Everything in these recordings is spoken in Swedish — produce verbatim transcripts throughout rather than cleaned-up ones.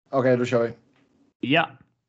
Okej, då kör vi. Ja.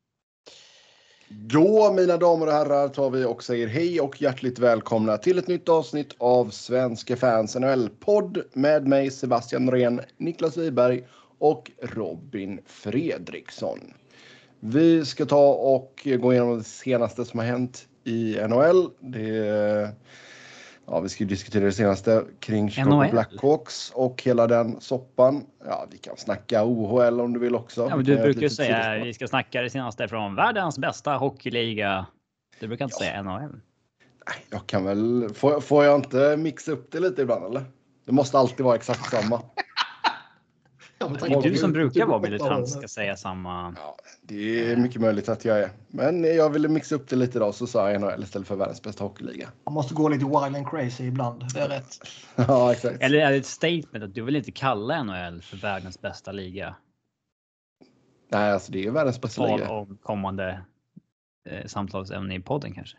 Då, mina damer och herrar, tar vi och säger hej och hjärtligt välkomna till ett nytt avsnitt av Svenska fans N H L-podd med mig Sebastian Norén, Niklas Wiberg och Robin Fredriksson. Vi ska ta och gå igenom det senaste som har hänt i N H L. Det, ja, vi ska ju diskutera det senaste kring Chicago Blackhawks och hela den soppan. Ja, vi kan snacka O H L om du vill också. Ja, men du brukar ju säga att vi ska snacka det senaste från världens bästa hockeyliga. Du brukar inte ja. säga N H L. Jag kan väl... Får, får jag inte mixa upp det lite ibland, eller? Det måste alltid vara exakt samma. Ja, det är du som brukar vara militant ska säga samma. Ja, det är mycket möjligt att jag är. Men jag ville mixa upp det lite idag, så sa jag N H L istället för världens bästa hockeyliga. Man måste gå lite wild and crazy ibland, det är rätt. Ja, exakt. Eller är det ett statement att du vill inte kalla N H L för världens bästa liga? Nej, alltså det är världens bästa Tal liga. om kommande eh, samtalsämne i podden kanske.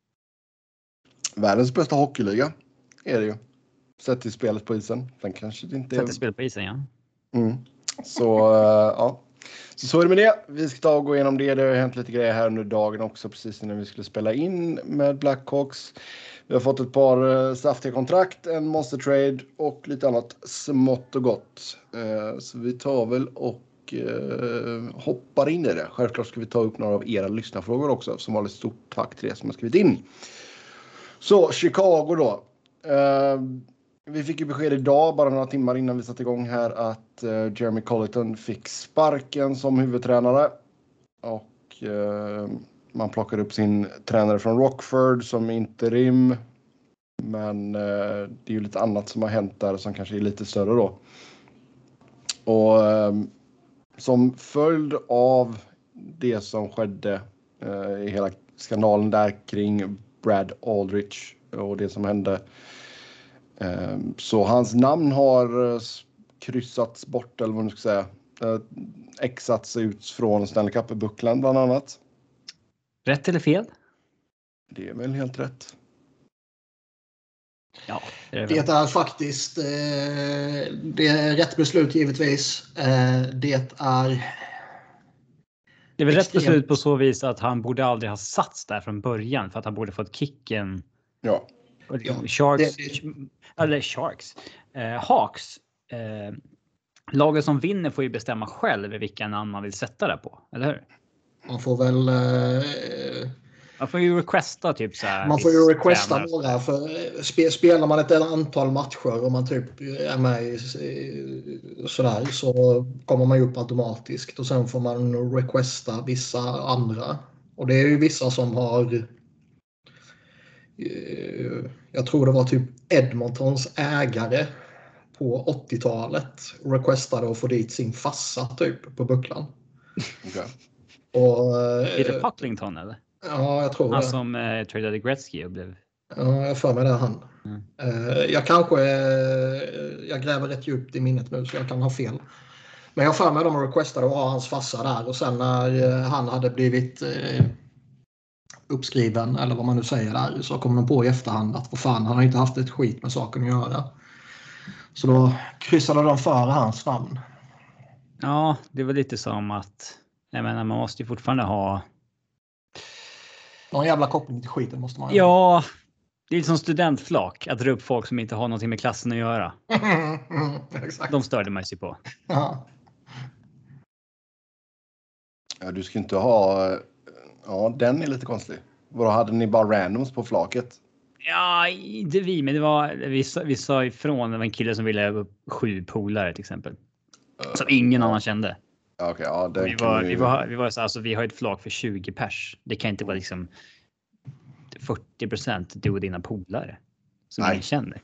Världens bästa hockeyliga är det ju. Sett till spelet på isen. Den kanske det inte är... Sett till spelet på isen, ja. Mm. Så, uh, ja. Så så är det med det. Vi ska ta och gå igenom det. Det har hänt lite grejer här under dagen också, precis när vi skulle spela in med Blackhawks. Vi har fått ett par uh, saftiga kontrakt, en monster trade och lite annat smått och gott. Uh, så vi tar väl och uh, hoppar in i det. Självklart ska vi ta upp några av era lyssnarfrågor också, som var ett stort tack till er som har skrivit in. Så, Chicago då. Uh, Vi fick ju besked idag, bara några timmar innan vi satte igång här, att uh, Jeremy Colliton fick sparken som huvudtränare. Och uh, man plockade upp sin tränare från Rockford som interim. Men uh, det är ju lite annat som har hänt där som kanske är lite större då. Och uh, som följd av det som skedde uh, i hela skandalen där kring Brad Aldrich och det som hände. Så hans namn har kryssats bort, eller vad man ska säga. Exats ut från Stanley Cup-bucklan bland annat. Rätt eller fel? Det är väl helt rätt. Ja, det är, det är faktiskt eh, det är rätt beslut givetvis. Eh, det är Det är väl rätt beslut på så vis att han borde aldrig ha satts där från början, för att han borde fått kicken. Ja. Ja, Sharks, det, det... eller Sharks, eh, Hawks, eh, laget som vinner får ju bestämma själv vilka namn man vill sätta det på, eller hur? Man får väl... Eh, man får ju requesta typ så här. Man får ju requesta några, för spe, spelar man ett antal matcher och man typ är med i, sådär, så kommer man ju upp automatiskt och sen får man requesta vissa andra. Och det är ju vissa som har... Jag tror det var typ Edmontons ägare på åttiotalet requestade att få dit sin fassa typ på bucklan. Okay. Och, är det Pocklington eller? Ja, jag tror han det. som eh, tradade Gretzky och blev... Ja, jag för mig det han. Mm. Uh, jag kanske uh, jag gräver rätt djupt i minnet nu så jag kan ha fel. Men jag för mig de requestade att ha hans fassa där, och sen när uh, han hade blivit uh, uppskriven, eller vad man nu säger där, så kom de på i efterhand att vad fan, han har inte haft ett skit med saken att göra. Så då kryssade de före hans namn. Ja, det var lite som att, jag menar, man måste ju fortfarande ha någon jävla koppling till skiten måste man ha. Ja, det är som studentflak, att dra upp folk som inte har någonting med klassen att göra. Mm, mm, exakt. De störde man sig på. Ja. Ja, du ska inte ha... Ja, den är lite konstig. Vad hade ni bara randoms på flaket? Ja, inte vi, men det var... Vi sa, vi sa ifrån, det var en kille som ville upp sju polare till exempel. Uh, som ingen uh, annan kände. Okay, ja, det vi, var, vi... vi var vi var så alltså, vi har ett flak för tjugo pers. Det kan inte vara liksom fyrtio procent du och dina polare som ingen känner.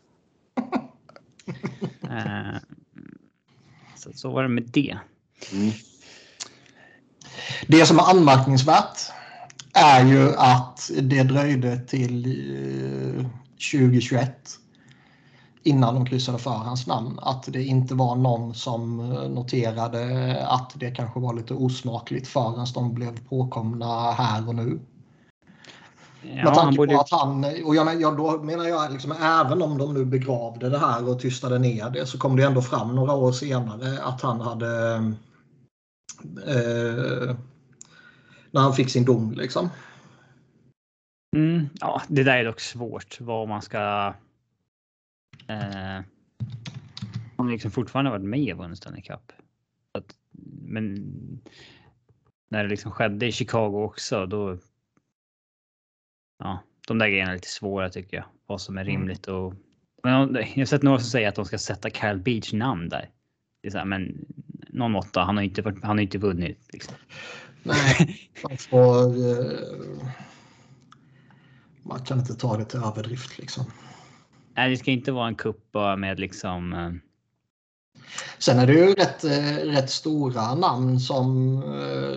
uh, så, så var det med det. Mm. Det som är anmärkningsvärt är ju att det dröjde till tjugohundratjugoett innan de kryssade för hans namn. Att det inte var någon som noterade att det kanske var lite osmakligt förrän de blev påkomna här och nu. Ja, med tanke borde... på att han, och jag, jag, då menar jag liksom, även om de nu begravde det här och tystade ner det, så kom det ändå fram några år senare att han hade Eh, när han fick sin dom liksom. Mm, ja, det där är dock svårt vad man ska. Eh, han har liksom fortfarande varit med och vunnit Stanley Cup. Att, men när det liksom skedde i Chicago också, då. Ja, de där grejerna är lite svåra tycker jag. Vad som är rimligt och. Men jag har sett några som säger att de ska sätta Kyle Beach namn där. Det är så här, men någon måtta. Han har inte varit, han har inte vunnit. Liksom. Nej, man får. Eh, man kan inte ta det till överdrift liksom. Nej, det ska inte vara en kupp med liksom. Eh... Sen är det ju rätt, eh, rätt stora namn som eh,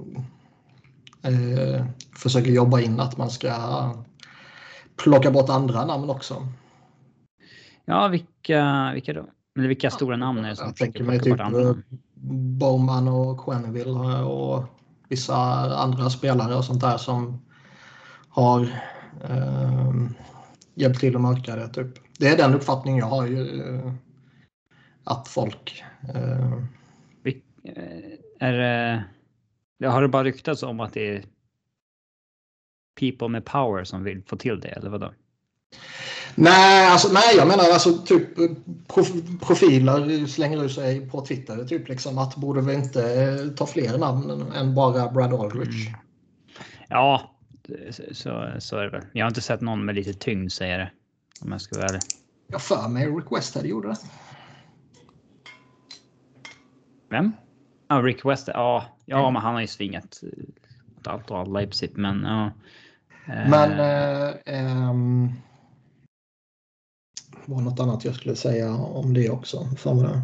eh, försöker jobba in att man ska plocka bort andra namn också. Ja, vilka, vilka då? Eller vilka stora namn är det som jag försöker tänker mig plocka typ bort andra namn? Bowman och Quenneville och vissa andra spelare och sånt där som har eh, hjälpt till att mörka det typ. Det är den uppfattning jag har ju eh, att folk eh, Vil, är det, har det bara ryktats om att det är people med power som vill få till det eller vadå? Nej, alltså, nej, jag menar alltså typ prof, profiler slänger ut sig på Twitter typ liksom att borde vi inte ta fler namn än bara Brad Aldrich. Mm. Ja, så, så är det väl. Jag har inte sett någon med lite tyngd säga det. Om jag ska vara ärlig. Jag för mig Rick Westhead gjorde det. Vem? Ja, Rick Westhead. Ja, ja, men han har ju svingat åt allt och all Leipzig, men ja. Men eh, um, var något annat jag skulle säga om det också. Fan vad det.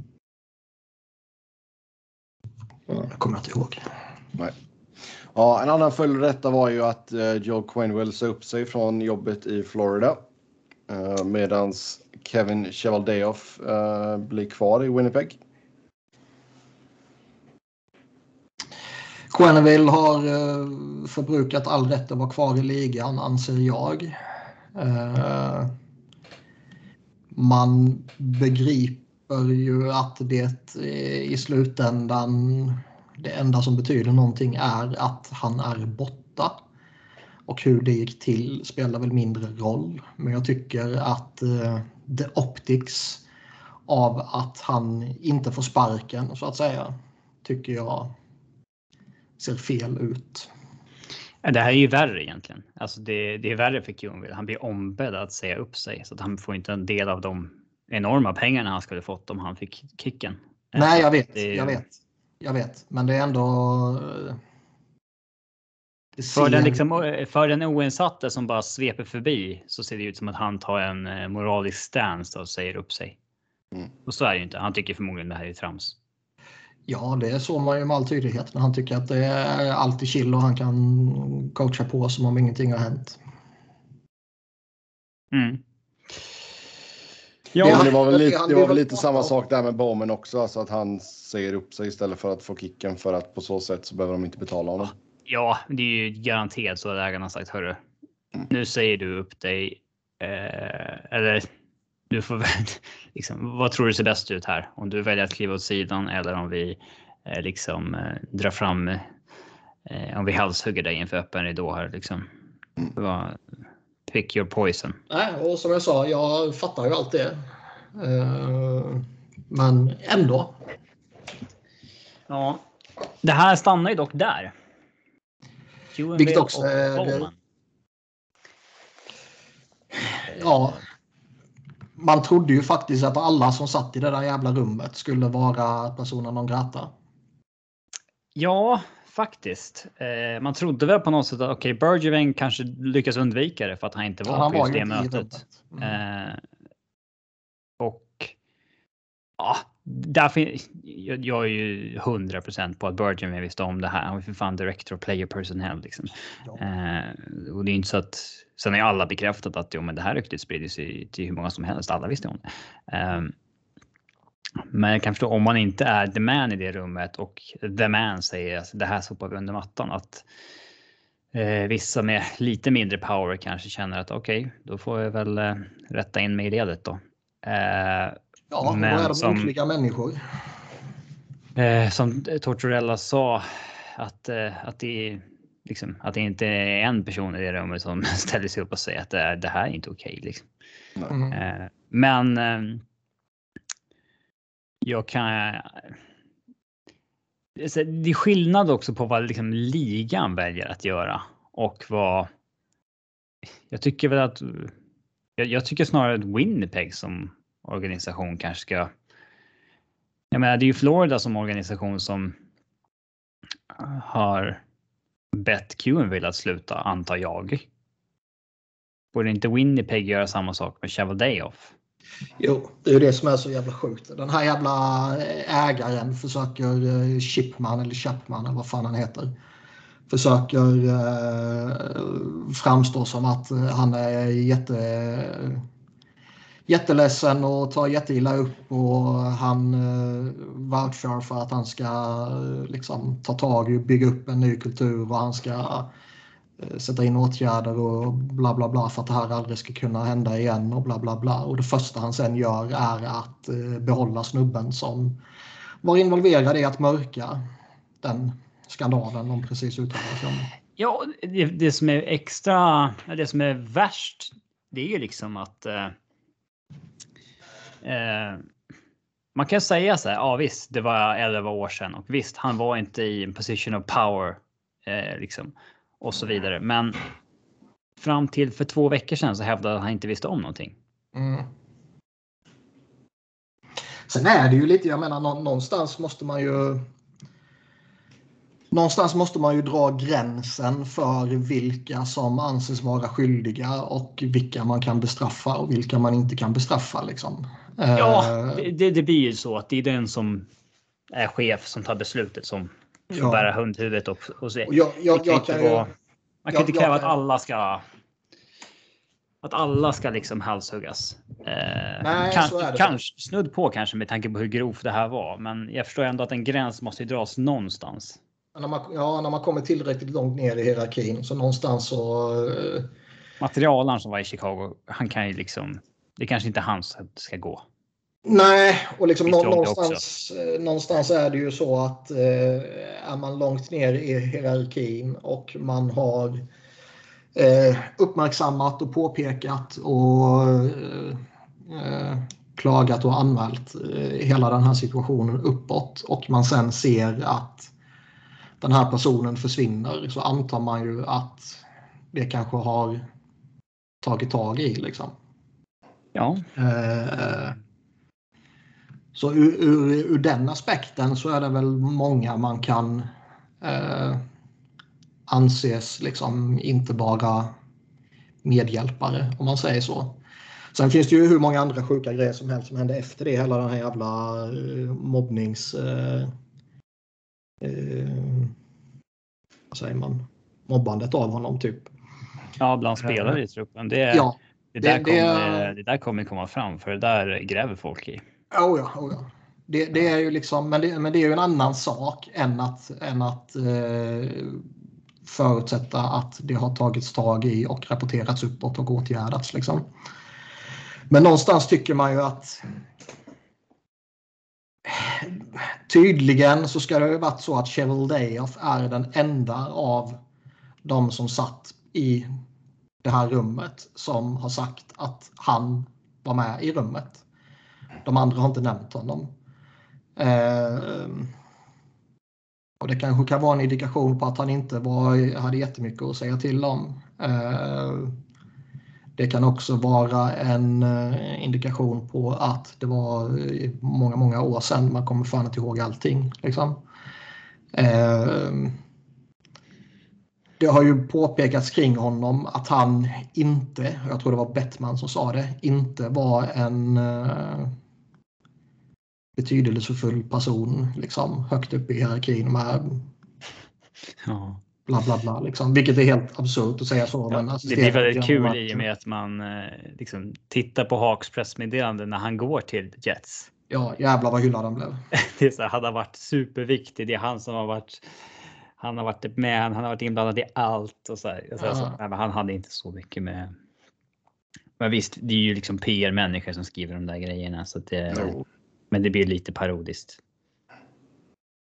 Ja, jag kommer inte ihåg. Nej. Ja, en annan följd detta var ju att uh, Joe Quenneville sa upp sig från jobbet i Florida. Uh, medans Kevin Cheveldayoff uh, blir kvar i Winnipeg. Quenneville har uh, förbrukat all rätt att vara kvar i ligan, anser jag. Uh, man begriper ju att det i slutändan det enda som betyder någonting är att han är borta. Och hur det gick till spelar väl mindre roll. Men jag tycker att uh, the optics av att han inte får sparken så att säga tycker jag ser fel ut. Det här är ju värre egentligen. Alltså det, det är värre för Quenneville. Han blir ombedd att säga upp sig så att han får inte en del av de enorma pengarna han skulle fått om han fick kicken. Nej, jag vet, det, jag vet, jag vet, men det är ändå. Det för den liksom, för den oinsatte som bara sveper förbi så ser det ut som att han tar en moralisk stance och säger upp sig. Mm. Och så är det ju inte. Han tycker förmodligen det här är trams. Ja, det är så man ju med all tydlighet när han tycker att det är alltid chill och han kan coacha på som om ingenting har hänt. Mm. Ja, men det var väl lite, det var väl lite samma sak där med Bowman också. Alltså att han säger upp sig istället för att få kicken för att på så sätt så behöver de inte betala honom. Ja, det är ju garanterat så att ägarna har sagt, hörru, mm. nu säger du upp dig. Eh, eller du får väl, liksom, vad tror du ser bäst ut här? Om du väljer att kliva åt sidan eller om vi eh, liksom eh, drar fram, eh, om vi halshugger dig inför öppen ridå här liksom. Det var, pick your poison. Nej, och som jag sa, jag fattar ju allt det. Uh, men ändå. Ja, det här stannar ju dock där. Vilket också är... Ja. Man trodde ju faktiskt att alla som satt i det där jävla rummet skulle vara personer non grata. Ja, faktiskt. Eh, man trodde väl på något sätt att okej, okay, Bergevin kanske lyckas undvika det för att han inte var ja, på just det mötet. Mm. Eh, och ja, därför, jag, jag är ju hundra procent på att Bergevin visste om det här. Han var för fan director och player personnel liksom. Ja. Eh, och det är inte så att sen har ju alla bekräftat att jo, men det här ryktet sprider sig till hur många som helst. Alla visste om det. Eh, Men jag kan förstå om man inte är the man i det rummet och the man säger att det här sopar vi under mattan. Att eh, vissa med lite mindre power kanske känner att okej, okay, då får jag väl eh, rätta in mig i ledet då. Eh, ja, men då är de som, ynkliga människor. Eh, som Tortorella sa att, eh, att, det, liksom, att det inte är en person i det rummet som ställer sig upp och säger att det, är, det här är inte okej. Okay, liksom. Mm. Eh, men eh, jag kan... Det är skillnad också på vad liksom ligan väljer att göra och vad... Jag tycker väl att... Jag, jag tycker snarare att Winnipeg som organisation kanske ska... Jag menar, det är ju Florida som organisation som har bett Quenneville att sluta, antar jag. Borde inte Winnipeg göra samma sak med Cheveldayoff? Jo, det är ju det som är så jävla sjukt. Den här jävla ägaren försöker, Chipman eller Chapman eller vad fan han heter, försöker eh, framstå som att han är jätte, jätteledsen och tar jätteilla upp och han eh, vouchar för att han ska eh, liksom ta tag i och bygga upp en ny kultur och han ska sätta in åtgärder och bla bla bla för att det här aldrig ska kunna hända igen och bla bla bla. Och det första han sen gör är att eh, behålla snubben som var involverad i att mörka den skandalen de precis uttalade sig om. Ja, det, det som är extra, det som är värst, det är ju liksom att eh, eh, man kan säga så här, ja visst, det var elva år sedan och visst, han var inte i en position of power eh, liksom. Och så vidare. Men fram till för två veckor sedan så hävdade han inte visste om någonting. Mm. Sen är det ju lite, jag menar någonstans måste man ju någonstans måste man ju dra gränsen för vilka som anses vara skyldiga och vilka man kan bestraffa och vilka man inte kan bestraffa liksom. Ja, det, det blir ju så att det är den som är chef som tar beslutet som får ja. bära hundhuvudet och, och se. Och jag, jag, jag kan vara, man kan jag, inte kräva jag, att alla ska att alla ska liksom halshuggas. Eh, nej, kan, så är det. Kanske snudd på kanske med tanke på hur grovt det här var. Men jag förstår ändå att en gräns måste dras någonstans. När man, ja, när man kommer tillräckligt långt ner i hierarkin så någonstans så... Uh... Materialaren som var i Chicago, han kan ju liksom... Det kanske inte han ska gå. Nej, och liksom nå, någonstans, någonstans är det ju så att eh, är man långt ner i hierarkin och man har eh, uppmärksammat och påpekat och eh, klagat och anmält eh, hela den här situationen uppåt och man sen ser att den här personen försvinner så antar man ju att det kanske har tagit tag i liksom. Ja. Eh, Så ur, ur, ur den aspekten så är det väl många man kan eh, anses liksom inte bara medhjälpare om man säger så. Sen finns det ju hur många andra sjuka grejer som helst som hände efter det. Hela den här jävla eh, mobbnings... Eh, eh, vad säger man? Mobbandet av honom typ. Ja, bland spelare i truppen. Det, ja, det, det, där det, kommer, det där kommer komma fram för det där gräver folk i. Oh ja, oh ja. Det, det är ju liksom, men det, men det är ju en annan sak än att, än att eh, förutsätta att det har tagits tag i och rapporterats uppåt och åtgärdats. Liksom. Men någonstans tycker man ju att tydligen så ska det ju varit så att Cheveldayoff är den enda av de som satt i det här rummet som har sagt att han var med i rummet. De andra har inte nämnt honom. Eh, och det kanske kan vara en indikation på att han inte var, hade jättemycket att säga till om. Eh, det kan också vara en eh, indikation på att det var många, många år sedan. Man kommer fan inte ihåg allting. Liksom. Eh, det har ju påpekats kring honom att han inte, jag tror det var Bettman som sa det, inte var en... Eh, betydelsefull person liksom, högt upp i hierarkin med ja. bla bla bla liksom. Vilket är helt absurt att säga så. Ja, men det blir väldigt kul att... i och med att man liksom, tittar på Hawks pressmeddelande när han går till Jets. Ja, jävlar vad hyllad han blev. Det är så, han har varit superviktig. Det är han som har varit han har varit med, han har varit inblandad i allt och så här. Så, ja. så, nej, men han hade inte så mycket med. Men visst, det är ju liksom P R-människor som skriver de där grejerna så att det, no. Men det blir lite parodiskt.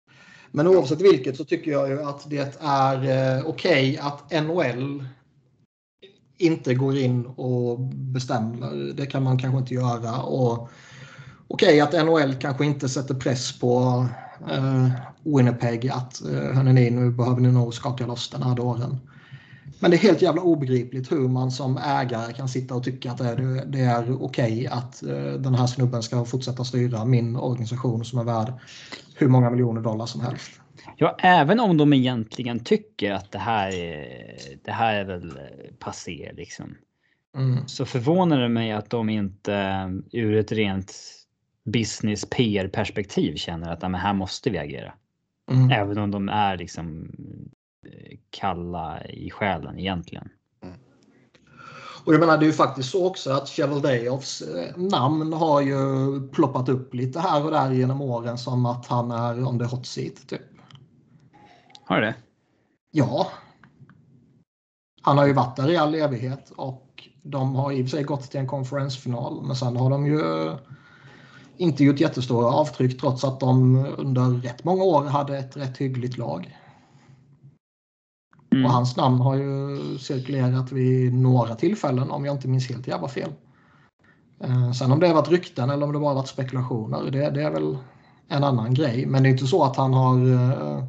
Men oavsett vilket så tycker jag ju att det är eh, okej okay att N H L inte går in och bestämmer. Det kan man kanske inte göra. Och okej okay, att N H L kanske inte sätter press på eh, Winnipeg att eh, hörni, nu behöver ni nog skaka loss den här dåren. Men det är helt jävla obegripligt hur man som ägare kan sitta och tycka att det är, det är okej okay att uh, den här snubben ska fortsätta styra min organisation som är värd hur många miljoner dollar som helst. Ja, även om de egentligen tycker att det här är, det här är väl passé liksom. Mm. Så förvånar det mig att de inte ur ett rent business P R-perspektiv känner att men här måste vi agera. Mm. Även om de är liksom kalla i själen egentligen. Mm. Och jag menar det är ju faktiskt så också att Cheveldayoffs namn har ju ploppat upp lite här och där genom åren som att han är on the hot seat typ. Har det? Ja. Han har ju varit där i all evighet och de har i och för sig gått till en konferensfinal men sen har de ju inte gjort jättestora avtryck trots att de under rätt många år hade ett rätt hyggligt lag. Mm. Och hans namn har ju cirkulerat vid några tillfällen om jag inte minns helt jävla fel. Eh, sen om det har varit rykten eller om det bara har varit spekulationer, det, det är väl en annan grej. Men det är inte så att han har eh,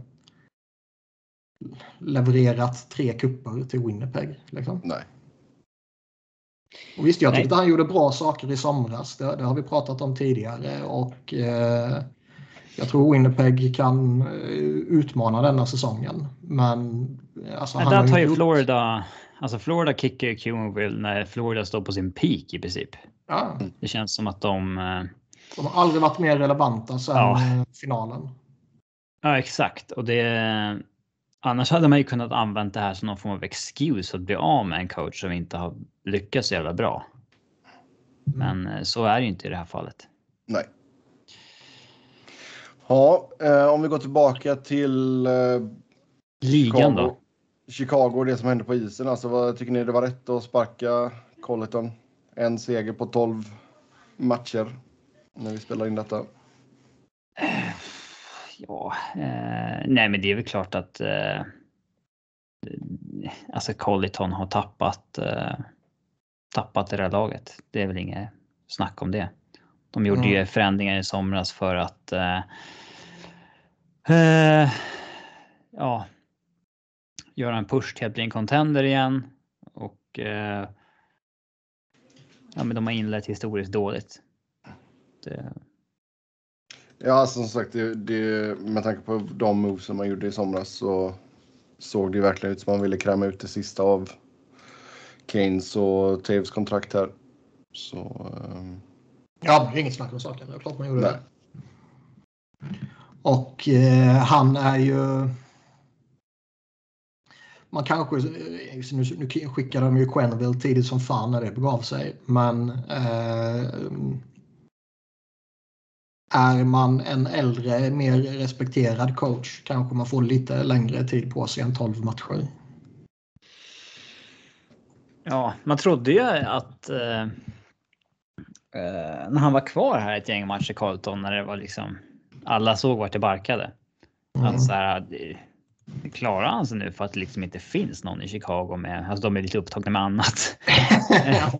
levererat tre kupper till Winnipeg. Liksom. Nej. Och visst, jag tyckte Nej. han gjorde bra saker i somras. Det, det har vi pratat om tidigare. Och eh, jag tror Winnipeg kan utmana denna säsongen. Men alltså, Men där tar ju Florida, alltså Florida kickar Cubanville när Florida står på sin peak i princip. Ja. Det känns som att de... De har aldrig varit mer relevanta sedan ja. finalen. Ja, exakt. Och det... Annars hade man ju kunnat använda det här som någon form av excuse att bli av med en coach som inte har lyckats så jävla bra. Men så är det ju inte i det här fallet. Nej. Ja, eh, om vi går tillbaka till eh, ligan Chicago, då. Chicago, det som hände på isen. Alltså, vad tycker ni det var rätt att sparka Colleton? En seger på tolv matcher när vi spelar in detta. Ja, eh, nej men det är väl klart att eh, alltså Colleton har tappat eh, tappat det där laget. Det är väl inget snack om det. De gjorde mm. ju förändringar i somras för att eh, eh, ja, göra en push till att bli en contender igen. Och eh, ja, men de har inlett historiskt dåligt. Det... Ja, alltså, som sagt, det, det, med tanke på de moves som man gjorde i somras så såg det verkligen ut som man ville kräma ut det sista av Keynes och Taves kontrakt här. Så... Um... Ja, det är inget snack om saken. Det är klart man gjorde Nej. det. Och eh, han är ju... Man kanske... Nu, nu skickade de ju Quenneville tidigt som fan när det begav sig. Men... Eh, är man en äldre, mer respekterad coach kanske man får lite längre tid på sig än tolv matcher. Ja, man trodde ju att... Eh... Uh, när han var kvar här ett gäng matcher i Carlton när det var liksom alla såg vart det barkade. Mm. Att så här, klarar han sig nu för att det liksom inte finns någon i Chicago med, alltså de är lite upptagna med annat. uh,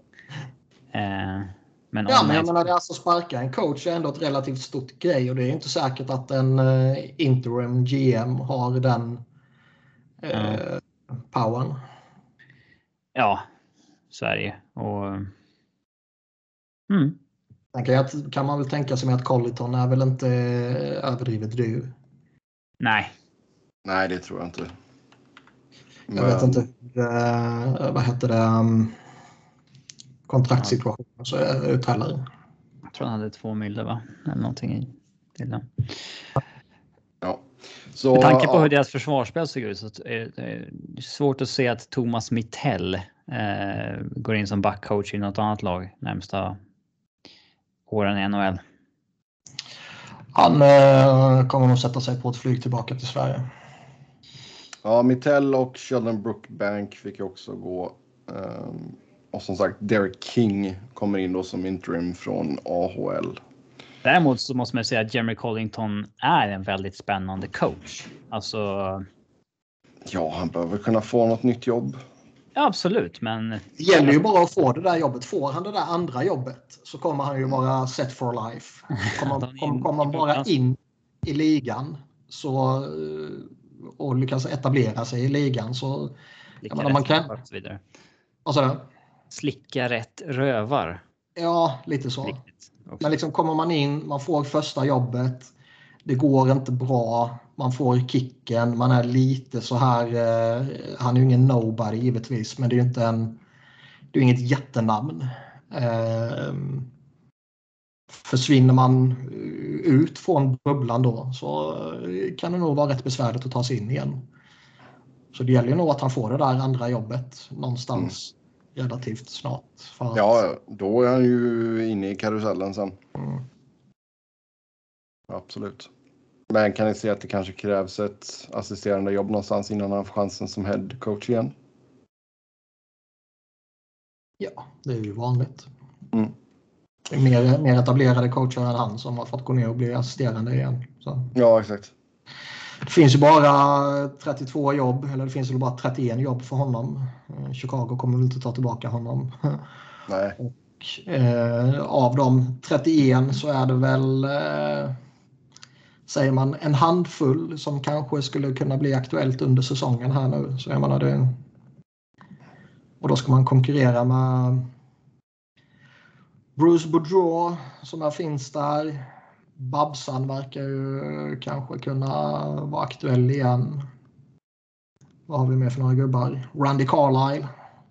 men ja, men jag menar det är alltså sparka en coach är ändå ett relativt stort grej och det är inte säkert att en uh, interim G M har den uh, mm. powern. Ja, så är det. Och Mm. Kan, kan man väl tänka sig med att Colleton är väl inte överdrivet dyr? Nej. Nej, det tror jag inte. Men... Jag vet inte. Uh, vad heter det? Um, kontraktssituationen ja. Så är ut heller. Jag tror han hade två miljoner va? Eller någonting i bilden. Ja. Så, med tanke på ja. hur deras försvarsspel såg ut så är det svårt att se att Thomas Mittell eh, går in som backcoach i något annat lag närmsta åren i N H L. Han eh, kommer nog sätta sig på ett flyg tillbaka till Sverige. Ja, Mittell och Sheldon Brookbank fick också gå. Um, och som sagt, Derek King kommer in då som interim från A H L. Däremot så måste man säga att Jeremy Collington är en väldigt spännande coach. Alltså. Ja, han behöver kunna få något nytt jobb. Ja, absolut, men. Det gäller ju bara att få det där jobbet. Får han det där andra jobbet så kommer han ju vara set for life. Kommer, kommer, kommer han bara in i ligan så, och lyckas etablera sig i ligan så. Slicka menar, man kan. Så vidare. Och så Slicka rätt rövar. Ja, lite så. Men liksom kommer man in, man får första jobbet. Det går inte bra. Man får kicken. Man är lite så här. Eh, han är ju ingen nobody givetvis. Men det är ju inte en. Det är inget jättenamn. Eh, försvinner man ut från bubblan då så kan det nog vara rätt besvärligt att ta sig in igen. Så det gäller ju nog att han får det där andra jobbet någonstans mm. relativt snart. För att... Ja, då är han ju inne i karusellen sen. Mm. Absolut. Men kan ni se att det kanske krävs ett assisterande jobb någonstans innan han får chansen som head coach igen? Ja, det är ju vanligt. Mm. Det är mer, mer etablerade coacher än han som har fått gå ner och bli assisterande igen. Så. Ja, exakt. Det finns ju bara trettiotvå jobb, eller det finns ju bara trettioen jobb för honom. Chicago kommer väl inte ta tillbaka honom. Nej. Och eh, av de trettioen så är det väl, eh, säger man, en handfull som kanske skulle kunna bli aktuellt under säsongen här nu. Så jag menar det. Och då ska man konkurrera med Bruce Boudreau som är finns där. Babsan verkar ju kanske kunna vara aktuell igen. Vad har vi med för några gubbar? Randy Carlyle.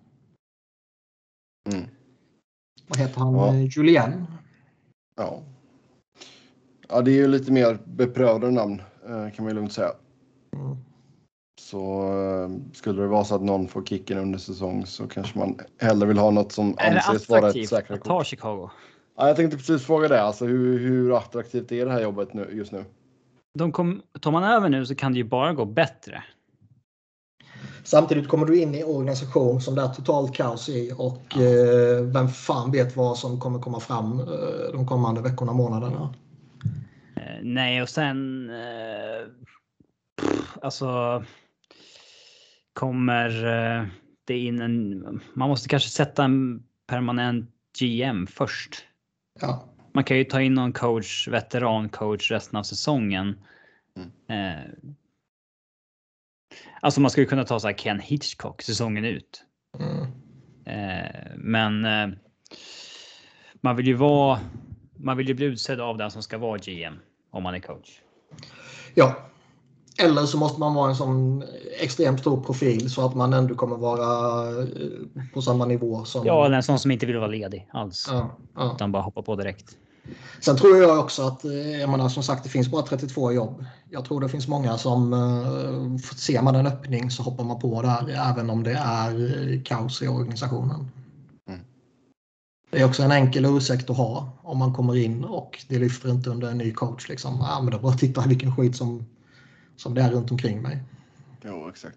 Mm. Vad heter han? Ja. Julien. Ja. Ja, det är ju lite mer beprövade namn kan man lugnt säga. Mm. Så skulle det vara så att någon får kicken under säsong så kanske man hellre vill ha något som anses vara ett säkrare kort. Ta Chicago. Ja, jag tänkte precis fråga det. Alltså, hur, hur attraktivt är det här jobbet nu, just nu? De kom, tar man över nu så kan det ju bara gå bättre. Samtidigt kommer du in i organisation som det är totalt kaos i och ja. eh, vem fan vet vad som kommer komma fram eh, de kommande veckorna och månaderna. Eh, nej, och sen eh, pff, alltså kommer eh, det in en, man måste kanske sätta en permanent G M först. Ja. Man kan ju ta in någon coach, veterancoach resten av säsongen. Mm. Eh, alltså man skulle kunna ta så här Ken Hitchcock säsongen ut. Mm. Eh, men eh, man vill ju vara, man vill ju bli utsedd av den som ska vara G M om man är coach. Ja. Eller så måste man vara en sån extremt stor profil så att man ändå kommer vara på samma nivå som... Ja, eller en sån som inte vill vara ledig alls. Ja, ja. Utan bara hoppa på direkt. Sen tror jag också att, jag menar, som sagt, det finns bara trettiotvå jobb. Jag tror det finns många som, ser man en öppning så hoppar man på där även om det är kaos i organisationen. Mm. Det är också en enkel ursäkt att ha om man kommer in och det lyfter inte under en ny coach. Liksom. Ja, men då bara titta vilken skit som... som det är runt omkring mig. Jo, exakt.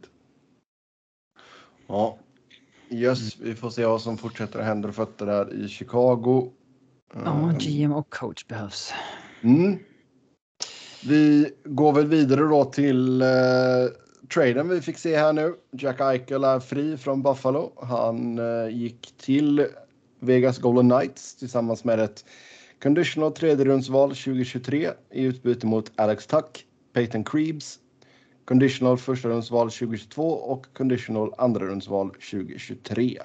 Ja. Yes, vi får se vad som fortsätter att hända och fötter där i Chicago. Ja, G M och coach behövs. Mm. Vi går väl vidare då till eh, traden vi fick se här nu. Jack Eichel är fri från Buffalo. Han eh, gick till Vegas Golden Knights tillsammans med ett conditional tredjerumsval tjugo tjugotre i utbyte mot Alex Tuck, Peyton Krebs, conditional första rundsval tjugo tjugotvå och conditional andra rundsval tjugo tjugotre.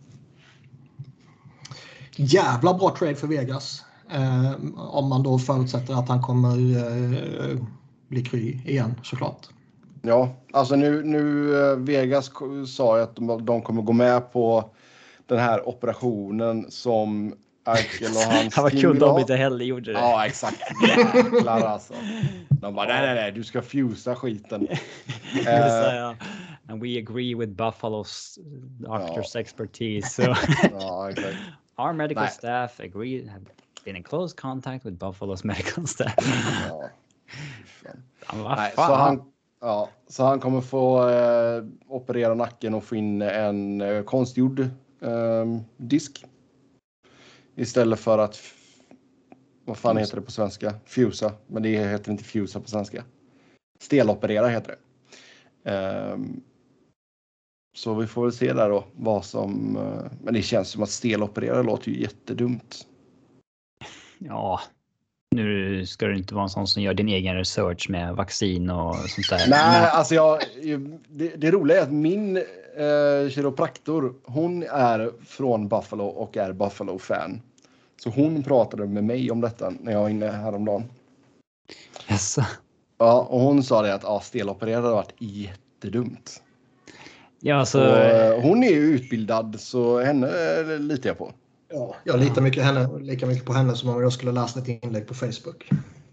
Jävla bra trade för Vegas. Eh, om man då förutsätter att han kommer eh, bli kry igen såklart. Ja, alltså nu, nu Vegas sa ju att de, de kommer gå med på den här operationen som Eichel och hans han var kul om inte heller gjorde det. Ja, exakt. Jäklar alltså. De bara, nej, nej, nej, du ska fusa skiten. uh, And we agree with Buffalo's doctor's ja. expertise. So. Ja, exakt. Our medical nej. staff agree, have been in close contact with Buffalo's medical staff. Ja. Nej, så, han, ja, så han kommer få eh, operera nacken och få in en eh, konstgjord eh, disk. Istället för att Vad fan Fusa. heter det på svenska? Fusa. Men det heter inte Fusa på svenska. Steloperera heter det. Um, så vi får väl se där då vad som... Uh, men det känns som att steloperera låter ju jättedumt. Ja, nu ska du inte vara en sån som gör din egen research med vaccin och sånt där. Nej, men... alltså jag... Det, det roliga är att min uh, kiropraktor, hon är från Buffalo och är Buffalo-fan. Så hon pratade med mig om detta när jag var inne häromdagen. Yes. Ja, och hon sa det att ja, steloperera har varit jättedumt. Ja, alltså... och, hon är ju utbildad så henne litar jag på. Ja, jag litar mycket, henne, lika mycket på henne som om jag skulle läsa ett inlägg på Facebook.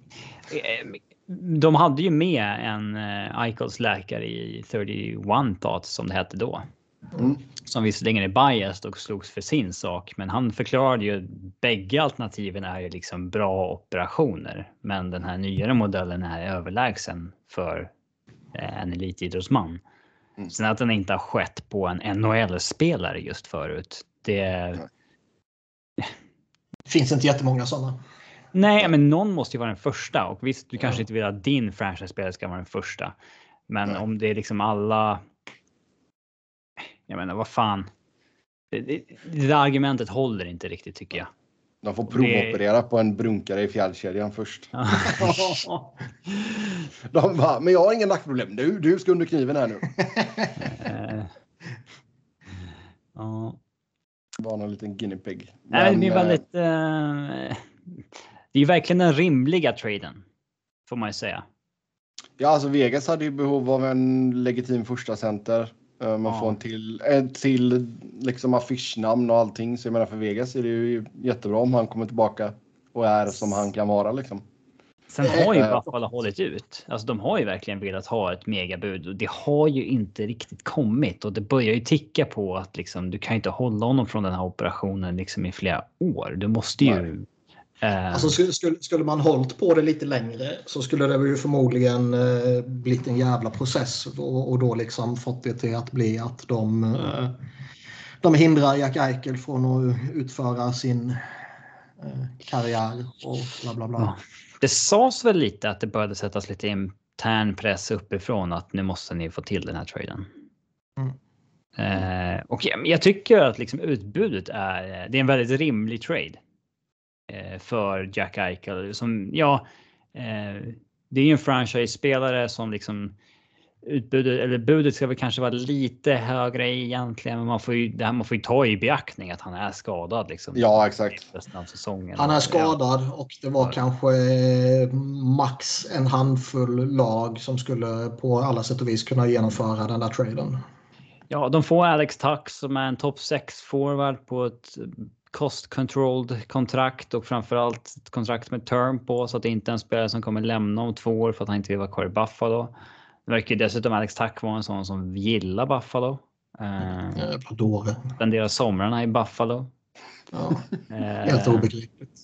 De hade ju med en Eichels läkare i trettioett Thoughts som det hette då. Mm. Som visserligen är biased och slogs för sin sak. Men han förklarade ju att bägge alternativen är ju liksom bra operationer. Men den här nyare modellen är överlägsen för en elitidrottsman. Mm. Sen att den inte har skett på en N H L-spelare just förut. Det mm. finns inte jättemånga sådana. Nej, men någon måste ju vara den första. Och visst, du kanske mm. inte vill att din franchise-spelare ska vara den första. Men mm. om det är liksom alla... Jag menar, vad fan. Det, det, det där argumentet håller inte riktigt, tycker jag. De får provoperera det... på en brunkare i fjällkedjan först. De bara, men jag har ingen nackproblem. Du, du ska under kniven här nu. Ja. Bara en liten guinea pig. Men, Nej, det blir väldigt... Uh, det är ju verkligen den rimliga traden, får man ju säga. Ja, alltså Vegas hade ju behov av en legitim första center. Man ja. får en till, en till liksom affischnamn och allting. Så jag menar, för Vegas är det ju jättebra om han kommer tillbaka och är som han kan vara liksom. Sen har ju Buffalo hållit ut. Alltså de har ju verkligen velat ha ett megabud. Och det har ju inte riktigt kommit. Och det börjar ju ticka på att liksom, du kan inte hålla honom från den här operationen liksom i flera år. Du måste ju... Nej. Alltså skulle, skulle man hållit på det lite längre så skulle det ju förmodligen eh, blivit en jävla process och, och då liksom fått det till att bli att de, eh, de hindrar Jack Eichel från att utföra sin eh, karriär och bla bla bla. Ja. Det sades väl lite att det började sättas lite intern press uppifrån att nu måste ni få till den här traden. Mm. Eh, och jag, jag tycker att liksom utbudet är, det är en väldigt rimlig trade. För Jack Eichel som ja eh, det är ju en franchise-spelare som liksom utbudet eller budet ska väl kanske vara lite högre egentligen, men man får ju det här, man får ju ta i beaktning att han är skadad liksom. Ja, exakt. Resten av säsongen. Han är skadad ja. Och det var ja. kanske max en handfull lag som skulle på alla sätt och vis kunna genomföra den där traden. Ja, de får Alex Tuch som är en topp sex forward på ett cost-controlled kontrakt och framförallt ett kontrakt med term på så att det inte är en spelare som kommer lämna om två år för att han inte vill vara kvar i Buffalo. Det verkar ju dessutom Alex Tuch vara en sån som gillar Buffalo. Mm, jävla dåre. Spenderar somrarna i Buffalo. Ja, helt obegripligt.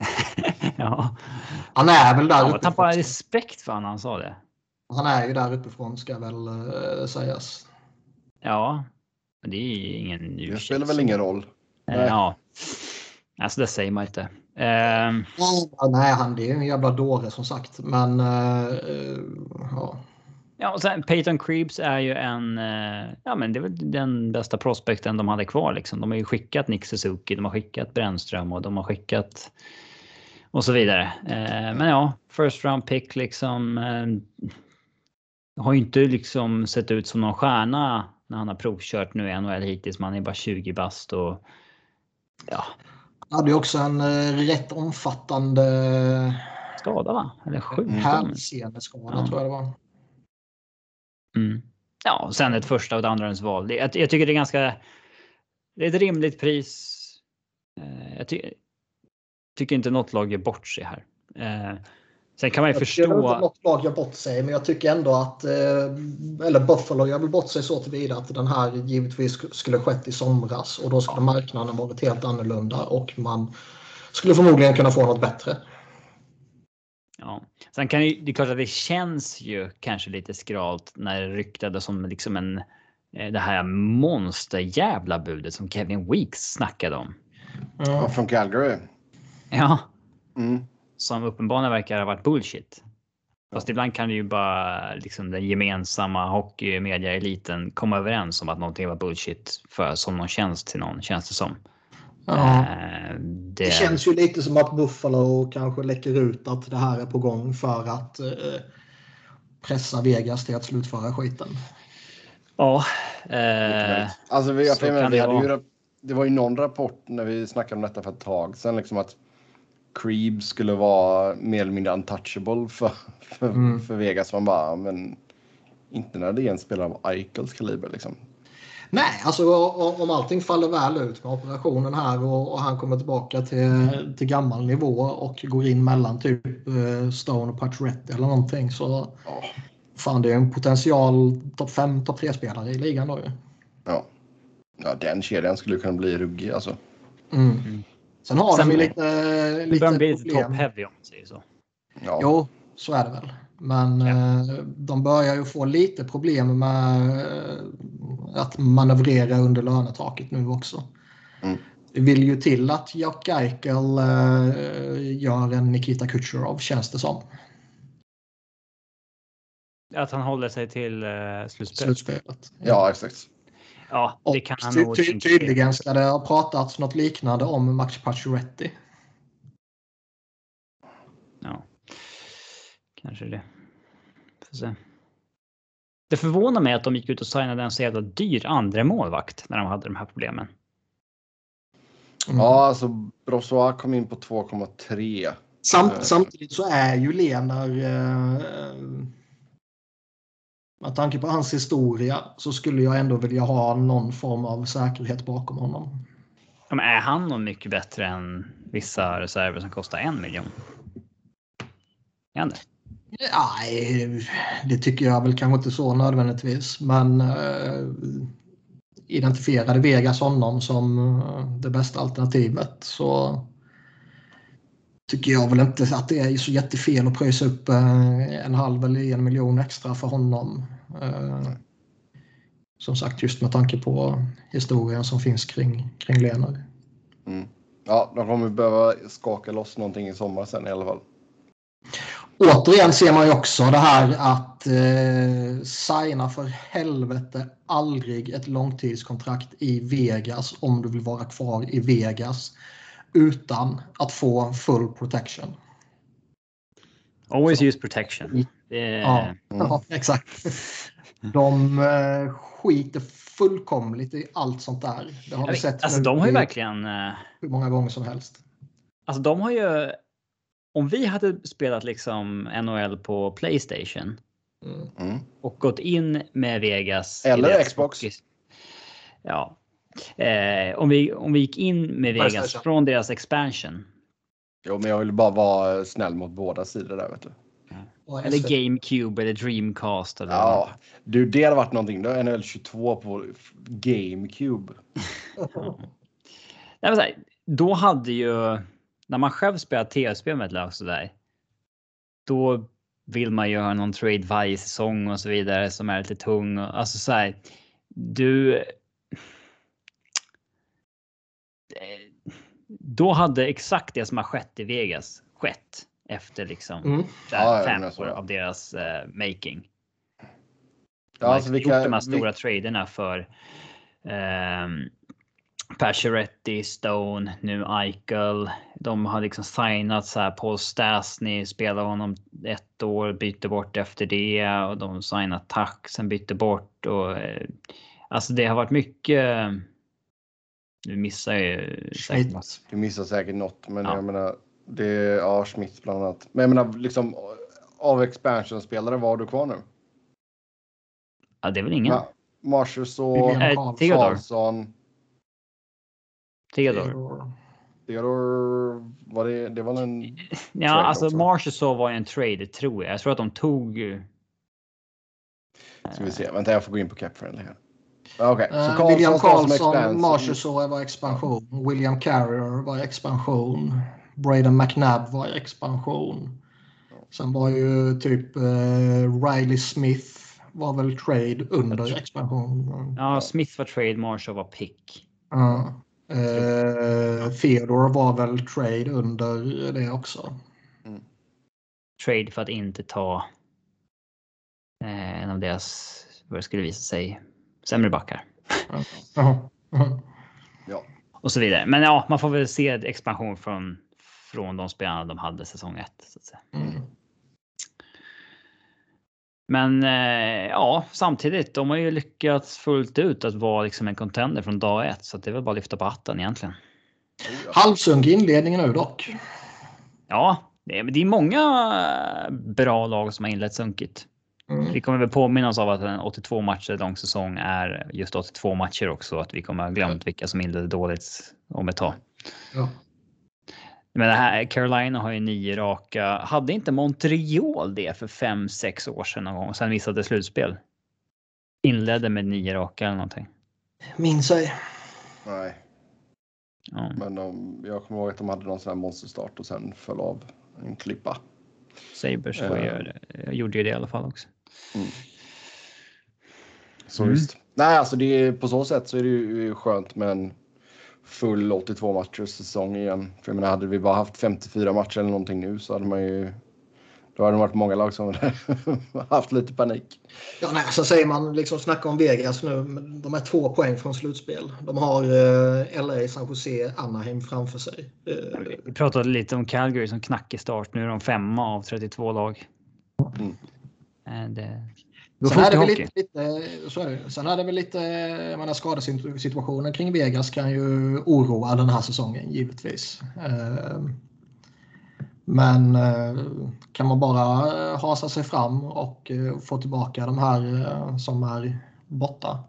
Ja. Han är väl där uppe. Jag tappar respekt för han, han sa det. Han är ju där uppifrån ska väl äh, sägas. Ja, men det är ju ingen... Det spelar väl ingen roll. Nej. Ja, alltså det säger man inte. Uh, ja, nej, han det är en jävla dåre som sagt. Men uh, ja. Ja, och sen Peyton Krebs är ju en, uh, ja men det är väl den bästa prospekten de hade kvar liksom. De har ju skickat Nick Suzuki, de har skickat Brännström och de har skickat och så vidare. Uh, men ja, first round pick liksom uh, har ju inte liksom sett ut som någon stjärna när han har provkört nu i N H L hittills. Man är bara tjugo bast och ja. Han hade ju också en uh, rätt omfattande skada va? Eller sjuk. Hälseneskada ja. tror jag det var. Mm. Ja, och sen ett första och ett andra val. Jag, jag tycker det är ganska det är ett rimligt pris. Uh, jag ty tycker inte något lag gör bort sig här. Uh, Sen kan man ju jag förstå... Jag vet inte något lag gör bort sig, men jag tycker ändå att... Eller Buffalo gör väl bort sig så tillvida att den här givetvis skulle skett i somras. Och då skulle marknaden varit helt annorlunda och man skulle förmodligen kunna få något bättre. Ja, sen kan ju, det är klart att det känns ju kanske lite skralt när det ryktades som liksom en... Det här monsterjävla budet som Kevin Weeks snackade om. Ja, från Calgary. Ja. Mm. som uppenbarligen verkar ha varit bullshit. Fast ibland kan det ju bara liksom den gemensamma hockeymedia-eliten komma överens om att någonting var bullshit för som någon tjänst till någon, känns det som. Ja. Eh, det... det känns ju lite som att Buffalo kanske läcker ut att det här är på gång för att eh, pressa Vegas till att slutföra skiten. Ja. Eh, alltså vi, jag menar, vi hade ju, det var ju någon rapport när vi snackade om detta för ett tag sedan liksom att Creeb skulle vara mer eller mindre untouchable för, för, mm. för Vegas. Man bara, men inte när det är en spelare av Eichels kaliber liksom. Nej, alltså om allting faller väl ut med operationen här och, och han kommer tillbaka till, till gammal nivå och går in mellan typ Stone och Pacioretty eller någonting så oh. fan det är en potential topp fem, topp tre spelare i ligan då ju. Ja. Ja, den kedjan skulle kunna bli ruggig alltså. Mm. Mm. Sen har Sen de ju lite, lite det blir lite top heavy om man säger så. Ja. Jo, så är det väl. Men ja. de börjar ju få lite problem med att manövrera under lönetaket nu också. Mm. Det vill ju till att Jack Eichel gör en Nikita Kucherov, känns det som. Att han håller sig till slutspelet. slutspelet. Ja, exakt. Ja, det kan han nog ty- tydligen ska det ha pratats något liknande om Max Pacioretty. Ja, kanske det. Får se. Det förvånar mig att de gick ut och signade en så jävla dyr andra målvakt när de hade de här problemen. Mm. Ja, alltså Brossois kom in på två komma tre. Samt, samtidigt så är ju Lenar eh, med tanke på hans historia så skulle jag ändå vilja ha någon form av säkerhet bakom honom. Ja, men är han nog mycket bättre än vissa reserver som kostar en miljon? Är det? Nej, det tycker jag väl kanske inte så nödvändigtvis. Men äh, identifierade Vegas honom som äh, det bästa alternativet så tycker jag väl inte att det är så jättefel att pröjsa upp äh, en halv eller en miljon extra för honom. Äh, som sagt, just med tanke på historien som finns kring, kring Lenar. Mm. Ja, de kommer behöva skaka loss någonting i sommar sen i alla fall. Återigen ser man ju också det här att eh, signa för helvete aldrig ett långtidskontrakt i Vegas om du vill vara kvar i Vegas utan att få full protection. Always use protection. Det... Ja, mm. ja, exakt. De eh, skiter fullkomligt i allt sånt där. Det har vi sett alltså, de har ju verkligen hur många gånger som helst. Alltså de har ju om vi hade spelat liksom N H L på PlayStation mm. och gått in med Vegas eller Xbox. Hockey, ja. Eh, om vi om vi gick in med Vegas från deras expansion. Jo, men jag vill bara vara snäll mot båda sidor där, vet du. Ja. Eller GameCube eller Dreamcast eller ja, du det hade varit någonting då N H L tjugotvå på GameCube. Ja. Nej, men så här, då hade ju när man själv spelar tv-spel med ett lag så där, då vill man göra någon trade varje säsong och så vidare som är lite tung. Alltså så här, du... Då hade exakt det som har skett i Vegas skett efter liksom mm. ja, fem år av deras uh, making. Ja, alltså vi gjort de här stora vi... traderna för um, Pacioretty, Stone, nu Eichel. De har liksom signat så här Paul Stastny, spelar honom ett år, byter bort efter det och de signat Tack, sen byter bort och alltså det har varit mycket. Du missar ju säkert något. Du missar säkert något, men ja. jag menar det är ja, Schmidt bland annat. Men jag menar liksom av expansion-spelare, var du kvar nu? Ja, det är väl ingen. Ja, Marshall och Karlsson. Theodore. Theodore var det det var en ja, alltså Marchessault var ju en trade tror jag. Jag tror att de tog ska vi se. Vänta, jag får gå in på cap friendly här. Okej, okay. uh, William Karlsson, Marchessault var expansion. Ja. William Carrier var expansion. Braden McNabb var expansion. Ja. Sen var ju typ uh, Riley Smith var väl trade under expansion. Ja, Smith var trade, Marshall var pick. Ja. Uh, Theodore var väl trade under det också. trade för att inte ta eh, en av deras, vad det skulle visa sig, sämre backar. Ja. Mm. Ja. Och så vidare. Men ja, man får väl se expansion från, från de spelarna de hade säsong ett. Så att säga. Mm. Men eh, ja, samtidigt, de har ju lyckats fullt ut att vara liksom en contender från dag ett. Så det är väl bara att lyfta på hatten egentligen. Halvsunk inledningen nu dock. Ja, det är, det är många bra lag som har inlett sunkigt. Mm. Vi kommer väl påminna oss av att en åttiotvå matcher lång säsong är just åttiotvå matcher också. Att vi kommer ha glömt vilka som inledde dåligt om ett tag. Ja. Men det här, Carolina har ju nio raka. Hade inte Montreal det för fem, sex år sedan någon gång? Sen missade slutspel. Inledde med nio raka eller någonting. Minns jag. Nej. Ja. Men um, jag kommer ihåg att de hade någon sån här monsterstart och sen föll av en klippa. Sabres uh, det. Jag gjorde ju det i alla fall också. Mm. Så Mm. visst. Nej, alltså det är, på så sätt så är det ju skönt med en full åttiotvå matchers säsong igen. För jag menar, hade vi bara haft femtiofyra matcher eller någonting nu så hade man ju, då hade det varit många lag som hade haft lite panik. Ja, nej, så säger man liksom snacka om Vegas nu. De är två poäng från slutspel. De har eh, L A, San Jose, Anaheim framför sig. Eh, Vi pratade lite om Calgary som knackig start. Nu är de femma av trettiotvå lag. Mm. Det... Sen är det väl lite, lite, så är det. Sen är det väl lite, jag menar, skadesituationen kring Vegas kan ju oroa den här säsongen givetvis. Men kan man bara hasa sig fram och få tillbaka de här som är borta,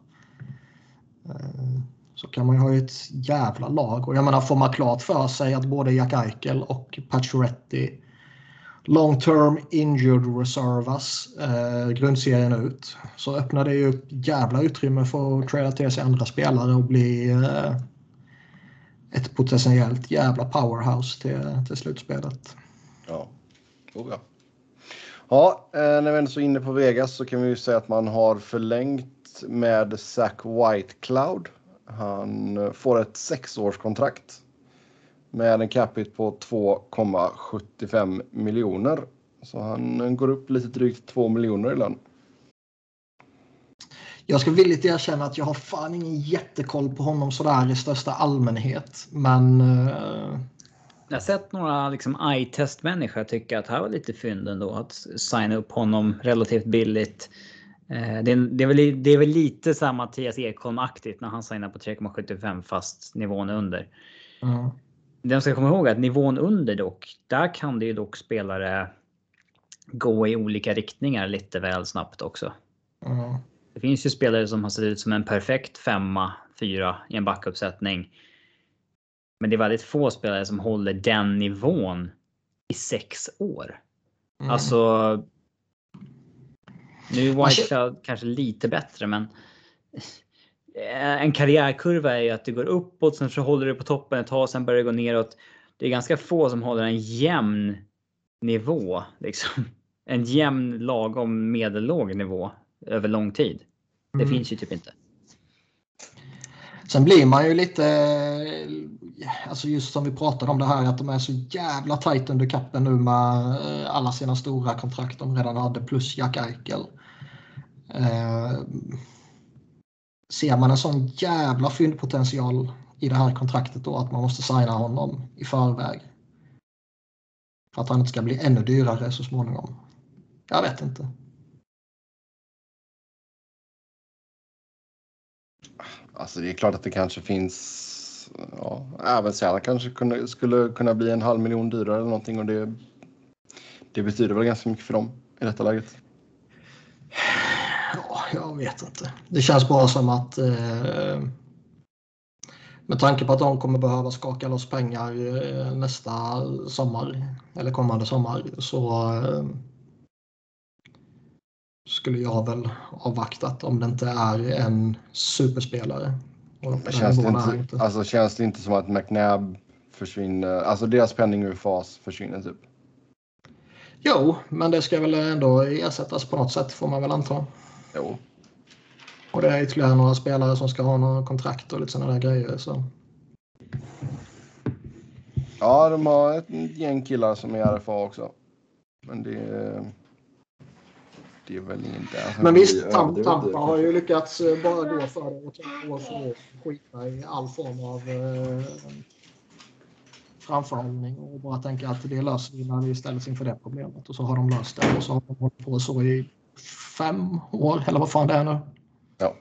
så kan man ju ha ett jävla lag. Och jag menar, får man klart för sig att både Jack Eichel och Pacioretty long term injured reservas eh, grundserien ut, så öppnar det ju upp jävla utrymme för att träda till sig andra spelare och bli eh, ett potentiellt jävla powerhouse till, till slutspelet. Ja. Oh, ja. Ja, eh, när vi är så inne på Vegas så kan vi ju säga att man har förlängt med Zach Whitecloud. Han får ett sexårskontrakt med en capita på två komma sjuttiofem miljoner. Så han går upp lite drygt två miljoner i lön. Jag ska villigt erkänna att jag har fan ingen jättekoll på honom sådär i största allmänhet. Men... Uh... Jag har sett några liksom eye-test-människor tycka att det här var lite fynd ändå. Att signa upp honom relativt billigt. Uh, det, är, det, är väl, det är väl lite samma Mattias Ekholm-aktigt när han signar på tre komma sjuttiofem fast nivån är under. Uh. De ska komma ihåg att nivån under dock, där kan det ju dock spelare gå i olika riktningar lite väl snabbt också. Mm. Det finns ju spelare som har sett ut som en perfekt femma, fyra i en backuppsättning. Men det är väldigt få spelare som håller den nivån i sex år. Mm. Alltså, nu är Whitecloud kanske lite bättre, men en karriärkurva är ju att det går uppåt, sen så håller du på toppen ett tag, sen börjar det gå neråt. Det är ganska få som håller en jämn nivå, liksom. En jämn, lagom, medellåg nivå över lång tid. Det mm. finns ju typ inte. Sen blir man ju lite, alltså just som vi pratade om det här, att de är så jävla tajt under kappen nu med alla sina stora kontrakt de redan hade plus Jack Eichel. Eh, ser man en sån jävla fyndpotential i det här kontraktet då, att man måste signa honom i förväg för att han inte ska bli ännu dyrare så småningom? Jag vet inte. Alltså det är klart att det kanske finns, ja, även Säla kanske kunde, skulle kunna bli en halv miljon dyrare eller någonting, och det, det betyder väl ganska mycket för dem i detta läget. Ja, jag vet inte. Det känns bara som att eh, med tanke på att de kommer behöva skaka loss pengar eh, nästa sommar eller kommande sommar, så eh, skulle jag väl avvaktat om det inte är en superspelare. Men känns, det inte, inte. Alltså, känns det inte som att McNabb försvinner, alltså deras penning ur fas försvinner typ? Jo, men det ska väl ändå ersättas på något sätt, får man väl anta. Jo. Och det är ytterligare några spelare som ska ha några kontrakt och lite sådana där grejer. Så. Ja, de har ett gäng killar som är R F A också. Men det, det är väl inte... Alltså, men visst, Tampa, Tampa har ju lyckats bara gå för det och år för år skita i all form av eh, framförhållning och bara tänka att det löser vi när vi ställs inför det problemet. Och så har de löst det och så har de hållit på så i fem år, eller vad fan det är nu. Ja.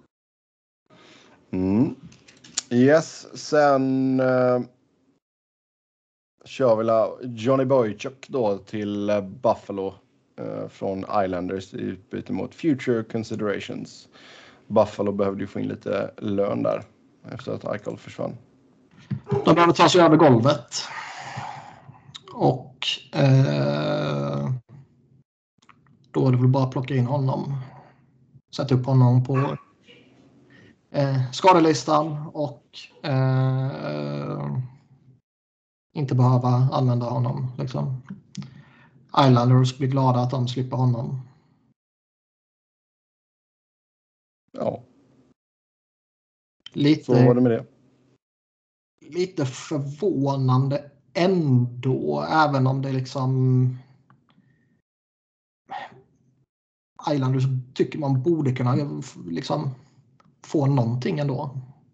Mm. Yes, sen uh, kör vi la Johnny Boychuk då till uh, Buffalo uh, från Islanders i utbyte mot Future Considerations. Buffalo behövde ju få in lite lön där efter att Eichel försvann. De behöver ta sig över golvet. Och uh, då är det väl bara att plocka in honom. Sätta upp honom på Eh, skadelistan och eh, inte behöva använda honom. Liksom. Islanders blir glada att de slipper honom. Ja. Lite, så var det med det. Lite förvånande ändå, även om det liksom Islanders tycker man borde kunna liksom få någonting ändå.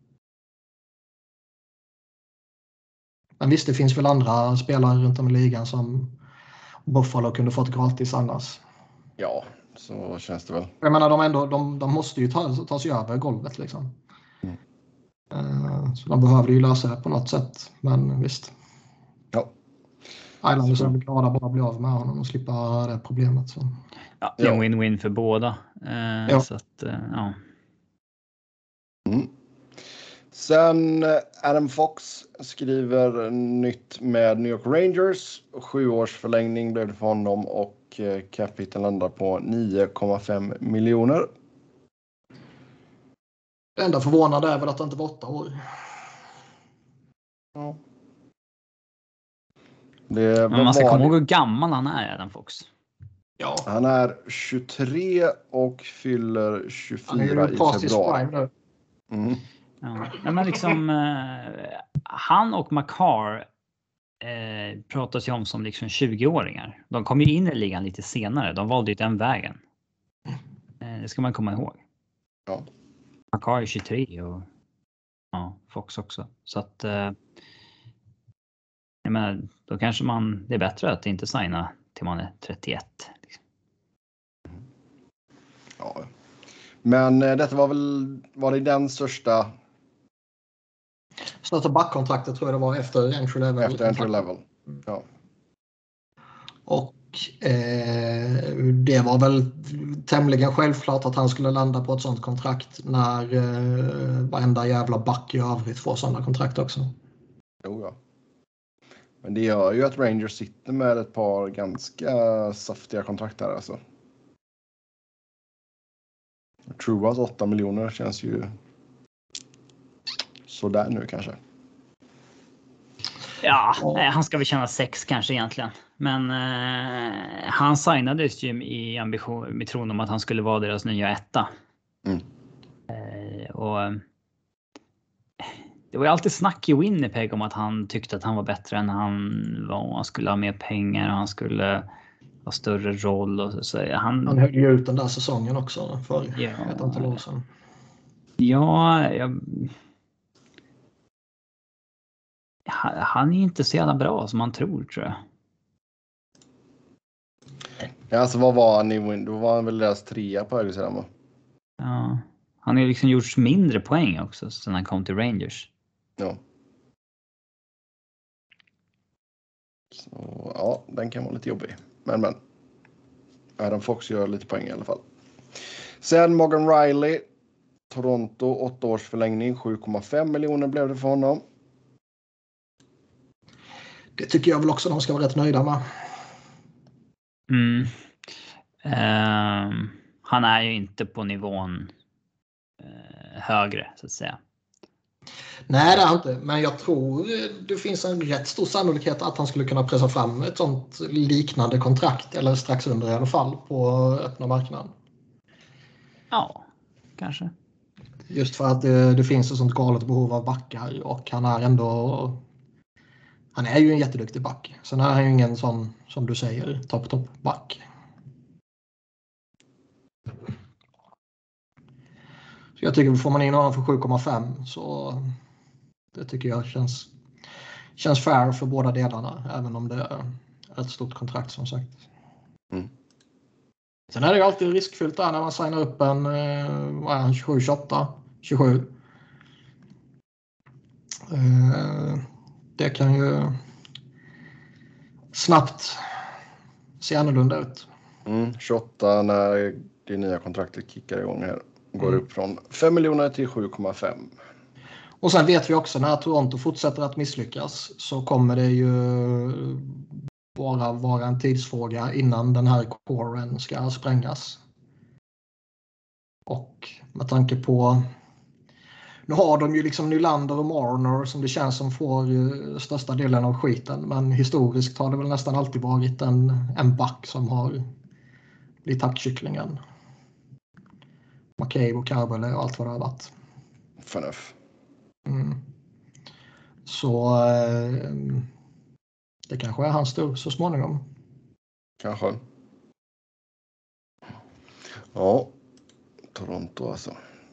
Men visst, det finns väl andra spelare runt om i ligan som Buffalo kunde fått gratis annars. Ja, så känns det väl. Jag menar, de, ändå, de, de måste ju ta, ta sig över golvet liksom. Mm. Uh, så de behöver ju lösa det på något sätt. Men visst. Ja. Islanders är glada bara bli av med honom och slippa det problemet. Så. Ja, det är en win-win för båda. Uh, ja. Så att, uh, ja. Mm. Sen Adam Fox skriver nytt med New York Rangers. Sju års förlängning blev det för honom och capiten landar på nio komma fem miljoner. Det enda förvånande är väl att det inte var åtta år. Ja. Det, Men man ska komma ihåg hur gammal han är, Adam Fox. Ja. Han är tjugotre och fyller tjugofyra i februari. Mm. Ja, men liksom eh, han och Makar eh, pratas ju om som liksom tjugo-åringar. De kom ju in i ligan lite senare. De valde ju den vägen. Eh, det ska man komma ihåg. Ja. Makar är tjugotre och ja, Fox också. Så att eh, jag menar, då kanske man det är bättre att inte signa till man är trettioett. Liksom. Ja. Men eh, detta var väl var det den största största backkontraktet tror jag det var efter entry level. Efter entry level. Ja. Och eh, det var väl tämligen självklart att han skulle landa på ett sånt kontrakt när eh, varenda jävla back i övrigt får sådana kontrakt också. Jo, ja. Men det gör ju att Rangers sitter med ett par ganska saftiga kontrakt där alltså. Truas åtta miljoner känns ju sådär nu kanske. Ja, han ska väl tjäna sex kanske egentligen. Men eh, han signades ju i ambition med tron om att han skulle vara deras nya etta. Mm. Eh, och det var ju alltid snack i Winnipeg om att han tyckte att han var bättre än han var. Han skulle ha mer pengar och han skulle ha större roll. Och så, så han, han höll ju ut den där säsongen också för ja, ett antal år sedan. Ja, jag, han är inte så jävla bra som man tror, tror jag. Ja, alltså vad var han i Win? Då var han väl deras trea på högersidan, va? Ja, han har ju liksom gjort mindre poäng också sen han kom till Rangers. Ja. Så ja, den kan vara lite jobbig. Men men. Adam Fox gör lite poäng i alla fall. Sen Morgan Riley. Toronto, åtta års förlängning. sju komma fem miljoner blev det för honom. Det tycker jag väl också de ska vara rätt nöjda med. Mm. Um, han är ju inte på nivån uh, högre så att säga. Nej, det är han inte. Men jag tror det finns en rätt stor sannolikhet att han skulle kunna pressa fram ett sånt liknande kontrakt eller strax under i alla fall på öppna marknaden. Ja, kanske. Just för att det, det finns ett sånt galet behov av backar och han är ändå han är ju en jätteduktig back. Sen är han ju ingen sån, som du säger, topp-topp back. Så jag tycker får man in honom för sju komma fem så det tycker jag känns, känns fair för båda delarna. Även om det är ett stort kontrakt som sagt. Mm. Sen är det ju alltid riskfyllt där när man signar upp en, vad är han, tjugosju, tjugoåtta, tjugosju. Det kan ju snabbt se annorlunda ut. Mm, tjugoåtta när det nya kontraktet kickar igång här. Går mm. upp från fem miljoner till sju komma fem. Och sen vet vi också när Toronto fortsätter att misslyckas så kommer det ju bara vara en tidsfråga innan den här coren ska sprängas. Och med tanke på nu har de ju liksom Nylander och Marner som det känns som får största delen av skiten. Men historiskt har det väl nästan alltid varit en, en back som har blivit hackkycklingen. McCabe och Carbele och allt vad det har varit. Förnuff. Mm. Så eh, det kanske är hans tur så småningom. Kanske. Ja, Toronto alltså.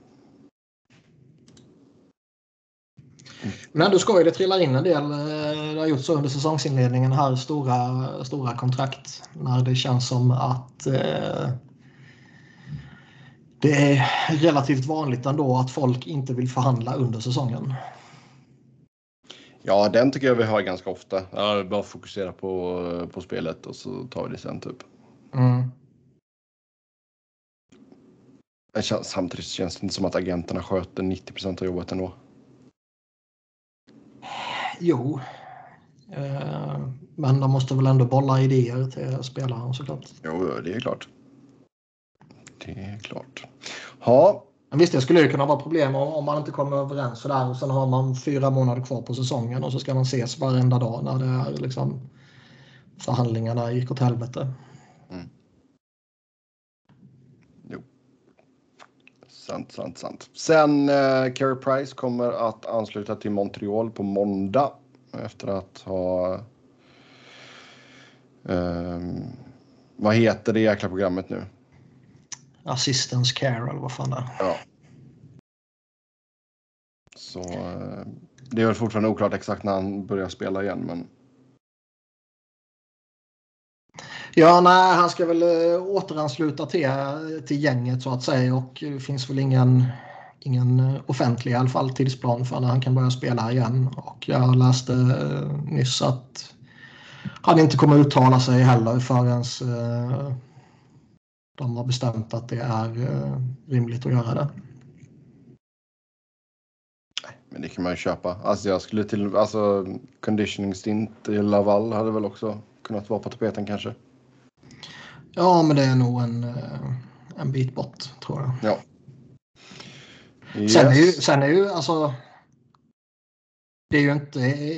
Men ändå ska ju det trilla in en del. Det har gjort så under säsongsinledningen här. Stora, stora kontrakt. När det känns som att eh, det är relativt vanligt ändå att folk inte vill förhandla under säsongen. Ja, den tycker jag vi har ganska ofta. Ja, bara fokusera på, på spelet och så tar vi det sen typ. Mm. Samtidigt känns det inte som att agenterna sköter nittio procent av jobbet ändå. Jo. Eh, men de måste väl ändå bolla idéer till spelaren såklart. Jo, det är klart. Det är klart. Ja. Men visst, det skulle ju kunna vara problem om, om man inte kommer överens så där. Och sen har man fyra månader kvar på säsongen och så ska man ses varenda dag när det är liksom förhandlingarna gick åt helvete. Mm. Jo. Sant, sant, sant. Sen eh, Carey Price kommer att ansluta till Montreal på måndag efter att ha eh, vad heter det jäkla programmet nu? Assistance care eller vad fan det är. Ja. Så eh, det är väl fortfarande oklart exakt när han börjar spela igen, men ja, nej, han ska väl äh, återansluta till, till gänget så att säga och det finns väl ingen, ingen offentlig i alla fall tidsplan för när han kan börja spela igen. Och jag läste äh, nyss att han inte kommer uttala sig heller förrän äh, de har bestämt att det är äh, rimligt att göra det. Men det kan man ju köpa. Alltså jag skulle till, alltså conditioning stint i Laval hade väl också kunnat vara på tapeten kanske. Ja, men det är nog en, en bit bort tror jag. Ja. Yes. Sen är ju, sen är ju alltså det är ju inte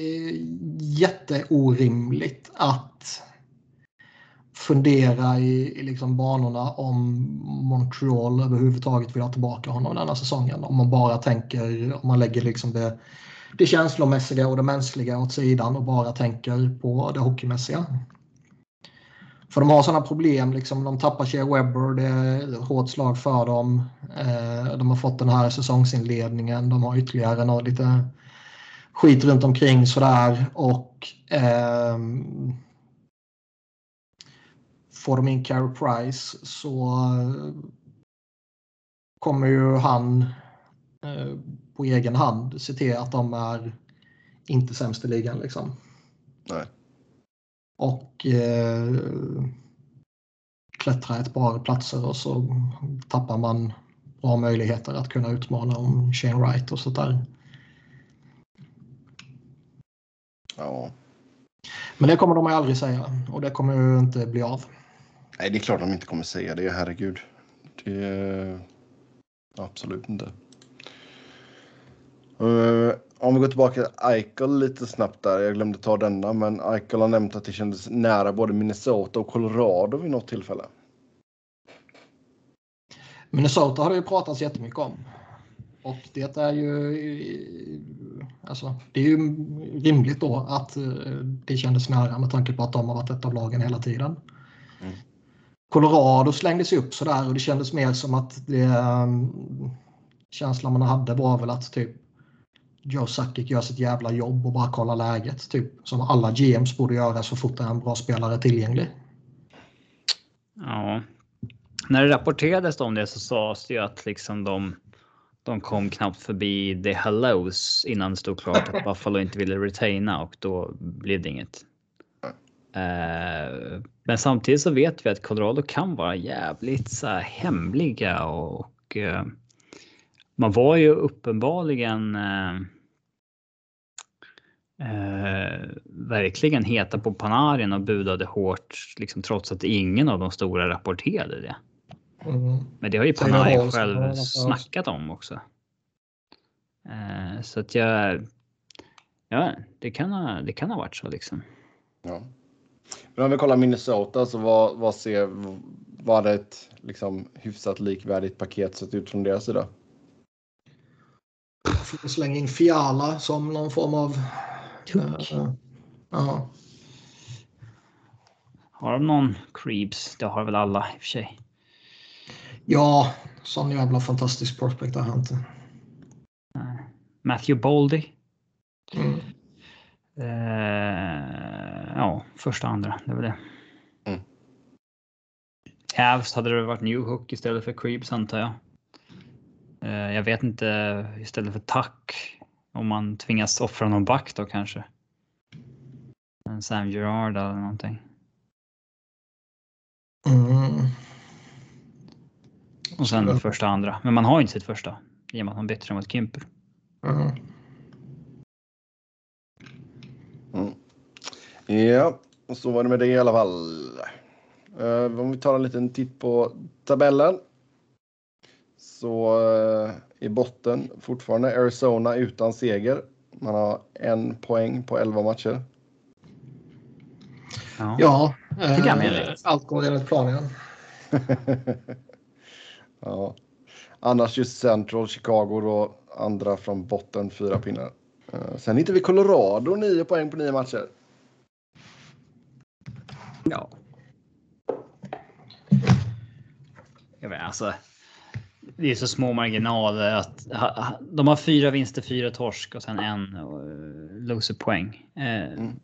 jätteorimligt att fundera i, i liksom banorna om Montreal överhuvudtaget vill ha tillbaka honom denna säsongen. Om man bara tänker, om man lägger liksom det, det känslomässiga och det mänskliga åt sidan och bara tänker på det hockeymässiga. För de har sådana problem, liksom, de tappar Shea Weber, det är ett hårt slag för dem. Eh, de har fått den här säsongsinledningen, de har ytterligare något, lite skit runt omkring sådär. Och eh, får de in Carey Price så kommer ju han eh, på egen hand se till att de är inte sämst i ligan liksom. Nej. Och eh, klättra ett par platser och så tappar man bra möjligheter att kunna utmana om Shane Wright och sånt där. Ja. Men det kommer de aldrig säga och det kommer ju inte bli av. Nej, det är klart de inte kommer säga det, herregud. Det är absolut inte. Uh, om vi går tillbaka till Eichel lite snabbt där. Jag glömde ta denna, men Eichel har nämnt att det kändes nära både Minnesota och Colorado vid något tillfälle. Minnesota har det ju pratats jättemycket om. Och det är ju alltså, det är ju rimligt då att det kändes nära med tanke på att de har varit ett av lagen hela tiden. Mm. Colorado slängdes upp så där och det kändes mer som att det känslan man hade var väl att typ Joe Sakic gör sitt jävla jobb och bara kollar läget typ som alla G Ms borde göra så fort det är en bra spelare tillgänglig. Ja. När det rapporterades om det så sades det ju att liksom de de kom knappt förbi the hellos innan det stod klart att Buffalo inte ville retaina och då blev det inget. Uh, men samtidigt så vet vi att Colorado kan vara jävligt så här hemliga och uh, man var ju uppenbarligen uh, uh, verkligen heta på Panarin och budade hårt liksom, trots att ingen av de stora rapporterade det. Mm. Men det har ju Panarin själv snackat om också. Uh, så att jag ja, det kan ha, det kan ha varit så liksom. Ja. Men om vi kollar Minnesota så vad, vad ser var det ett liksom hyfsat likvärdigt paket sett ut från deras sida? Får slänga in Fiala som någon form av Tuk. Uh, ja. Har de någon creeps? Det har väl alla i och för sig. Ja, sån jävla fantastisk prospect har han inte. Uh, Matthew Boldy. Mm. Uh, ja, första andra, det var det. Mm. Cavs hade det varit New Hook istället för Creeps antar jag. Uh, jag vet inte istället för Tuck om man tvingas offra någon back då kanske. En Sam Girard eller någonting. Mm. Och sen mm. första andra. Men man har ju inte sitt första i och med att man bytte mot Kimper. Mm. Mm. Ja, och så var det med det i alla fall. Uh, om vi tar en liten titt på tabellen. Så uh, i botten fortfarande Arizona utan seger. Man har en poäng på elva matcher. Ja, ja uh, allt går enligt planen. Ja. Annars just Central, Chicago då, andra från botten, fyra pinnar. Uh, sen hittar vi Colorado, nio poäng på nio matcher. Ja. Jag vet, alltså, det är så små marginaler att de har fyra vinster, fyra torsk och sen en uh, loser poäng. Uh, mm.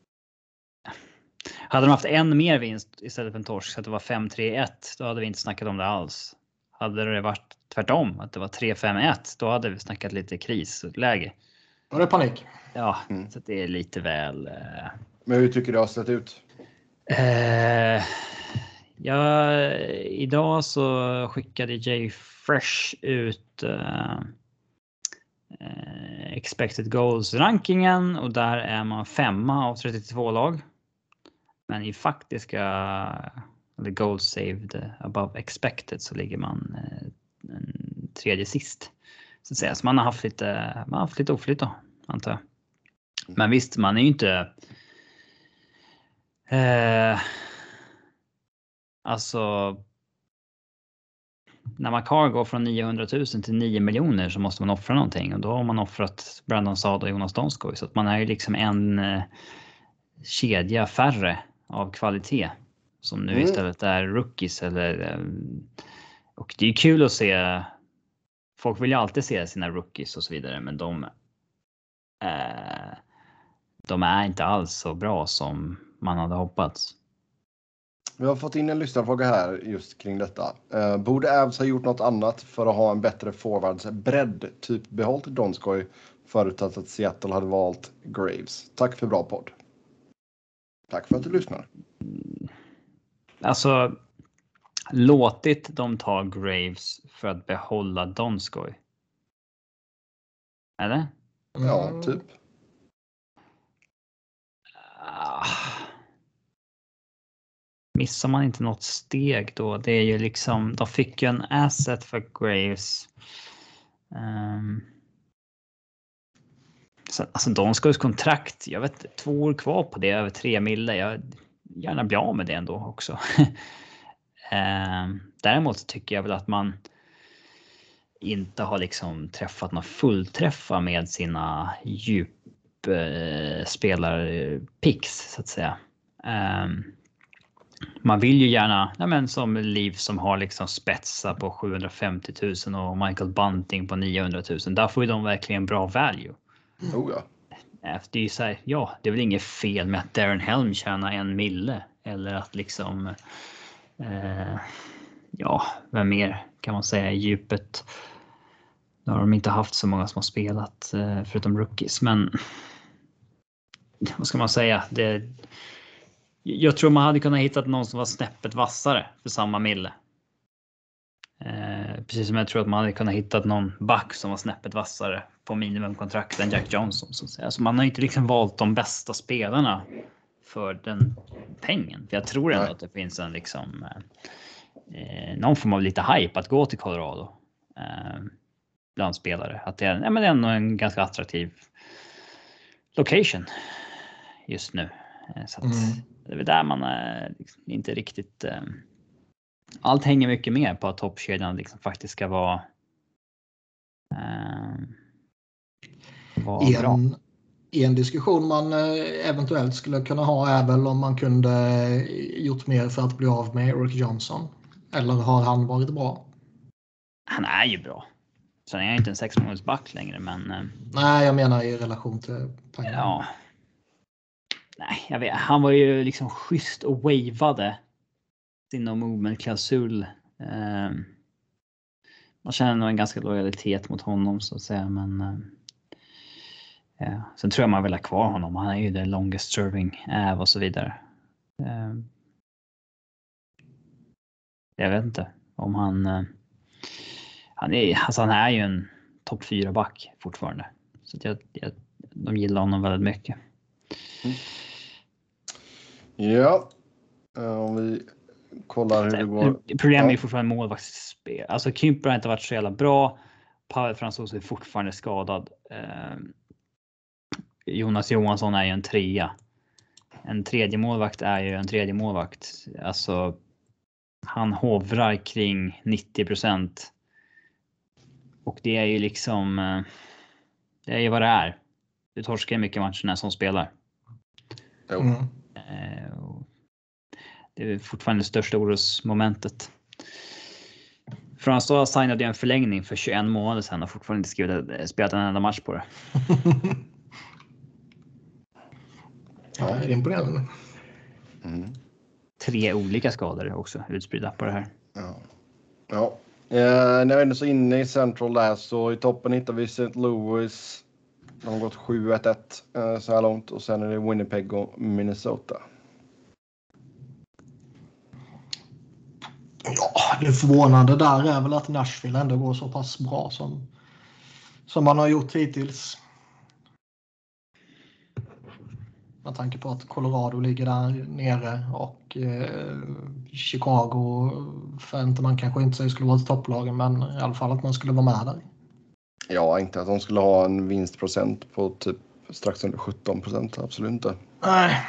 Hade de haft en mer vinst istället för en torsk så att det var fem tre ett, då hade vi inte snackat om det alls. Hade det varit tvärtom, att det var tre fem ett, då hade vi snackat lite krisläge. Då är det panik. Ja, mm. Så det är lite väl... Uh... Men hur tycker du det har sett ut? Uh, ja, idag så skickade Jay Fresh ut uh, uh, expected goals rankingen och där är man femma av trettiotvå lag. Men i faktiska eller goals saved above expected så ligger man uh, tredje sist. Så att säga. Så man har haft lite, man har haft lite oflyt då, antar jag. Men visst, man är ju inte... Uh, alltså... När Makar går från niohundratusen till nio miljoner så måste man offra någonting. Och då har man offrat Brandon Saad och Jonas Donskoj. Så att man är ju liksom en uh, kedja färre av kvalitet. Som nu mm. istället är rookies. Eller, um, och det är kul att se... Folk vill ju alltid se sina rookies och så vidare. Men de... Uh, de är inte alls så bra som man hade hoppats. Vi har fått in en lyssnarfråga här just kring detta. Uh, borde Avs ha gjort något annat för att ha en bättre forwardsbredd? Typ behållit Donskoj förutsatt att Seattle hade valt Graves. Tack för bra podd. Tack för att du lyssnar. Alltså, låtit dem ta Graves för att behålla Donskoj. Eller? Ja, typ. Missar man inte något steg då? Det är ju liksom, de fick ju en asset för Graves. Um, så, alltså Donskojs kontrakt, jag vet två år kvar på det, över tre mille. Jag gärna bli av med det ändå också. um, däremot tycker jag väl att man inte har liksom träffat några fullträffar med sina djupspelarpicks så att säga. Um, man vill ju gärna, ja, men som Liv som har liksom spetsar på sjuhundrafemtio tusen och Michael Bunting på niohundra tusen. Där får ju de verkligen bra value. Oh ja. Det är ju så här, ja, det är väl inget fel med att Darren Helm tjänar en mille eller att liksom eh, ja, vem mer kan man säga i djupet. Nu har de inte haft så många som har spelat eh, förutom rookies, men vad ska man säga? Det, jag tror man hade kunnat hitta någon som var snäppet vassare för samma mille. Eh, precis som jag tror att man hade kunnat hitta någon back som var snäppet vassare på minimumkontrakt än Jack Johnson. Så att säga. Alltså man har inte liksom valt de bästa spelarna för den pengen. För jag tror ändå att det finns en liksom eh, någon form av lite hype att gå till Colorado eh, bland spelare. Att det är, ja, men det är ändå en ganska attraktiv location just nu. Eh, så att mm. det är väl där man är liksom inte riktigt... Eh, allt hänger mycket mer på att toppkedjan liksom faktiskt ska vara, eh, vara en, bra. En diskussion man eventuellt skulle kunna ha är väl om man kunde gjort mer för att bli av med Erik Johnson. Eller har han varit bra? Han är ju bra. Sen är jag inte en sex månaders back längre, men... Eh, Nej, jag menar i relation till pengarna. Ja. Nej, jag vet. Han var ju liksom schysst och wavade sin no movement-klausul. Eh, man känner nog en ganska lojalitet mot honom så att säga, men eh, ja. Sen tror jag man vill ha kvar honom. Han är ju the longest serving av och så vidare. Eh, jag vet inte om han eh, han är alltså han är ju en topp fyra back fortfarande. Så att jag, jag de gillar honom väldigt mycket. Mm. Ja. Om vi kollar hur det går. Problemet är ju fortfarande målvaktsspel. Alltså Kymper har inte varit så jävla bra. Pavel Francouz är fortfarande skadad. Eh, Jonas Johansson är ju en trea. En tredje målvakt är ju en tredje målvakt. Alltså han hovrar kring nittio procent. Och det är ju liksom eh, det är ju vad det är. Du torskar mycket matcher när som spelar. Mm. Eh, och det är fortfarande det största orosmomentet. Francouz signade en förlängning för tjugoen månader sedan och fortfarande inte skrivit, spelat en enda match på det. Ja, det är imponerande. Mm. Tre olika skador också utspridda på det här. Ja. Ja. Eh, när vi är så inne i Central där så i toppen hittar vi Saint Louis. De har gått sju ett ett eh, så här långt och sen är det Winnipeg och Minnesota. Ja, det förvånande där är väl att Nashville ändå går så pass bra som, som man har gjort hittills. Med tanke på att Colorado ligger där nere och eh, Chicago, för inte man kanske inte säger skulle vara ett topplagen, men i alla fall att man skulle vara med där. Ja, inte att de skulle ha en vinstprocent på typ strax under sjutton procent, absolut inte. Nej.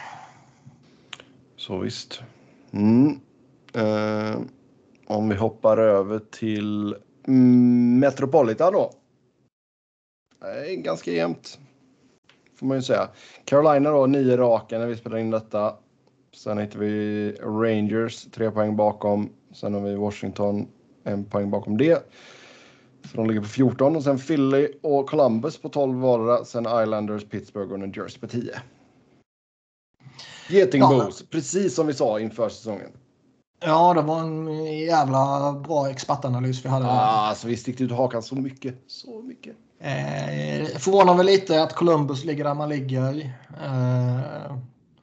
Så visst. Mm. Uh, om vi hoppar över till Metropolitan då. Det är ganska jämnt. Får man ju säga. Carolina då, nio raka när vi spelar in detta. Sen hittar vi Rangers, tre poäng bakom. Sen har vi Washington, en poäng bakom det. Så de ligger på fjorton. Och sen Philly och Columbus på tolv vardera. Sen Islanders, Pittsburgh och New Jersey på tio. Getingbos, ja. Precis som vi sa inför säsongen. Ja, det var en jävla bra expertanalys vi hade. Ja, ah, alltså vi stickte ut hakan så mycket. Så mycket. Eh, förvånar väl lite att Columbus ligger där man ligger. Eh,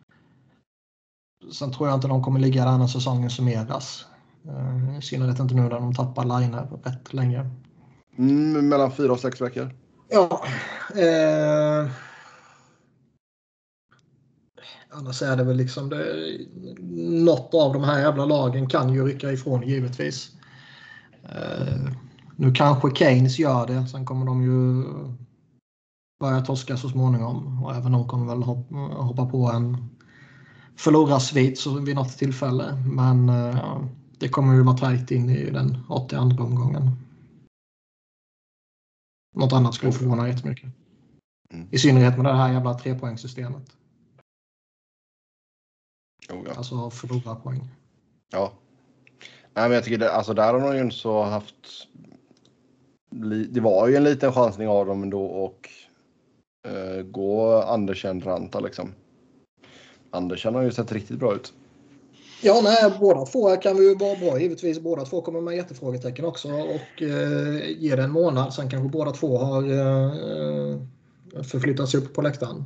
sen tror jag inte de kommer ligga där när säsongen summeras. Eh, I synnerhet inte nu när de tappar liner rätt länge. Mm, mellan fyra och sex veckor. Ja. Eh, annars är det väl liksom det, något av de här jävla lagen kan ju rycka ifrån givetvis. Eh, nu kanske Keynes gör det. Sen kommer de ju börja torska så småningom. Och även de kommer väl hoppa, hoppa på en förlorarsvit så vid något tillfälle. Men eh, det kommer ju vara tajt in i den åttioandra omgången. Något annat skulle förvåna jättemycket. Mm. I synnerhet med det här jävla trepoängssystemet. Oh, ja. Alltså förlora poäng. Ja. Nej, men jag tycker det, alltså där har de ju inte så haft... Det var ju en liten chansning av dem ändå och uh, gå Andersen Ranta liksom. Andersen har ju sett riktigt bra ut. Ja, nej, båda två kan vi ju vara bra givetvis. Båda två kommer med jättefrågetecken också och uh, ge det en månad. Sen kanske båda två har uh, förflyttats upp på läktaren.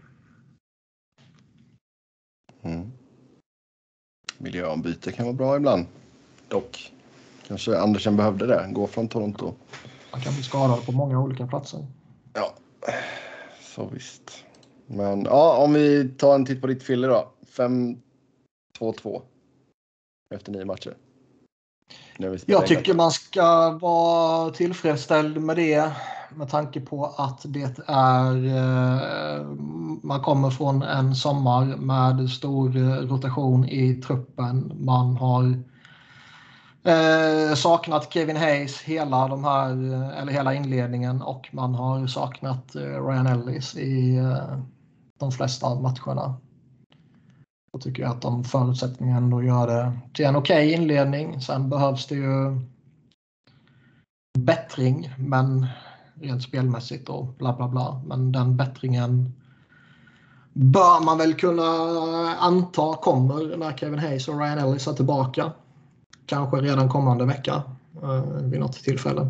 Mm. Miljöombyte kan vara bra ibland. Dock kanske Andersen behövde det. Gå från Toronto. Man kan bli skadad på många olika platser. Ja, så visst. Men ja, om vi tar en titt på ditt filler då. fem två två efter nio matcher. Jag tycker man ska vara tillfredsställd med det. Med tanke på att det är... Man kommer från en sommar med stor rotation i truppen. Man har eh, saknat Kevin Hayes hela, de här, eller hela inledningen. Och man har saknat Ryan Ellis i eh, de flesta av matcherna. Jag tycker att de förutsättningarna ändå gör det till en okej okay inledning. Sen behövs det ju bättring, men rent spelmässigt och bla bla bla. Men den bättringen bör man väl kunna anta kommer när Kevin Hayes och Ryan Ellis är tillbaka. Kanske redan kommande vecka eh, vid något tillfälle.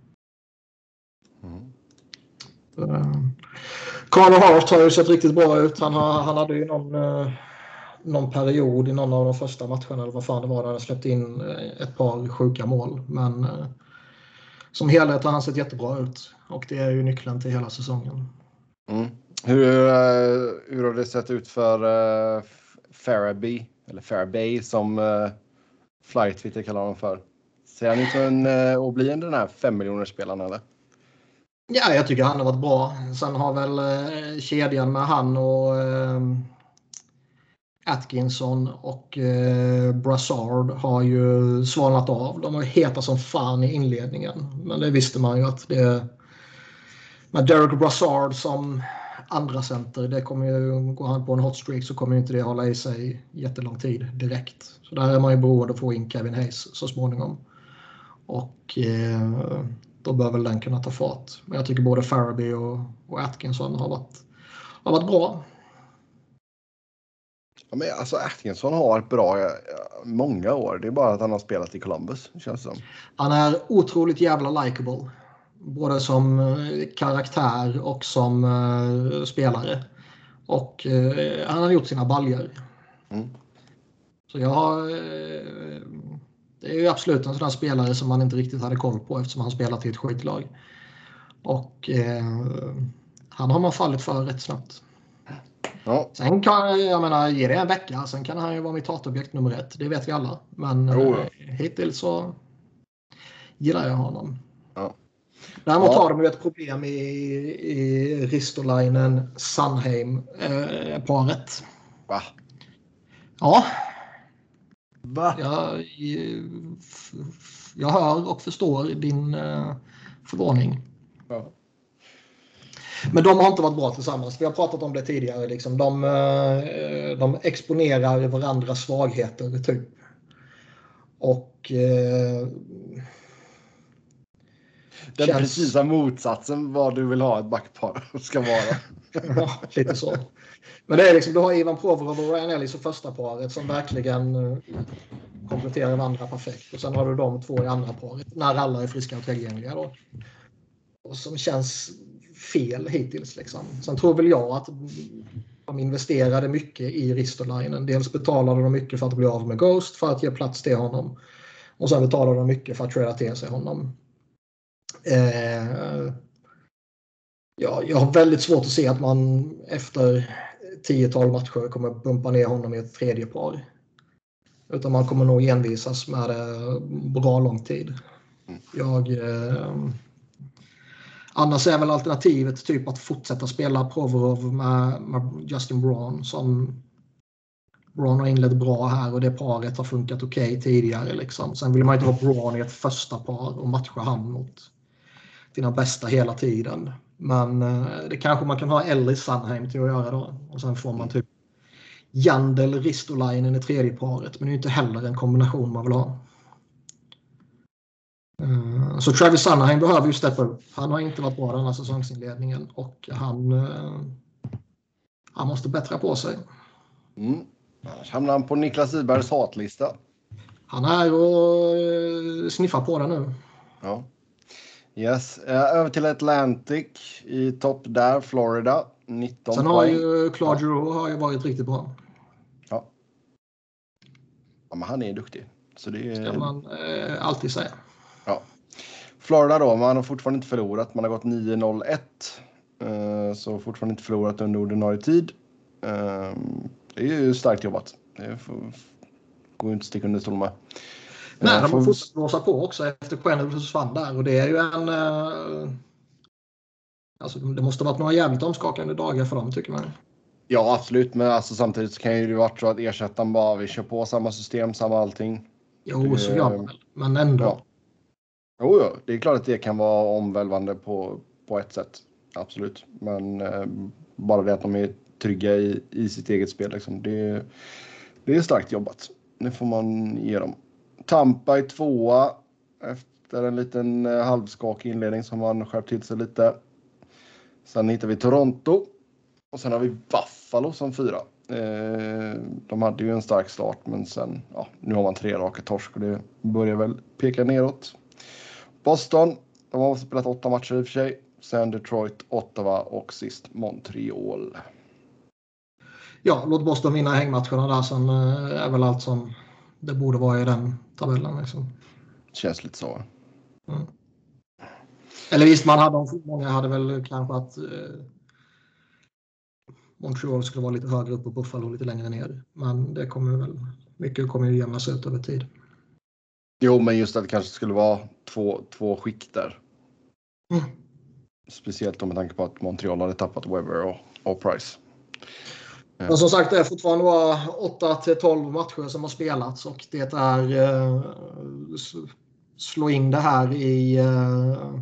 Mm. Uh, Connor Hart har ju sett riktigt bra ut. Han, har, han hade ju någon... Uh, någon period i någon av de första matcherna eller vad fan det var där han släppte in ett par sjuka mål. Men eh, som helhet har han sett jättebra ut. Och det är ju nyckeln till hela säsongen. Mm. Hur, uh, hur har det sett ut för uh, Farabee, eller Farabee som uh, Flight Twitter kallar honom för? Ser han ut som en, uh, att bli den här fem miljoner spelaren eller? Ja, jag tycker han har varit bra. Sen har väl uh, kedjan med han och... Uh, Atkinson och eh, Brassard har ju svalnat av. De var heta som fan i inledningen. Men det visste man ju att det... Med Derek Brassard som andra center, det kommer ju, går han på en hot streak så kommer inte det hålla i sig jättelång tid direkt. Så där är man ju beroende att få in Kevin Hayes så småningom. Och eh, då bör väl den kunna ta fart. Men jag tycker både Farabee och, och Atkinson har varit, har varit bra. Ja, men alltså Atkinson har varit bra ja, många år. Det är bara att han har spelat i Columbus, känns som. Han är otroligt jävla likable. Både som karaktär och som uh, spelare. Och uh, han har gjort sina baljer. Mm. Så jag har... Uh, det är ju absolut en sån där spelare som man inte riktigt hade koll på eftersom han spelat i ett skitlag. Och uh, han har man fallit för rätt snabbt. Ja. Sen kan jag menar, ge det en vecka, sen kan han ju vara mitt hatobjekt nummer ett. Det vet vi alla. Men oh, ja. eh, hittills så gillar jag honom. Ja. Däremot ja. har de ju ett problem i, i Ristolainen Sanheim-paret. Eh, Va? Ja. Va? Jag, jag hör och förstår din eh, förvåning. Ja. Men de har inte varit bra tillsammans. Vi har pratat om det tidigare. Liksom. De, de exponerar varandras svagheter typ. Och... Eh, den känns... precisa motsatsen vad du vill ha ett backpar ska vara. Ja, lite så. Men det är liksom, du har Ivan Provorov och Ryan Ellis i första paret som verkligen kompletterar varandra perfekt. Och sen har du de två i andra paret. När alla är friska och tillgängliga då. Och som känns... fel hittills liksom. Sen tror väl jag att de investerade mycket i Ristolainen. Dels betalade de mycket för att bli av med Ghost för att ge plats till honom. Och sen betalade de mycket för att trada till sig honom. Eh, ja, jag har väldigt svårt att se att man efter tiotal matcher kommer bumpa ner honom i ett tredje par. Utan man kommer nog envisas med det bra lång tid. Jag... Eh, Annars är väl alternativet typ att fortsätta spela Provorov med, med Justin Braun som Braun har inlett bra här och det paret har funkat okej okay tidigare liksom. Sen vill man inte ha Braun i ett första par och matcha han mot sina bästa hela tiden. Men eh, det kanske man kan ha Ellis Sandheim till att göra då. Och sen får man typ Jandel Ristolainen i tredje paret. Men det är inte heller en kombination man vill ha. Uh, så Travis Sandheim behöver ju steppa upp. Han har inte varit bra den här säsongsinledningen. Och han, uh, han måste bättra på sig. Mm. Annars hamnar han på Niklas Ibergs hatlista. Han är och uh, sniffar på den nu. Ja. Yes. Uh, över till Atlantic i topp där, Florida. nitton Sen poäng. har ju Claude Giroux har ju varit riktigt bra. Ja. Ja, men han är duktig. Så det är... ska man uh, alltid säga. Ja. Florida då, man har fortfarande inte förlorat. Man har gått nio noll ett. Uh, så fortfarande inte förlorat under ordinarie tid. Uh, det är ju starkt jobbat. Det får, går ju inte att sticka under stol med. Nej, uh, de har får... fortsatt blåsa på också efter Quenneville försvann där. Och det är ju en... Uh, alltså, det måste ha varit några jävligt omskakande dagar för dem, tycker man. Ja, absolut. Men alltså, samtidigt så kan ju det vara så att ersättaren bara vi kör på samma system, samma allting. Jo, det, så gör man väl. Men ändå. Ja. Jo, ja, det är klart att det kan vara omvälvande på, på ett sätt. Absolut. Men eh, bara det att de är trygga i, i sitt eget spel. Liksom. Det, det är starkt jobbat. Det får man ge dem. Tampa är tvåa efter en liten eh, halvskakig inledning som man skärpt till sig lite. Sen hittar vi Toronto. Och sen har vi Buffalo som fyra. Eh, de hade ju en stark start men sen, ja, nu har man tre raka torsk och det börjar väl peka neråt. Boston, de har spelat åtta matcher i och för sig. Sen Detroit, Ottawa och sist Montreal. Ja, låt Boston vinna hängmatcherna där. Sen är väl allt som det borde vara i den tabellen. Liksom. Känns lite så. Mm. Eller visst, man hade, många hade väl kanske att eh, Montreal skulle vara lite högre upp och Buffalo lite längre ner. Men det kommer väl, mycket kommer ju jämnas ut över tid. Jo, men just att det kanske skulle vara två, två skikt där. Mm. Speciellt med tanke på att Montreal hade tappat Weber och, och Price. Ja. Men som sagt, det är fortfarande bara åtta till tolv matcher som har spelats. Och det är eh, slå in det här i eh,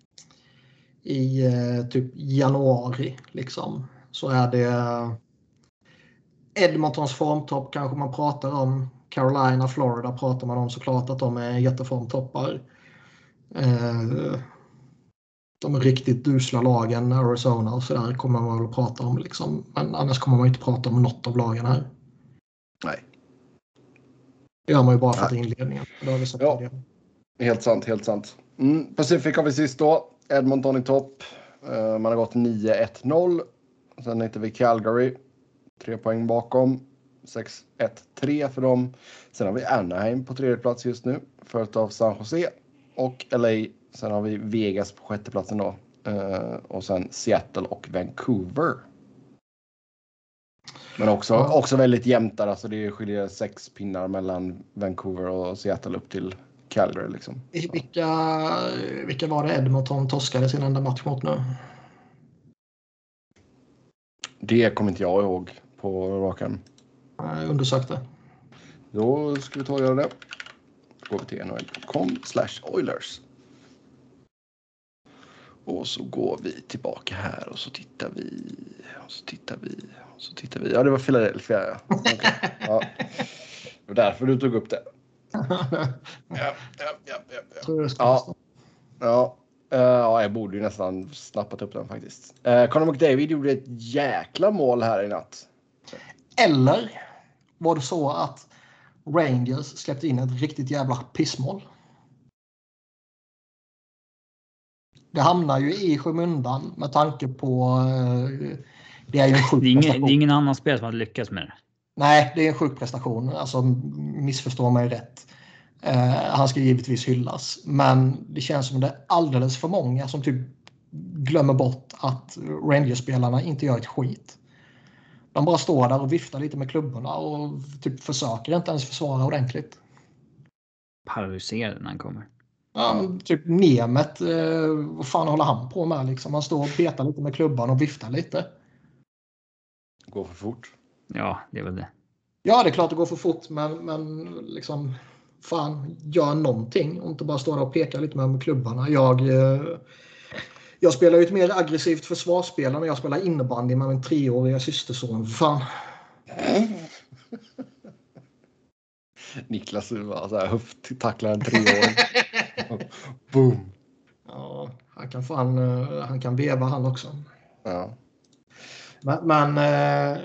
i eh, typ januari liksom. Så är det Edmontons formtopp kanske man pratar om. Carolina, Florida pratar man om såklart att de är jätteformtoppar. Eh, de är riktigt dusla lagen, Arizona och sådär kommer man väl prata om liksom. Men annars kommer man inte prata om något av lagen här. Nej. Det gör man ju bara för att inledningen. Det har vi sagt ja. tidigare. Helt sant, helt sant. Mm, Pacific har vi sist då. Edmonton i topp. Uh, man har gått nio ett noll. Sen hittar vi Calgary. Tre poäng bakom. sex ett tre för dem. Sen har vi Anaheim på tredje plats just nu. Följt av San Jose och L A. Sen har vi Vegas på sjätte platsen då. Uh, och sen Seattle och Vancouver. Men också, ja. också väldigt jämnt där. Alltså det skiljer sex pinnar mellan Vancouver och Seattle upp till Calgary liksom. Vilka, vilka var det Edmonton torskade sin enda match mot nu? Det kommer inte jag ihåg på raken. Jag undersökte. Då ska vi ta och göra det. Går vi till n h l dot com slash Oilers. Och så går vi tillbaka här och så tittar vi. Och så tittar vi. Och så tittar vi. Ja, det var Philadelphia. Ja. Okay. Ja. Det var därför du tog upp det. Ja, ja, ja, ja, ja. Tror jag ska ja. Ja. Uh, ja, jag borde ju nästan snappat upp den faktiskt. Uh, Connor McDavid gjorde ett jäkla mål här i natt. Eller var det så att Rangers släppte in ett riktigt jävla pissmål? Det hamnar ju i skymundan med tanke på uh, det är ju en sjuk det är ingen, prestation. Det är ingen annan spelare som hade lyckats med det. Nej, det är en sjuk prestation. Alltså missförstå mig rätt. Uh, han ska givetvis hyllas. Men det känns som det är alldeles för många som typ glömmer bort att Rangers-spelarna inte gör ett skit. De bara står där och viftar lite med klubborna och typ försöker inte ens försvara ordentligt. Paralyserad när han kommer. Ja, typ Nemet, eh, vad fan håller han på med liksom? Han står och petar lite med klubban och viftar lite. Går för fort. Ja, det är väl det. Ja, det är klart det går för fort, men, men liksom fan, gör någonting och inte bara stå där och peka lite med, med klubbarna. Jag, eh, Jag spelar ju ett mer aggressivt försvarsspel när jag spelar innebandy med min treåriga systerson. Fan. Niklas alltså, höfttacklar en treåring. Boom. Ja, han kan fan, han kan veva han också. Ja. Men, men äh,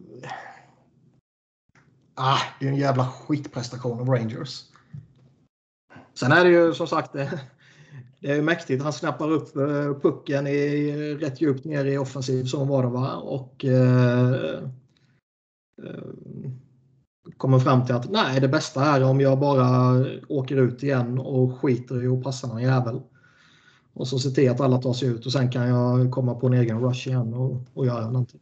ah, det är en jävla skitprestation av Rangers. Sen är det ju som sagt det, det är ju mäktigt. Han snappar upp uh, pucken i, rätt djupt ner i offensiv som var det va. Och uh, uh, kommer fram till att nej, det bästa är om jag bara åker ut igen och skiter i och passar någon jävel. Och så ser till att alla tar sig ut och sen kan jag komma på en egen rush igen och, och göra någonting.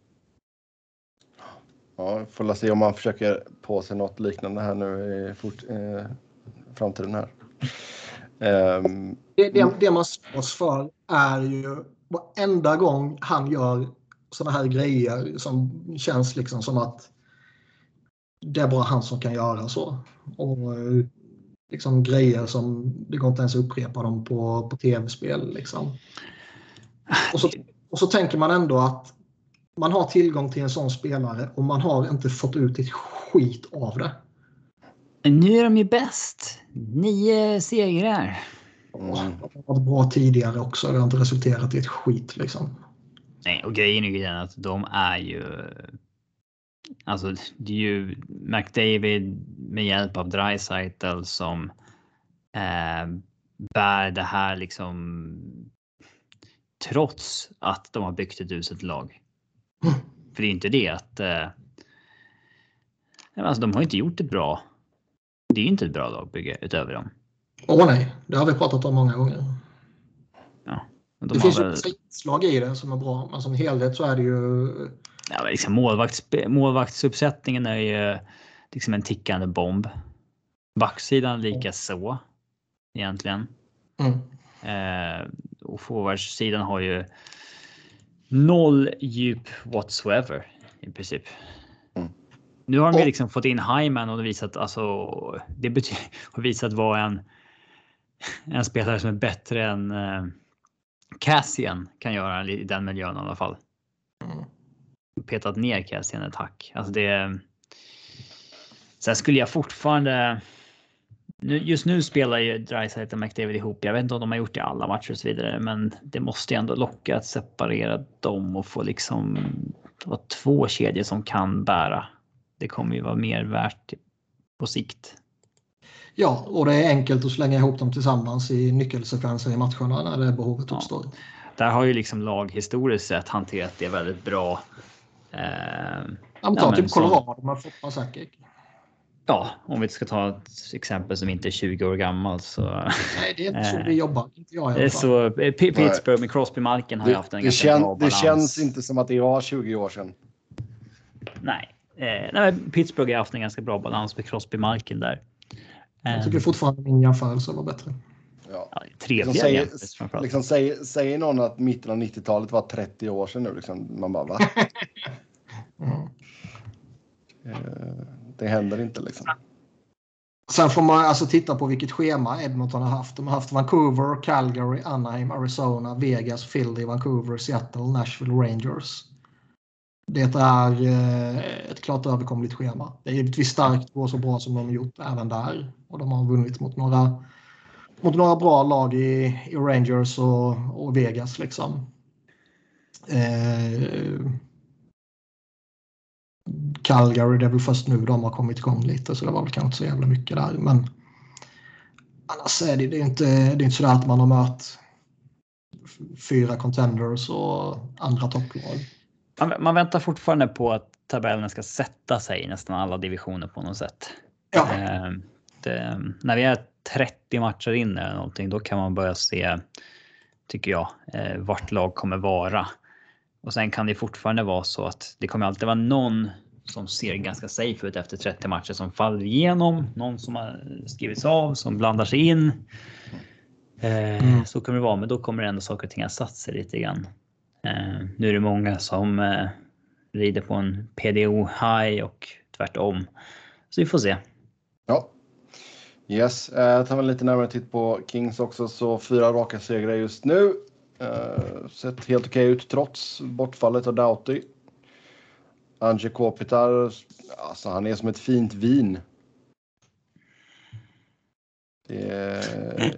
Ja, får se om man försöker på sig något liknande här nu i fort, eh, framtiden här. Um, det, det, det man slås för är ju varenda gång han gör såna här grejer som känns liksom som att det är bara han som kan göra så. Och liksom grejer som det går inte ens att upprepa dem på, på tv-spel liksom. Och så, och så tänker man ändå att man har tillgång till en sån spelare och man har inte fått ut ett skit av det. Nu är de ju bäst. Nio segrar. Mm. Det har varit bra tidigare också. Det har inte resulterat i ett skit liksom. Nej, och grejen är ju den att de är ju... Alltså, det är ju McDavid med hjälp av Draisaitl som eh, bär det här liksom trots att de har byggt ett uselt lag. Mm. För det är inte det att eh, alltså, de har inte gjort det bra. Det är inte ett bra lagbygge utöver dem. Åh nej, det har vi pratat om många gånger. Ja, de det finns väl... ju slag i det som är bra, men som helhet så är det ju... Ja, liksom målvakts, målvaktsuppsättningen är ju liksom en tickande bomb. Backsidan lika så egentligen. Mm. Eh, och forwardsidan har ju noll djup whatsoever i princip. Mm. Nu har de ju liksom fått in Hyman och visat alltså det betyder har visat vara en en spelare som är bättre än eh, Cassian kan göra i den miljön i alla fall. Mm. Petat ner Cassian ett hack. Alltså det sen skulle jag fortfarande nu, just nu spelar ju Draisaitl och McDavid ihop. Jag vet inte om de har gjort det i alla matcher och så vidare, men det måste ju ändå locka att separera dem och få liksom vara två kedjor som kan bära. Det kommer ju vara mer värt på sikt. Ja, och det är enkelt att slänga ihop dem tillsammans i nyckelsekvenser i matcherna när det behovet uppstår. Ja. Där har ju liksom lag historiskt sett hanterat det väldigt bra. Eh, ja, men ta ja, typ Colorado som... med Foppa säkert. Ja, om vi ska ta ett exempel som inte är tjugo år gammal så... Nej, det är inte så vi jobbar. Inte jag det är så, Pittsburgh med Crosby-Malkin har det, ju haft en det ganska kän, bra balans. Det känns inte som att det var tjugo år sedan. Nej, eh, nej Pittsburgh har haft en ganska bra balans med Crosby-Malkin där. Jag tycker fortfarande min jämförelse var bättre. Ja. Ja, trevliga liksom säger, liksom säger, säger någon att mitten av nittiotalet var trettio år sedan nu. Liksom, man bara, va? mm. Det händer inte liksom. Sen får man alltså titta på vilket schema Edmonton har haft. De har haft Vancouver, Calgary, Anaheim, Arizona, Vegas, Philly, Vancouver, Seattle, Nashville, Rangers. Det är eh, ett klart överkomligt schema. Det är givetvis starkt att gå så bra som de har gjort även där. Och de har vunnit mot några, mot några bra lag i, i Rangers och, och Vegas liksom. Eh, Calgary, det är väl först nu de har kommit igång lite så det var väl kanske inte så jävla mycket där. Men annars är det, det är inte, det är inte sådär att man har mött fyra contenders och andra topplag. Man, man väntar fortfarande på att tabellen ska sätta sig i nästan alla divisioner på något sätt. Ja. Eh, det, när vi är trettio matcher in eller någonting, då kan man börja se, tycker jag, eh, vart lag kommer vara. Och sen kan det fortfarande vara så att det kommer alltid vara någon som ser ganska safe ut efter trettio matcher som faller igenom. Någon som har skrivits av, som blandar sig in. Eh, mm. Så kommer det vara, men då kommer det ändå saker och ting att satsa lite grann. Eh, nu är det många som eh, rider på en P D O-high och tvärtom. Så vi får se. Ja. Yes, eh, tar vi lite närmare titt på Kings också. Så fyra raka segrar just nu. Uh, sett helt okej ut trots bortfallet av Doughty. Ange Kopitar, alltså han är som ett fint vin. Det är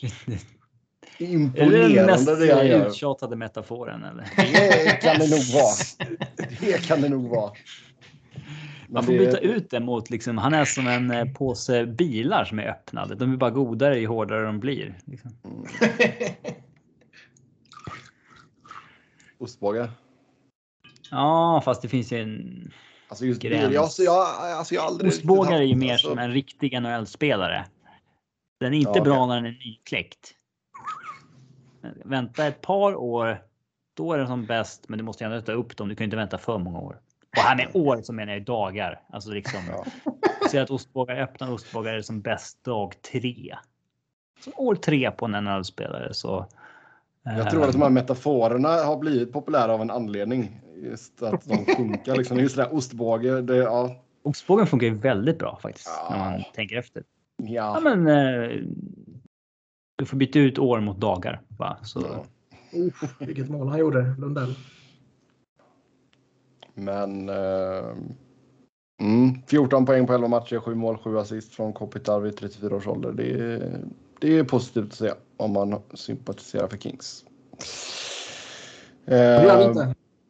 imponerande är det, det han gör. Uttjatade metaforen eller? Det kan det nog vara. Det kan det nog vara. Men man får det... byta ut det mot liksom, han är som en påse bilar som är öppnade. De är bara godare ju hårdare de blir. Liksom. Mm. Ostbågar. Ja, fast det finns ju en alltså just gräns. Jag, alltså jag, alltså jag aldrig Ostbågar är ju mer alltså... som en riktig N H L-spelare. Den är inte ja, okay. bra när den är nykläckt. Vänta ett par år, då är den som bäst, men du måste gärna ta upp dem. Du kan inte vänta för många år. Och här med år så menar jag dagar. Alltså liksom, ja. Se att ostbågar, öppna ostbågar är som bäst dag tre. Så år tre på en N H L-spelare så... Jag tror att de här metaforerna har blivit populära av en anledning. Just att de funkar liksom. Just det där ostbåge. Det, ja. Ostbågen funkar ju väldigt bra faktiskt. Ja. När man tänker efter. Ja, ja men... Eh, du får byta ut år mot dagar. Va? Så... Ja. Oh, vilket mål han gjorde, Lundell. Men... Eh, mm, fjorton poäng på elva matcher, sju mål, sju assist från Kopitar vid trettiofyra års ålder. Det är, det är positivt att se om man sympatiserar för Kings. Eh, det gör vi inte.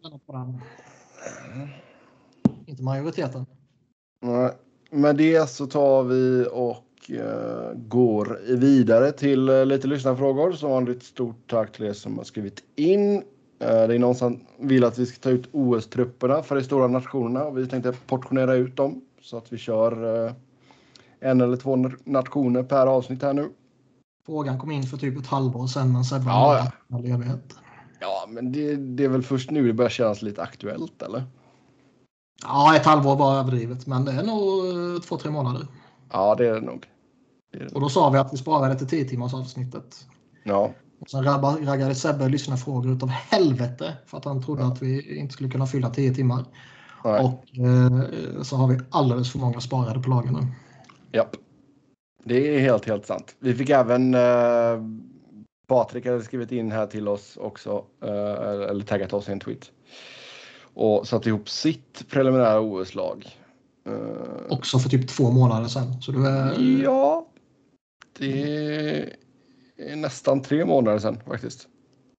Inte majoriteten. Nej. Med det så tar vi och uh, går vidare till uh, lite lyssnarfrågor. Som vanligt stort tack till er som har skrivit in. Uh, det är någon som vill att vi ska ta ut O S-trupperna för de stora nationerna. Och vi tänkte portionera ut dem så att vi kör uh, en eller två nationer per avsnitt här nu. Frågan kom in för typ ett halvår sedan, men sen ja, ja. ledighet. Ja, men det, det är väl först nu det börjar kännas lite aktuellt, eller? Ja, ett halvår var överdrivet, men det är nog två, tre månader. Ja, det är det nog. Det är det. Och då sa vi att vi sparade till tio timmars avsnittet. Ja. Och sen raggade Sebbe lyssna frågor utav helvete för att han trodde ja. att vi inte skulle kunna fylla tio timmar. Nej. Och eh, så har vi alldeles för många sparade på lagen nu. Ja. Det är helt, helt sant. Vi fick även eh, Patrik hade skrivit in här till oss också, eh, eller taggat oss i en tweet. Och satt ihop sitt preliminära O S-lag. Eh, också för typ två månader sedan. Så du är... Ja, det är nästan tre månader sedan faktiskt.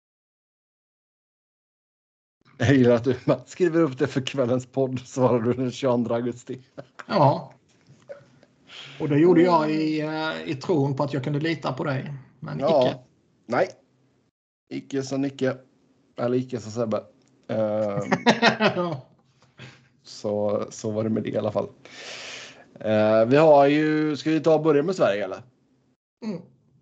Jag gillar att du skriver upp det för kvällens podd, svarar du den tjugoandra augusti. Ja. Och det gjorde jag i, i tron på att jag kunde lita på dig. Men ja. icke. Nej. Icke som Nicke. Eller icke som Sebbe. Uh, så, så var det med det i alla fall. Uh, vi har ju... Ska vi ta och börja med Sverige eller? Mm.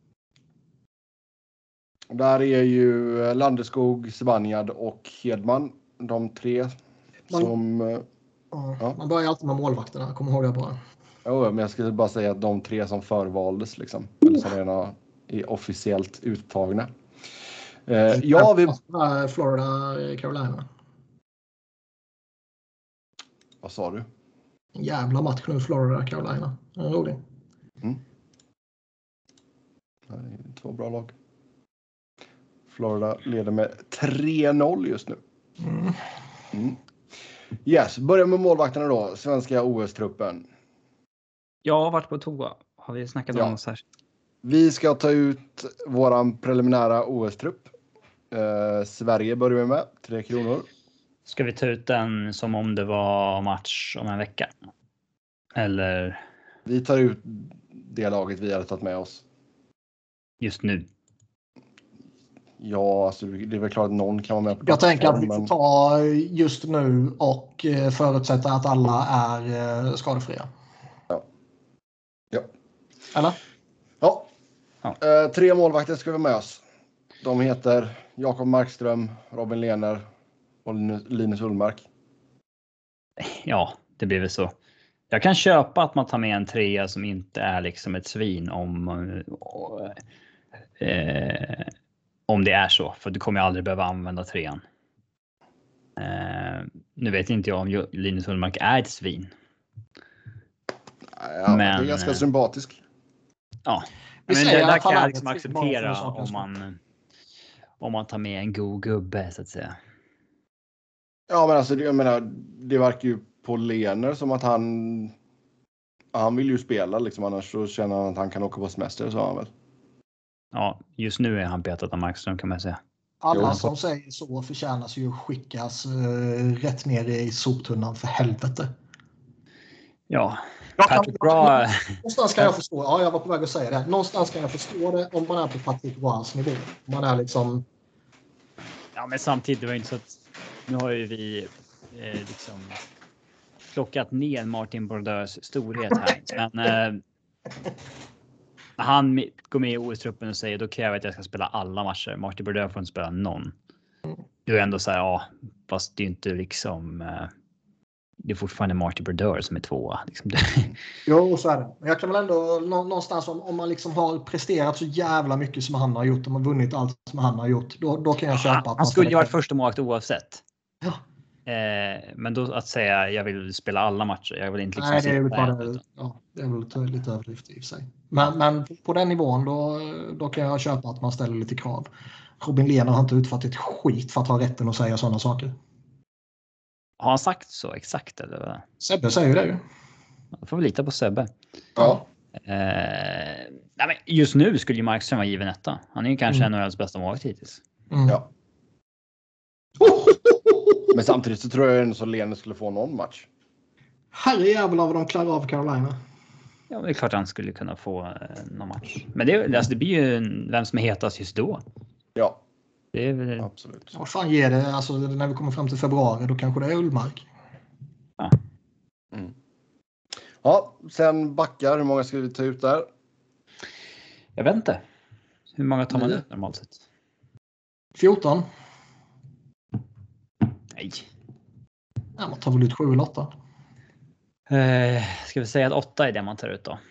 Där är ju Landeskog, Zibanejad och Hedman. De tre man, som... Uh, ja. Man börjar alltid med målvakterna. Kom ihåg det bara. Jo, men jag skulle bara säga att de tre som förvaldes liksom. Eller som redan är officiellt uttagna. Uh, ja, vi... Florida, Carolina. Vad sa du? En jävla match nu, Florida, Carolina. En rolig. Mm. Det är två bra lag. Florida leder med tre noll just nu. Mm. Mm. Yes, börjar med målvakterna då. Svenska O S-truppen. Jag har varit på toa. Har vi snackat ja. om oss här? Vi ska ta ut våran preliminära O S-trupp. Eh, Sverige börjar vi med. Tre kronor. Ska vi ta ut den som om det var match om en vecka? Eller? Vi tar ut det laget vi hade tagit med oss. Just nu? Ja, alltså det är väl klart att någon kan vara med på jag tänker att vi får ta just nu och förutsätta att alla är skadefria. Ja. Ja. Eller? Ja. ja. Eh, tre målvakter ska vi med oss. De heter Jakob Markström, Robin Lehner och Linus Ullmark. Ja, det blir väl så. Jag kan köpa att man tar med en trea som inte är liksom ett svin om och, eh, om det är så. För du kommer aldrig behöva använda trean. Eh, nu vet inte jag om Linus Ullmark är ett svin. Ja, men det är ganska sympatisk. Ja, men det där kan jag liksom acceptera om man, om man tar med en god gubbe så att säga. Ja, men alltså jag menar, det verkar ju på Lener som att han han vill ju spela liksom, annars så känner han att han kan åka på semester, sa han väl. Ja, just nu är han petad av Markström kan man säga. Alla som får... säger så förtjänas ju skickas uh, rätt ner i soptunnan för helvete. Ja, Patrick Roy. Någonstans kan jag förstå. Ja, jag var på väg att säga det. Någonstans kan jag förstå det om man är på Patrick Roys nivå. Man är liksom... Ja, men samtidigt det var inte så att nu har ju vi eh, liksom plockat ner Martin Brodeurs storhet här. Men eh, han går med i O S-truppen och säger då kräver jag att jag ska spela alla matcher. Martin Brodeur får inte spela någon. Du är ändå så här, ja, fast det är inte liksom... Eh, det är fortfarande Martin Brodeur som är tvåa. Liksom. Jo, så är det. Men jag kan väl ändå någonstans om, om man liksom har presterat så jävla mycket som han har gjort, om man vunnit allt som han har gjort, då, då kan jag köpa ja, att han skulle ju varit första målvakt oavsett. Ja. Eh, men då att säga jag vill spela alla matcher, jag vill inte liksom... Nej, det är väl bara, det, ja, det är väl lite överdrift i sig. Men, men på den nivån då, då kan jag köpa att man ställer lite krav. Robin Lehner har inte utfört ett skit för att ha rätten att säga sådana saker. Har han sagt så exakt eller? Sebbe säger det ju. Jag får väl lita på Sebbe. Ja. Eh, nej, men just nu skulle ju Markström vara given etta. Han är ju kanske mm. en av deras bästa målvakt hittills. Mm. Ja. Men samtidigt så tror jag ändå så Lehner skulle få någon match. Herrejävlar vad de klarar av Carolina. Ja, det är klart han skulle kunna få eh, någon match. Men det, alltså, det blir ju vem som är hetast just då. Ja. Det är väl... Absolut. Vad fan ger det? Alltså, när vi kommer fram till februari då kanske det är Ullmark. Ja. Mm. Ja, sen backar. Hur många ska vi ta ut där? Jag vet inte. Hur många tar man ut normalt sett? fjorton. Nej. Ja, man tar väl ut sju eller åtta. Eh, ska vi säga att åtta är det man tar ut då?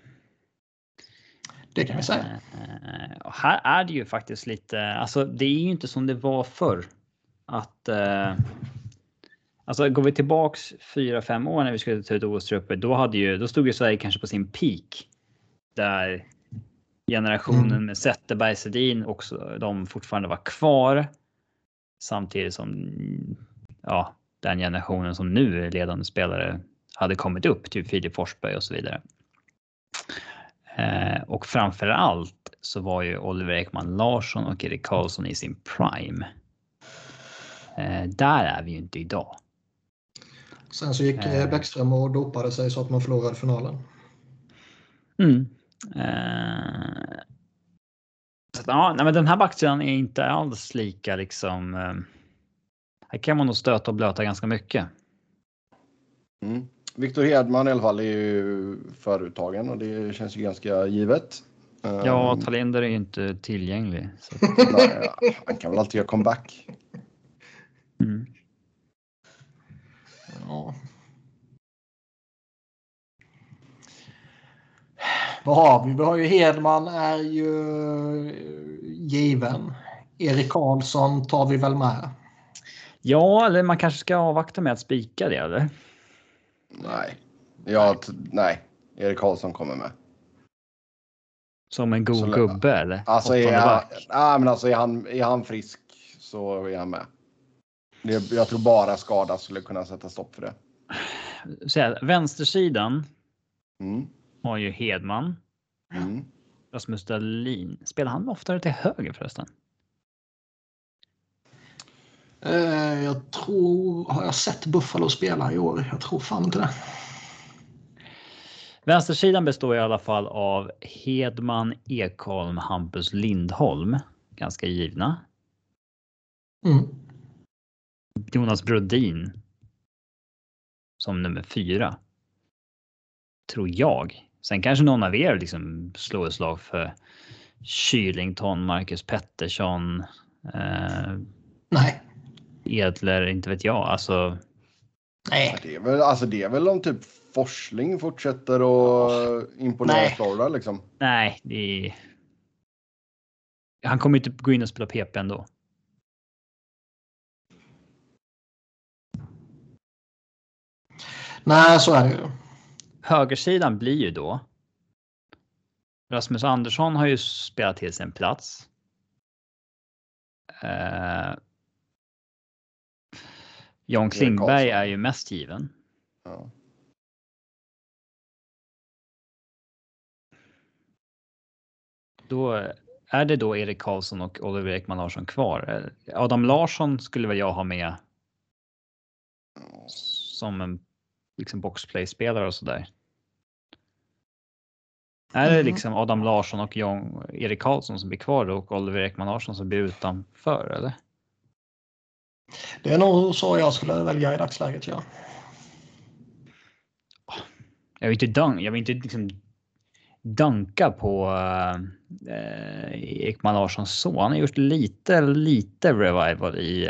Det kan vi säga. Eh, och här är det ju faktiskt lite, alltså det är ju inte som det var förr. Att, eh, alltså går vi tillbaks fyra, fem år när vi skulle ta ut O S-trupper, då hade ju, då stod ju Sverige kanske på sin peak. Där generationen mm. med Zetterberg, Sedin också, de fortfarande var kvar. Samtidigt som, ja, den generationen som nu är ledande spelare hade kommit upp, typ Filip Forsberg och så vidare. Eh, och framför allt så var ju Oliver Ekman Larsson och Erik Karlsson i sin prime. Eh, där är vi ju inte idag. Sen så gick eh, Bäckström och dopade sig så att man förlorade finalen. Mm. Eh, så, ja, nej, men den här backsidan är inte alls lika liksom... Eh, här kan man nog stöta och blöta ganska mycket. Mm. Viktor Hedman i alla fall är ju föruttagen och det känns ju ganska givet. Ja, um, Talender är ju inte tillgänglig. Så. Nej, han kan väl alltid göra comeback. Mm. Ja. Vad har vi? Vi har ju Hedman är ju given. Erik Karlsson tar vi väl med. Ja, eller man kanske ska avvakta med att spika det, eller? Nej. Ja, t- nej. Erik Karlsson kommer med. Som en god så, gubbe, eller? Alltså är, jag, nej, men alltså är, han, är han frisk så är han med. Det, jag tror bara skada skulle kunna sätta stopp för det. Så här, vänstersidan mm. har ju Hedman. Mm. Rasmus Dahlin. Spelar han oftare till höger förresten? Uh, jag tror... Har jag sett Buffalo spela i år? Jag tror fan inte det. Vänstersidan består i alla fall av Hedman, Ekholm, Hampus Lindholm. Ganska givna. Mm. Jonas Brodin. Som nummer fyra. Tror jag. Sen kanske någon av er liksom slår ett slag för Kylington, Marcus Pettersson. Eh, Nej. Edler, inte vet jag. Alltså... Nej. Det är väl, alltså det är väl om typ Forsling fortsätter att oh. imponera Nej. Florida liksom. Nej, det är... Han kommer inte gå in och spela P P ändå. Nej, så är det ju. Högersidan blir ju då... Rasmus Andersson har ju spelat till sin plats. Eh, John Klingberg är ju mest given. Ja. Då är det då Erik Karlsson och Oliver Ekman Larsson kvar. Adam Larsson skulle väl jag ha med som en liksom boxplay-spelare och sådär. Är det liksom Adam Larsson och John, Erik Karlsson som blir kvar då och Oliver Ekman Larsson som blir utanför, eller? Det är nog så jag skulle välja i dagsläget, ja. Jag vill inte, dun- jag vill inte liksom danka på eh, Ekman Larssons son. Han har gjort lite, lite revival i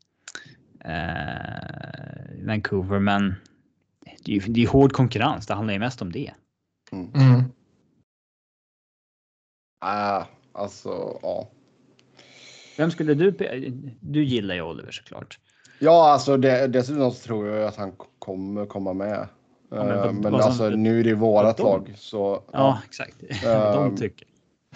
eh, Vancouver, men det är, det är hård konkurrens. Det handlar ju mest om det. Mm. Mm. Ah, alltså, ja. Vem skulle du... Du gillar ju Oliver såklart. Ja, alltså det, dessutom så tror jag att han kommer komma med. Ja, men vad, men vad alltså som, nu är det vårat de, lag. Så, ja, ja, exakt. Vad de tycker.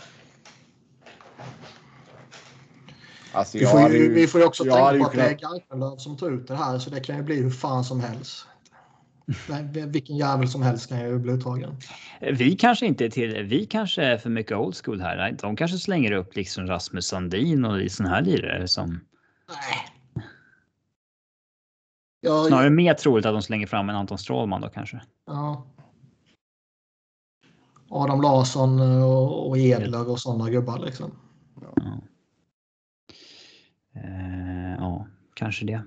Alltså, vi, får ju, ju, vi får ju också tänka på att kunnat... det är Garpenlöv som tar ut det här. Så det kan ju bli hur fan som helst. Nej, vilken jävel som helst kan ju bli uttagen. Vi kanske inte är till. Vi kanske är för mycket old school här. De kanske slänger upp liksom Rasmus Sandin och såna här lirare som... Nej. Ja, snarare jag... mer troligt att de slänger fram en Anton Strålman då kanske. Ja. Adam Larsson och, och Edler och sådana gubbar liksom. Ja. Ja. Eh, ja, kanske det.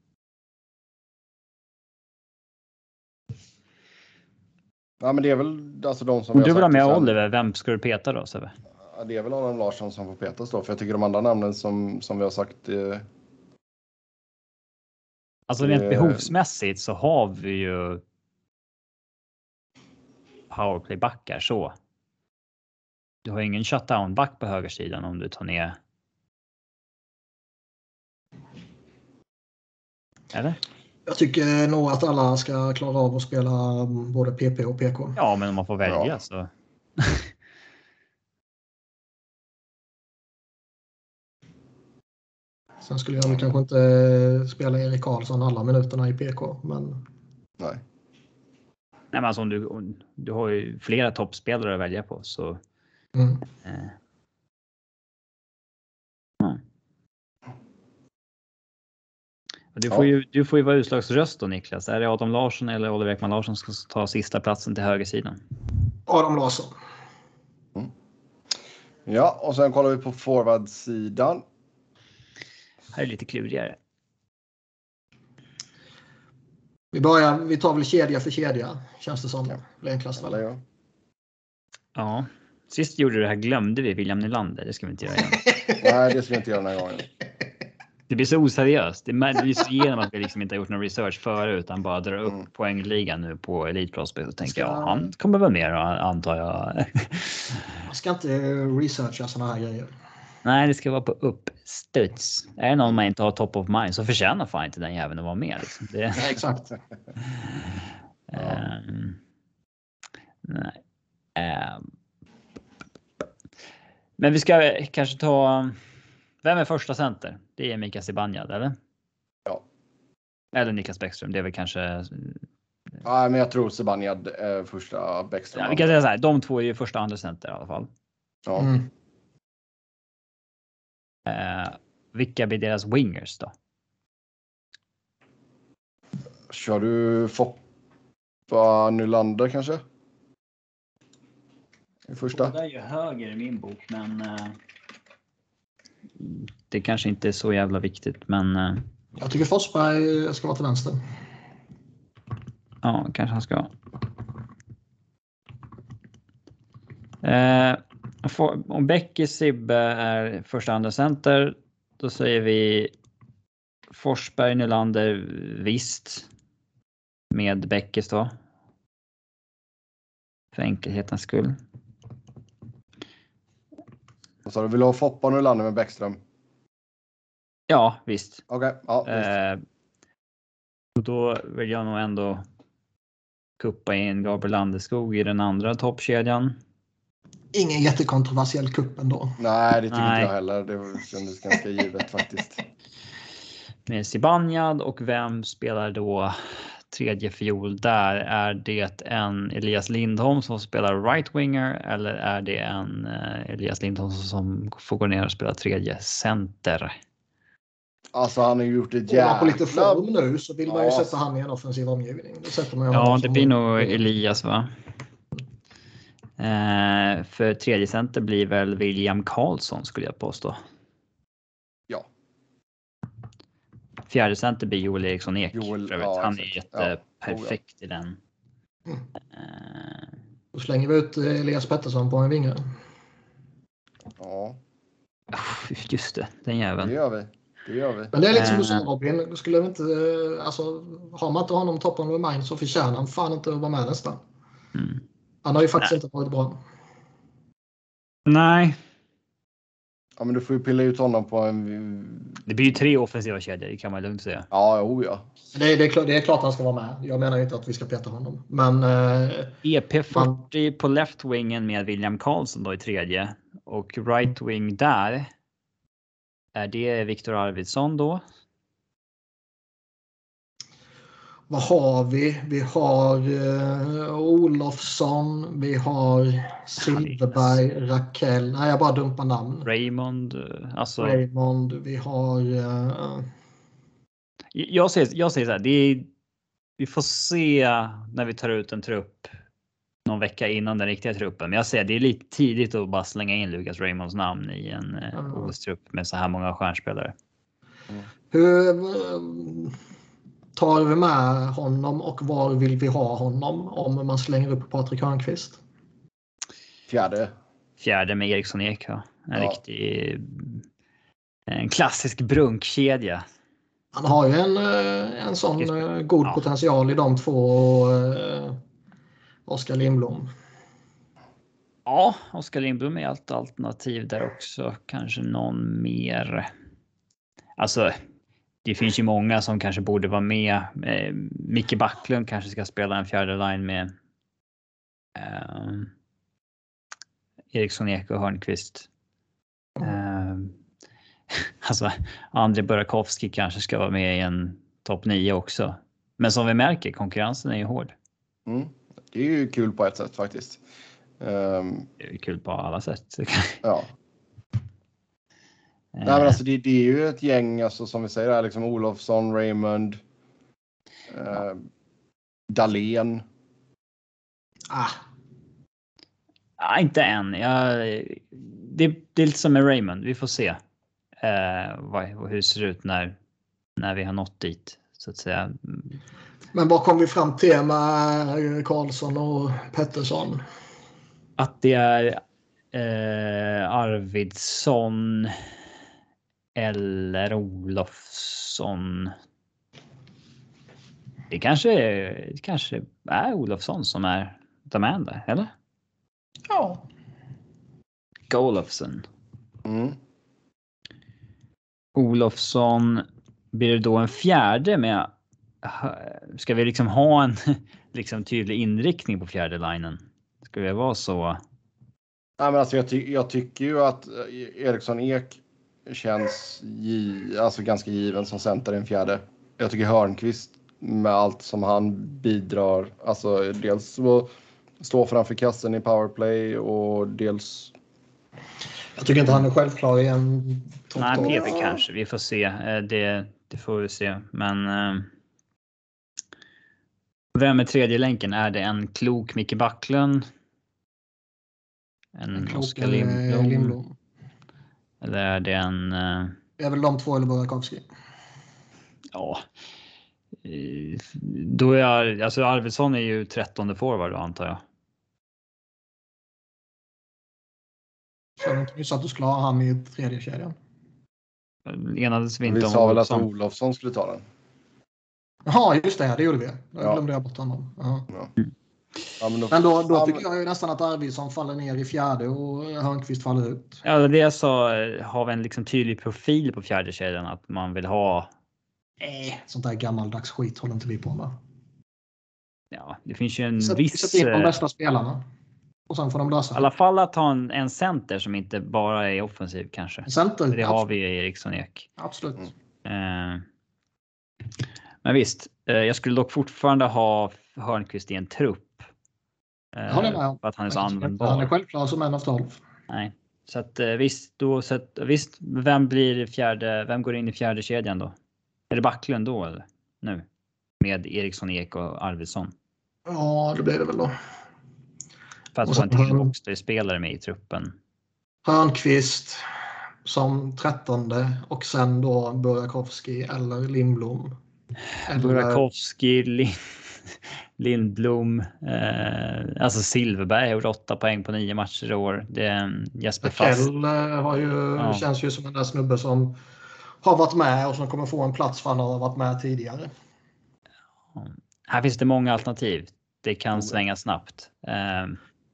Ja, men det är väl alltså de som om du vill ha med sen... Oliver, vem ska du peta då, Sebbe? Ja, det är väl Adam Larsson som får petas då, för jag tycker de andra namnen som, som vi har sagt... Eh... Alltså rent behovsmässigt så har vi ju powerplay-backar så. Du har ingen shutdown-back på högersidan om du tar ner. Eller? Jag tycker nog att alla ska klara av att spela både P P och P K. Ja, men om man får välja ja. Så. Sen skulle jag väl kanske inte spela Erik Karlsson alla minuterna i P K, men... Nej. Nej, men alltså om du, om, du har ju flera toppspelare att välja på, så... Mm. Eh. Mm. Du får, ja. ju, du får ju vara utslagsröst då, Niklas. Är det Adam Larsson eller Oliver Ekman Larsson som ska ta sista platsen till högersidan? Adam Larsson. Mm. Ja, och sen kollar vi på forwardsidan. Här är lite klurigare. Vi börjar, vi tar väl kedja för kedja, känns det som. Det är enklast väl? Ja. Ja. Sist gjorde det här glömde vi William Nylander. Det ska vi inte göra igen. Nej, det ska vi inte göra den här gången. Det blir så oseriöst. Det är så genom att vi liksom inte har gjort någon research före utan bara drar upp mm. poängligan nu på Elite Prospect och tänker ska... ja, han kommer väl med antar jag. Man ska inte researcha såna här grejer. Nej, det ska vara på uppstuds. Är det någon man inte har top of mind så förtjänar fan inte den jäveln att vara med. Liksom. Det... Ja, exakt. um, nej. Um, men vi ska kanske ta... Vem är första center? Det är Mika Zibanejad, eller? Ja. Eller Niklas Bäckström. Det är väl kanske... Ja, men jag tror Zibanejad är första Bäckström. Ja, vi kan säga så här. De två är ju första andra center i alla fall. Ja. Mm. Eh, vilka blir deras wingers då? Kör du Foppa Nylander kanske? I första. Det är ju höger i min bok, men eh, det kanske inte är så jävla viktigt, men eh, jag tycker Forsberg ska vara till vänster. Ja, kanske han ska. Eh, om Becky Sibbe är första andra center, då säger vi Forsberg, Nylander, visst. Med Beckis då. För enkelhetens skull. Så du vill ha Foppa Nylander med Bäckström? Ja, visst. Okej, okay, ja, visst. Eh, och då vill jag nog ändå kuppa in Gabriel Landeskog i den andra toppkedjan. ingen jättekontroversiell kupp ändå. Nej, det tycker Nej. inte jag heller. Det kändes ganska givet faktiskt. Med Zibanejad och vem spelar då tredje fiol där? Är det en Elias Lindholm som spelar right winger eller är det en uh, Elias Lindholm som får gå ner och spela tredje center? Alltså han har gjort ett jävla... på lite jävla... form nu så vill man ju sätta han i en offensiv omgivning. Det sätter man ju Ja, det blir som... nog Elias va? Uh, för tredje center blir väl William Karlsson skulle jag påstå. Ja. Fjärde center blir Joel Eriksson Ek. Joel, för ja, han är jätteperfekt ja. i den. Mm. Uh, Då slänger vi ut Elias Pettersson på en vinge. Ja. Just det, den jäveln. Det gör vi. Det gör vi. Men det är lite som du sa Robin. Skulle vi inte, alltså, har man inte honom top of the mind så förtjänar han fan inte att vara med nästan. Mm. Han har ju faktiskt Nej. inte varit bra. Nej. Ja, men du får ju pilla ut honom på en... Det blir ju tre offensiva kedjor, det kan man lugnt säga. Ja, jo ja. Det är, det, är klart, det är klart han ska vara med. Jag menar ju inte att vi ska peta honom. Men... Eh, E P fyrtio man... på left wingen med William Karlsson då i tredje. Och right wing där. Är det Viktor Arvidsson då? Vad har vi? Vi har eh, Olofsson. Vi har Silverberg, Rakell. Nej, jag bara dumpar namn. Raymond. Alltså... Raymond. Vi har... Eh... Jag säger, jag säger så här. Det är, vi får se när vi tar ut en trupp någon vecka innan den riktiga truppen. Men jag säger det är lite tidigt att bara slänga in Lucas Raymonds namn i en mm. O S-trupp med så här många stjärnspelare. Mm. Hur tar vi med honom och var vill vi ha honom om man slänger upp Patrik Hörnqvist? Fjärde. Fjärde med Eriksson Ek. Ja. En ja. riktig en klassisk brunkkedja. Han har ju en, en sån god ja. potential i de två. Oskar Lindblom. Ja, Oskar Lindblom är allt alternativ där också. Kanske någon mer. Alltså, det finns ju många som kanske borde vara med. Eh, Micke Backlund kanske ska spela en fjärde line med eh, Eriksson Ek och Hörnqvist. Eh, alltså, André Burakovsky kanske ska vara med i en topp nio också. Men som vi märker, konkurrensen är ju hård. Mm. Det är ju kul på ett sätt faktiskt. Um, det är kul på alla sätt. Ja. Nej, men alltså det, det är ju ett gäng alltså, som vi säger här, liksom Olofsson, Raymond, ja. eh, Dahlén. Ah. Ah, inte än. Jag, det, det är lite som med Raymond. Vi får se eh, vad, hur det ser ut när, när vi har nått dit så att säga. Men vad kom vi fram till med Karlsson och Pettersson? Att det är eh, Arvidsson eller Olofsson. Det kanske är, det kanske är Olofsson som är domain där, eller? Ja. Olofsson. Mm. Olofsson blir det då en fjärde med. Ska vi liksom ha en liksom tydlig inriktning på fjärde linjen? Ska det vara så? Nej, men alltså jag, ty- jag tycker ju att Eriksson Ek känns gi- alltså ganska given som center i en fjärde. Jag tycker Hörnqvist med allt som han bidrar, alltså dels så stå framför kassen i powerplay och dels... Jag tycker inte han är självklar i en topp. Nej, P P kanske. Vi får se. Det, det får vi se. Men... Vem är tredje länken? Är det en klok Micke Backlund? En, en Oskar Lindblom? Lindblom? Eller är det en... Uh... Det är väl de två eller Burakovsky? Ja. Då är jag, alltså Arvidsson är ju trettonde forward då, antar jag. Så jag inte så att du skulle ha han i tredje kedjan. Enades vi inte vi om sa väl att Olofsson skulle ta den. Jaha, just det. Det gjorde vi. Jag ja. glömde jag bort honom. Ja. Ja, men då, men då, då tycker jag ju nästan att Arvidsson faller ner i fjärde och Hörnqvist faller ut. Ja, det jag sa har vi en liksom tydlig profil på fjärde kedjan att man vill ha... Eh, sånt där gammaldags skit håller inte vi på med. Ja, det finns ju en Sätt, viss... Sätt in de bästa spelarna. Och sen får de lösa. I alla fall att ha en, en center som inte bara är offensiv kanske. Center, det absolut. har vi i Eriksson Ek. Absolut. Mm. Eh, men visst, eh, jag skulle dock fortfarande ha Hörnqvist i en trupp. Eh, ja, det är för att han är så användbar. Han är självklar som en av tolv. Nej, så att eh, visst, då, så att, visst, vem blir fjärde, vem går in i fjärde kedjan då? Är det Backlund då eller? Nu? Med Eriksson Ek och Arvidsson. Ja, det blir det väl då. För att få en till också spelare med i truppen. Hörnqvist som trettonde och sen då Burakovsky eller Lindblom. Eller... Burakovsky, Lind... Lindblom, eh, alltså Silverberg har gjort åtta poäng på nio matcher i år. Det är Jesper Fast. Kjell har ju, ja. Känns ju som en där snubbe som har varit med och som kommer få en plats för han har varit med tidigare. Ja. Här finns det många alternativ. Det kan svänga snabbt. Eh,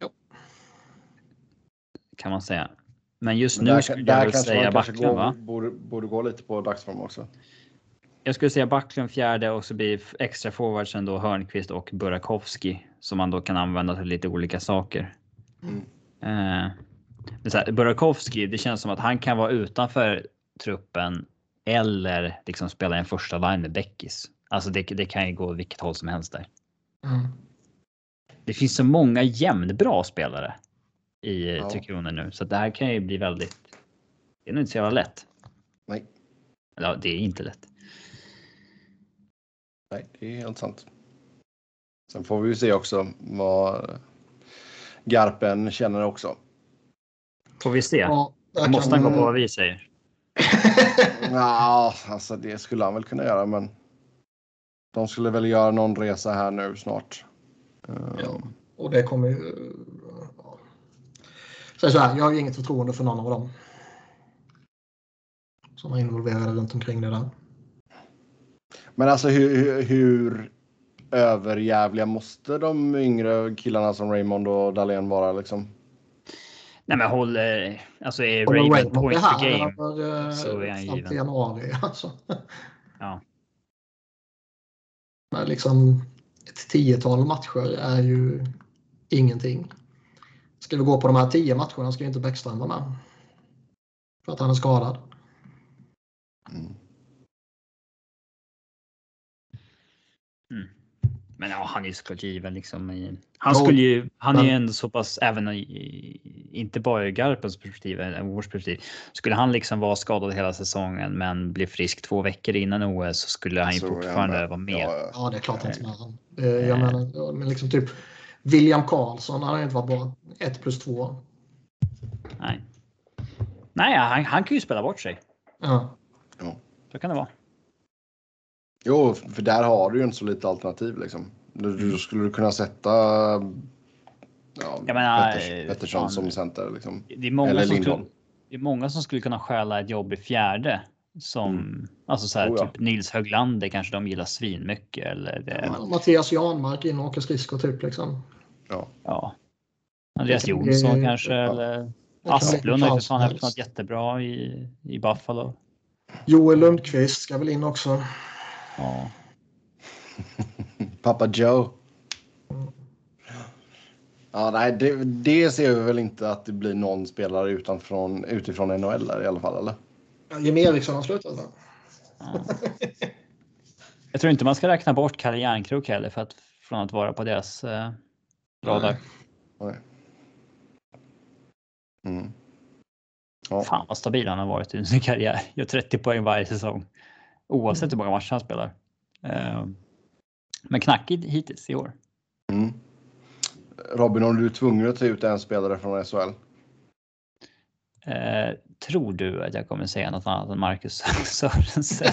kan man säga. Men just Men nu där, skulle jag väl säga Backlund, va? Borde, borde gå lite på dagsform också. Jag skulle säga Backlund fjärde och så blir extra forwardsen då Hörnqvist och Burakovsky som man då kan använda till lite olika saker. Mm. Eh, det, här, Burakovsky, det känns som att han kan vara utanför truppen eller liksom spela en första line med Beckis. Alltså det, det kan ju gå vilket håll som helst där. Mm. Det finns så många jämnbra spelare i ja. Tre Kronor nu. Så det här kan ju bli väldigt... Det är nog inte så jävla lätt. Nej. Ja, det är inte lätt. Nej, det är helt sant. Sen får vi ju se också vad Garpen känner också. Får vi se. Ja, måste han gå på vad vi säger? Ja, alltså det skulle han väl kunna göra, men de skulle väl göra någon resa här nu snart. Ja, och det kommer ju... Så, så här, jag har ju inget förtroende för någon av dem som är involverade runt omkring det där. Men alltså hur, hur, hur överjävliga måste de yngre killarna som Raymond och Dahlén vara liksom? Nej men håll, alltså är Raymond, Raymond point per game över, så är han given. Januari, alltså. Ja. Men liksom ett tiotal matcher är ju ingenting. Ska vi gå på de här tio matcherna ska ju inte Bäckström vara med. För att han är skadad. Mm. Mm. Men ja, han är ju såklart given liksom. I, han skulle ju, han är ju ändå så pass, även i, inte bara i Garpens perspektiv, en års perspektiv. Skulle han liksom vara skadad hela säsongen men bli frisk två veckor innan O S så skulle han ju fortfarande vara med. Ja, ja, det är klart inte med han. Jag menar, men liksom typ William Karlsson hade inte varit bra. Ett plus två. Nej. Nej, han, han kan ju spela bort sig. Ja. Ja. Så kan det vara. Jo, för där har du ju inte så lite alternativ liksom. Du, du skulle kunna sätta ja, jag menar, Petters, Pettersson fan, som center liksom. Det är många Eller som skulle, det är många som skulle kunna stjäla ett jobb i fjärde. Som, mm. alltså så här, oh, ja. Typ Nils Höglander kanske de gillar svin mycket. Eller det, ja, Mattias Janmark in och åker skridskor typ liksom. Ja. Ja. Andreas Jonsson bli, kanske. Ja. Eller Asplund har ju för fan haft något jättebra i, i Buffalo. Joel Lundqvist ska väl in också. Ja. Pappa Joe. Ja, nej, det, det ser vi väl inte att det blir någon spelare utanför, utifrån N H L där, i alla fall, eller? Ja, Jim Eriksson har slutat va? Ja. Jag tror inte man ska räkna bort Kalle Järnkrok heller för att, från att vara på deras eh, radar. Nej. Mm. Ja. Fan vad stabil han har varit i sin karriär. Gör trettio poäng varje säsong. Oavsett mm. hur många matcher han spelar. Uh, men knackigt hittills i år. Mm. Robin, om du är tvungen att ta ut en spelare från S H L? Uh, tror du att jag kommer säga något annat än Marcus Sörensen?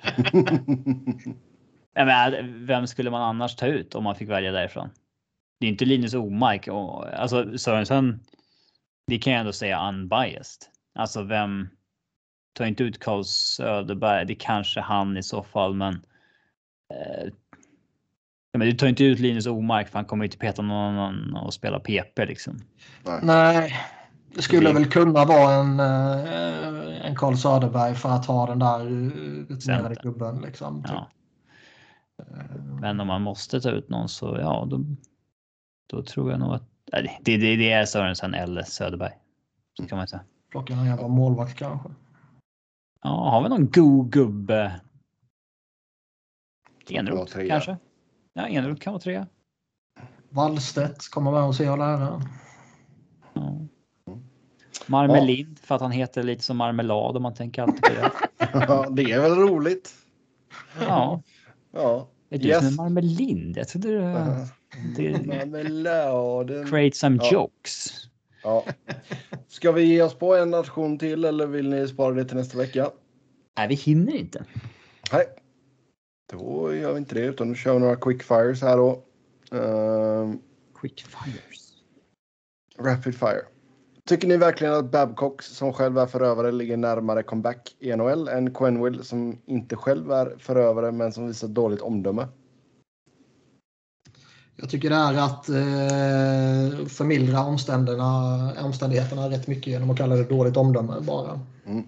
Men, vem skulle man annars ta ut om man fick välja därifrån? Det är inte Linus Omark. Och, alltså Sörensen, det kan jag ändå säga unbiased. Alltså vem tar inte ut Carl Söderberg? Det kanske han i så fall, men eh, men du tar inte ut Linus Omark för han kommer inte peta någon annan och spela P P liksom. Nej, Nej det skulle det... väl kunna vara en eh, en Carl Söderberg för att ha den där rutinerade gubben liksom. Ja. Men om man måste ta ut någon så ja, då, då tror jag nog att Det, det, det är Sörensen eller Söderberg. Så kan man säga. Plockar en jävla målvakt kanske. Ja, har vi någon god gubbe? Enroth kanske? Ja, Enroth kan vara trea. Wallstedt kommer med och se och lära. Ja. Marmelind, ja. För att han heter lite som marmelad om man tänker alltid på det. Ja, det är väl roligt. Ja. Ja. Är du yes. som en marmelind? Jag trodde det var... Det... Marmeladen. Create some ja. jokes. Ja. Ska vi ge oss på en nation till eller vill ni spara det till nästa vecka? Nej, vi hinner inte. Nej. Då gör vi inte det utan nu kör vi några quickfires här då. Uh, quickfires. Rapid fire. Tycker ni verkligen att Babcock som själv är förövare ligger närmare comeback i N H L än Quenneville som inte själv är förövare men som visar dåligt omdöme? Jag tycker det är att eh, förmildra omständigheterna, omständigheterna rätt mycket genom att kalla det dåligt omdöme bara. Mm.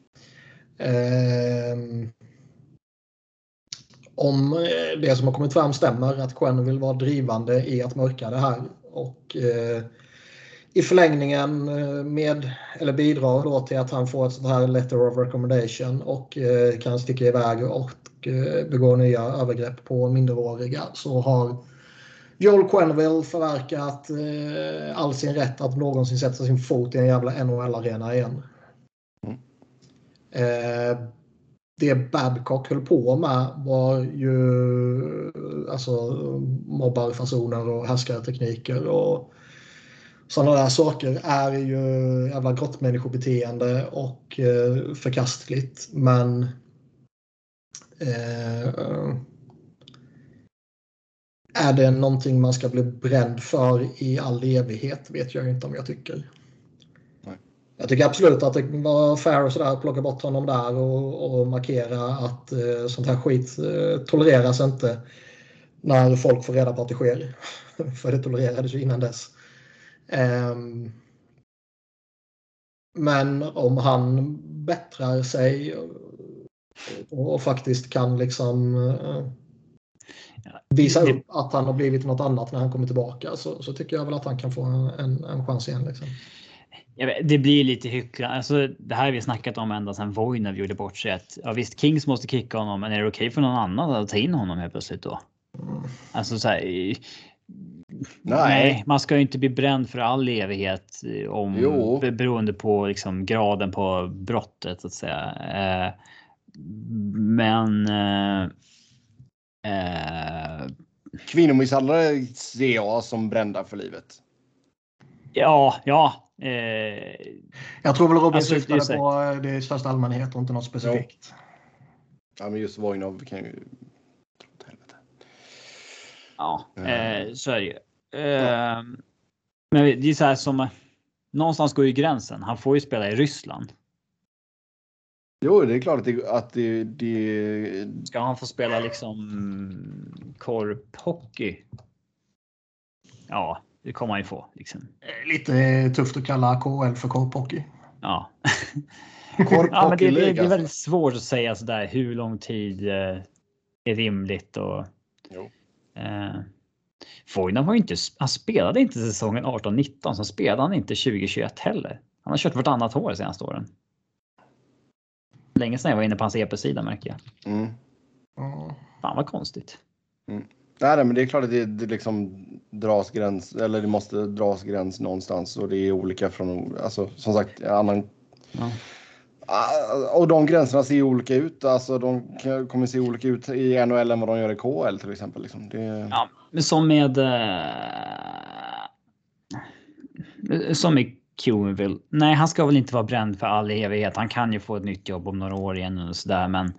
Eh, om det som har kommit fram stämmer att Quenneville var drivande i att mörka det här och eh, i förlängningen med eller bidrar då till att han får ett sånt här letter of recommendation och eh, kan sticka iväg och eh, begå nya övergrepp på minderåriga så har Joel Quenneville förverkat eh, all sin rätt att någonsin sätta sin fot i en jävla N H L-arena igen. Mm. Eh, det Babcock höll på med var ju alltså mobbarfasoner och härskartekniker och sådana där saker är ju jävla grottmänniskobeteende och eh, förkastligt. Men eh, är det någonting man ska bli bränd för i all evighet vet jag inte om jag tycker. Nej. Jag tycker absolut att det var fair och sådär att plocka bort honom där och, och markera att eh, sånt här skit eh, tolereras inte när folk får reda på att det sker. För det tolererades ju innan dess. Um, men om han bättrar sig och, och faktiskt kan liksom uh, visa upp att han har blivit något annat när han kommer tillbaka så, så tycker jag väl att han kan få en, en chans igen. Liksom. Vet, det blir lite hyckla. Alltså, det här har vi snackat om ända sedan Voinov gjorde bort sig. Att, ja, visst, Kings måste kicka honom, men är det okej okay för någon annan att ta in honom helt plötsligt då? Mm. Alltså så här, nej. nej, man ska ju inte bli bränd för all evighet om jo. beroende på liksom graden på brottet så att säga. Eh, men eh, eh, kvinnomisshandlare ser jag som brända för livet. Ja, ja. Eh, jag tror väl Robin alltså, syftade på det i största allmänhet och inte något specifikt. Jo. Ja, men just Voinov kan ju Ja, eh, så är det ju. Eh, men det är så här som någonstans går ju gränsen. Han får ju spela i Ryssland. Jo, det är klart att det, att det, det... Ska han få spela liksom korphockey? Ja, det kommer han ju få. Liksom. Lite tufft att kalla K H L för korphockey. Ja. ja men det, det, det är väldigt svårt att säga så där hur lång tid eh, är rimligt och jo. Eh, Voinov var ju inte, han spelade inte säsongen arton nitton, så spelade han inte tjugo tjugoett heller. Han har kört vartannat år senaste åren. Länge sedan jag var inne på hans E P-sida märker jag. Mm. Mm. Fan vad konstigt. Mm. Nej, men det är klart att det, det liksom dras gräns, eller det måste dras gräns någonstans och det är olika från, alltså som sagt, annan. Ja. Och de gränserna ser olika ut. Alltså de kommer se olika ut i N H L än vad de gör i K H L till exempel. Liksom. Det... Ja, men som med uh, som med Quenneville. Nej, han ska väl inte vara bränd för all evighet. Han kan ju få ett nytt jobb om några år igen och sådär, men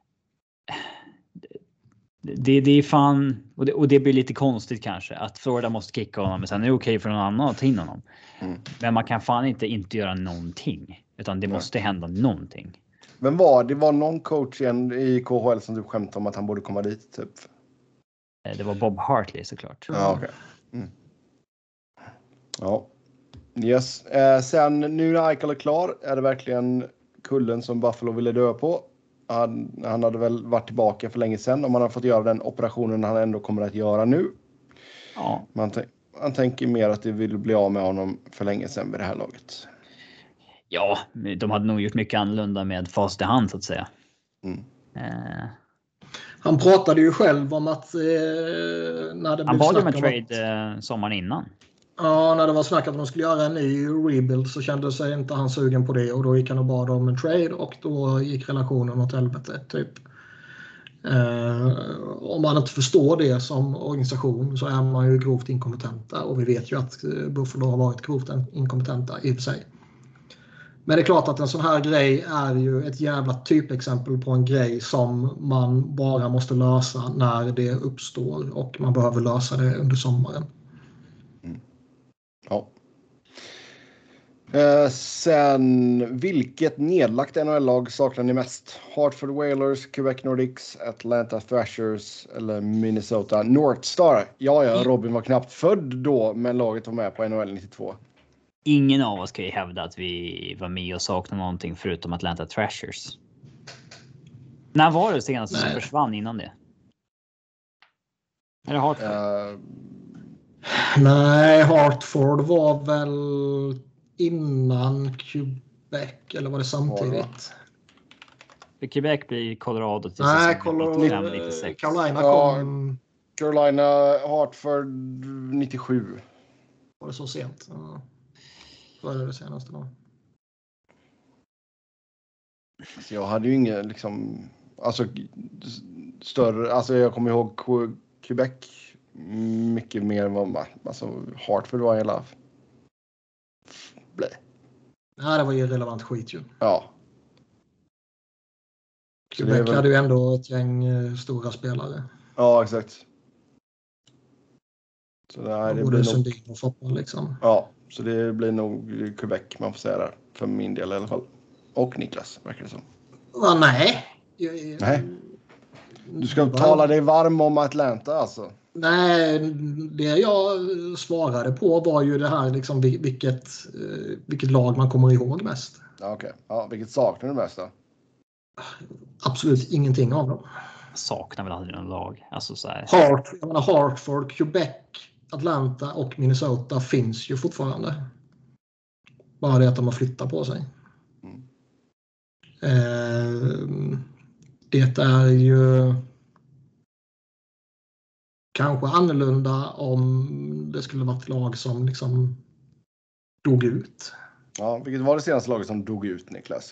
det, det är fan, och det, och det blir lite konstigt kanske att Florida måste kicka honom, men sen är det okej för någon annan att ta in honom. Mm. Men man kan fan inte inte göra någonting, utan det Nej. måste hända någonting. Men var det var någon coach igen i K H L som du skämtade om att han borde komma dit typ? Det var Bob Hartley såklart. Ja, okej. Okay. Mm. Ja. Yes. Eh, sen nu när Eichel är klar är det verkligen kullen som Buffalo ville dö på. Han, han hade väl varit tillbaka för länge sedan om han hade fått göra den operationen han ändå kommer att göra nu. Ja. Man, han tänker mer att de vill bli av med honom för länge sedan vid det här laget. Ja, de hade nog gjort mycket annorlunda med fast i hand så att säga. Mm. Eh. Han pratade ju själv om att eh, när det han bad ju om en trade att, sommaren innan. Ja, när det var snack att de skulle göra en ny rebuild så kände sig inte han sugen på det och då gick han och bad om en trade och då gick relationen åt helvete typ. Eh, om man inte förstår det som organisation så är man ju grovt inkompetenta och vi vet ju att Buffalo har varit grovt inkompetenta i och för sig. Men det är klart att en sån här grej är ju ett jävla typexempel på en grej som man bara måste lösa när det uppstår och man behöver lösa det under sommaren. Mm. Ja. Eh, sen, vilket nedlagt N H L-lag saknar ni mest? Hartford Whalers, Quebec Nordics, Atlanta Thrashers eller Minnesota Northstar? Ja, ja, Robin var knappt född då, men laget var med på N H L nittiotvå. Ingen av oss kan ju hävda att vi var med och saknade någonting förutom Atlanta Thrashers. När var det senast som försvann innan det? Är det Hartford? Uh, nej, Hartford var väl innan Quebec eller var det samtidigt? För Quebec blir Colorado till nej, nittiofem nittiosex. Carolina kom... Ja, Carolina, Hartford nittiosju. Var det så sent? Ja. Vad är det senaste då? Alltså jag hade ju ingen liksom alltså större alltså jag kommer ihåg Quebec mycket mer än vad alltså Hartford var hela blä. Nej, det var ju relevant skit ju. Ja. Quebec väl... hade ju ändå ett gäng stora spelare. Ja, exakt. Så det här, det blir nog och fotboll liksom. Ja. Så det blir nog Quebec man får säga där. För min del i alla fall. Och Niklas, verkar det som. Ja, nej. Jag, nej. Du ska var... tala dig varm om Atlanta alltså. Nej, det jag svarade på var ju det här liksom vilket, vilket lag man kommer ihåg mest. Ja, okej. Okay. Ja, vilket saknar du mest då? Absolut ingenting av dem. Jag saknar väl aldrig någon lag. Alltså så här. Hart, jag menar Hartford, Quebec, Atlanta och Minnesota finns ju fortfarande. Bara det att de har flyttat på sig. Mm. Eh, det är ju kanske annorlunda om det skulle varit lag som liksom dog ut. Ja, vilket var det senaste laget som dog ut, Niklas?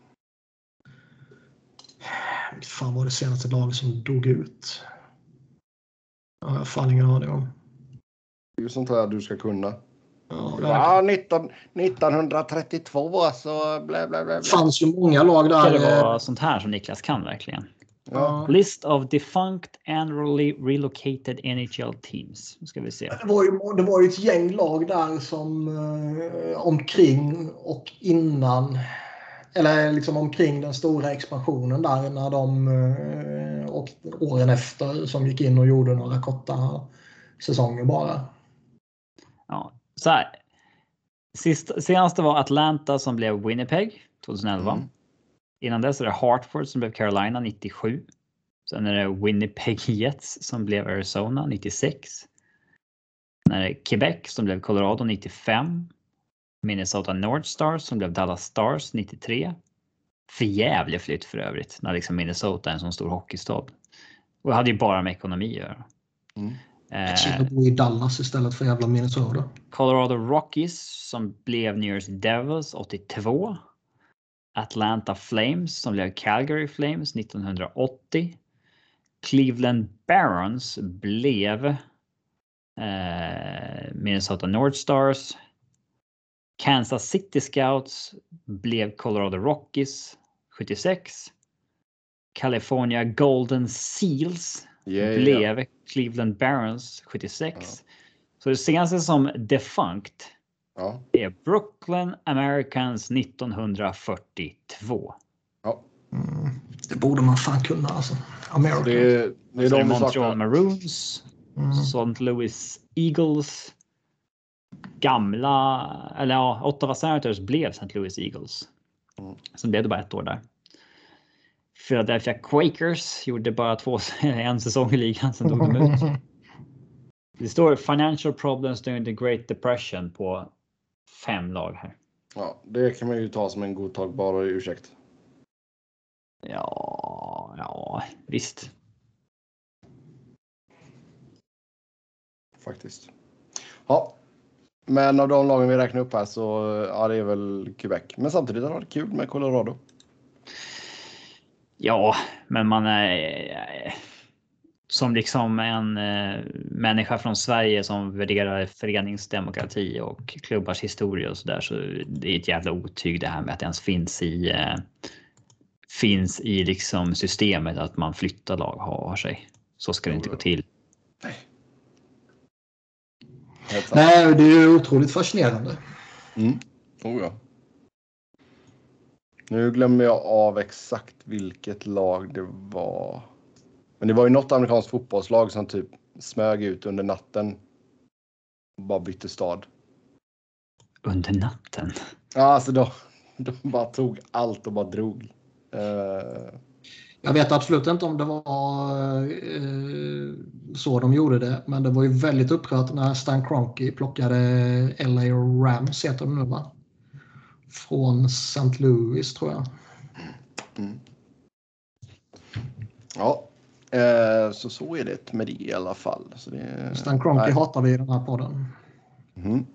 Vilket fan var det senaste laget som dog ut? Ja, jag har fan ingen aning om. Det är ju sånt här du ska kunna. Ja, ja nitton, nittonhundratrettiotvå så blä, blä, blä. Det fanns ju många lag där. Det var sånt här som Niklas kan verkligen. Ja. List of defunct and relocated N H L teams. Nu ska vi se. Det var ju, det var ju ett gäng lag där som eh, omkring och innan eller liksom omkring den stora expansionen där när de eh, och åren efter som gick in och gjorde några korta säsonger bara. Ja, så här. Sist, senaste var Atlanta som blev Winnipeg tjugoelva. Mm. Innan dess är det Hartford som blev Carolina nittiosju. Sen är det Winnipeg Jets som blev Arizona nittiosex. Sen är det Quebec som blev Colorado nittiofem. Minnesota Northstars som blev Dallas Stars nittiotre. För jävla flytt för övrigt när liksom Minnesota är en sån stor hockeystad. Och det hade ju bara med ekonomi att göra. Mm. Jag känner bo i Dallas istället för jävla Minnesota. Colorado Rockies som blev New Jersey Devils åttiotvå. Atlanta Flames som blev Calgary Flames nittonhundraåttio. Cleveland Barons blev eh, Minnesota Northstars. Kansas City Scouts blev Colorado Rockies sjuttiosex. California Golden Seals yeah, blev yeah. Cleveland Barons sjuttiosex. Ja. Så det senaste som defunct ja. är Brooklyn Americans nittonhundrafyrtiotvå. Ja. Mm. Det borde man fan kunna alltså. American. Det är, det är så de Montreal saknar. Maroons, mm. Saint Louis Eagles, gamla, eller ja, Ottawa Senators blev Saint Louis Eagles. Mm. Sen blev det bara ett år där. Philadelphia Quakers gjorde bara två, en säsong i ligan, sen dog de ut. Det står financial problems during the Great Depression på fem lag här. Ja, det kan man ju ta som en godtagbar ursäkt. Ja, ja, visst. Faktiskt. Ja, men av de lagen vi räknar upp här så ja, det är väl Quebec. Men samtidigt har det varit kul med Colorado. Ja, men man är som liksom en eh, människa från Sverige som värderar föreningsdemokrati och klubbars historia och så där, så det är ett jävla otyg det här med att det ens finns i eh, finns i liksom systemet att man flyttar lag har sig. Så ska det inte gå till. Nej. Nej, det är ju otroligt fascinerande. Mm. Oh, ja. Nu glömmer jag av exakt vilket lag det var. Men det var ju något amerikanskt fotbollslag som typ smög ut under natten. Och bara bytte stad. Under natten? Ja, alltså de, de bara tog allt och bara drog. Uh... Jag vet absolut inte om det var uh, så de gjorde det. Men det var ju väldigt upprört när Stan Kroenke plockade L A Rams, heter de nu va? Från Saint Louis tror jag. Mm. Ja, eh, så så är det med det i alla fall. Så det, Stan Kroenke hatar vi i den här podden. Mm.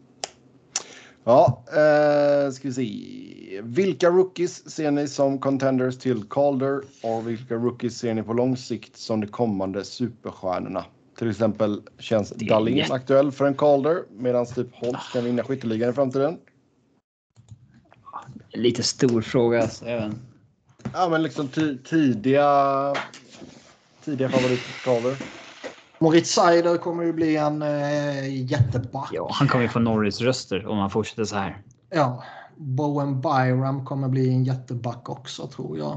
Ja, eh, ska vi se. Vilka rookies ser ni som contenders till Calder och vilka rookies ser ni på lång sikt som de kommande superstjärnorna? Till exempel känns Dahlin jätt... aktuell för en Calder medan typ Holtz kan vinna skytteligan i framtiden. Lite stor fråga alltså, även. Ja, men liksom t- tidiga tidiga favoriter Calder. Moritz Seider kommer ju bli en eh, jätteback. Ja, han kommer ju få Norris röster om han fortsätter så här. Ja, Bowen Byram kommer bli en jätteback också tror jag.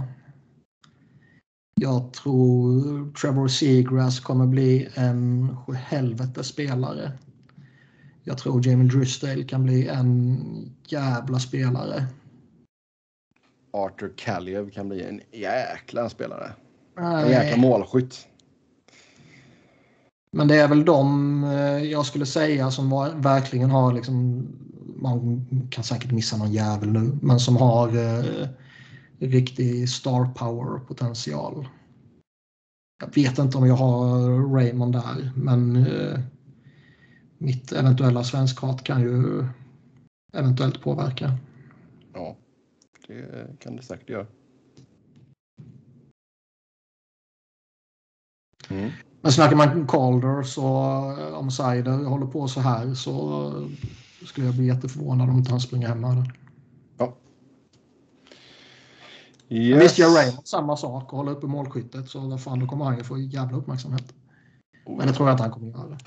Jag tror Trevor Seagrass kommer bli en helvete spelare. Jag tror Jamie Drysdale kan bli en jävla spelare. Arthur Kaliev kan bli en jäkla spelare. Nej. En jäkla målskytt. Men det är väl de jag skulle säga som var, verkligen har liksom, man kan säkert missa någon jävel nu, men som har eh, riktig star power potential. Jag vet inte om jag har Raymond där, men eh, mitt eventuella svenskhat kan ju eventuellt påverka. Ja, det kan det säkert göra. Mm. Men snackar man Calder så om Seider håller på så här så skulle jag bli jätteförvånad om inte han springer hem med den. Ja. Yes. Men visst gör Raymond samma sak och håller uppe målskyttet så vad fan, då kommer han ju få jävla uppmärksamhet. Oh, men det tror jag att han kommer göra.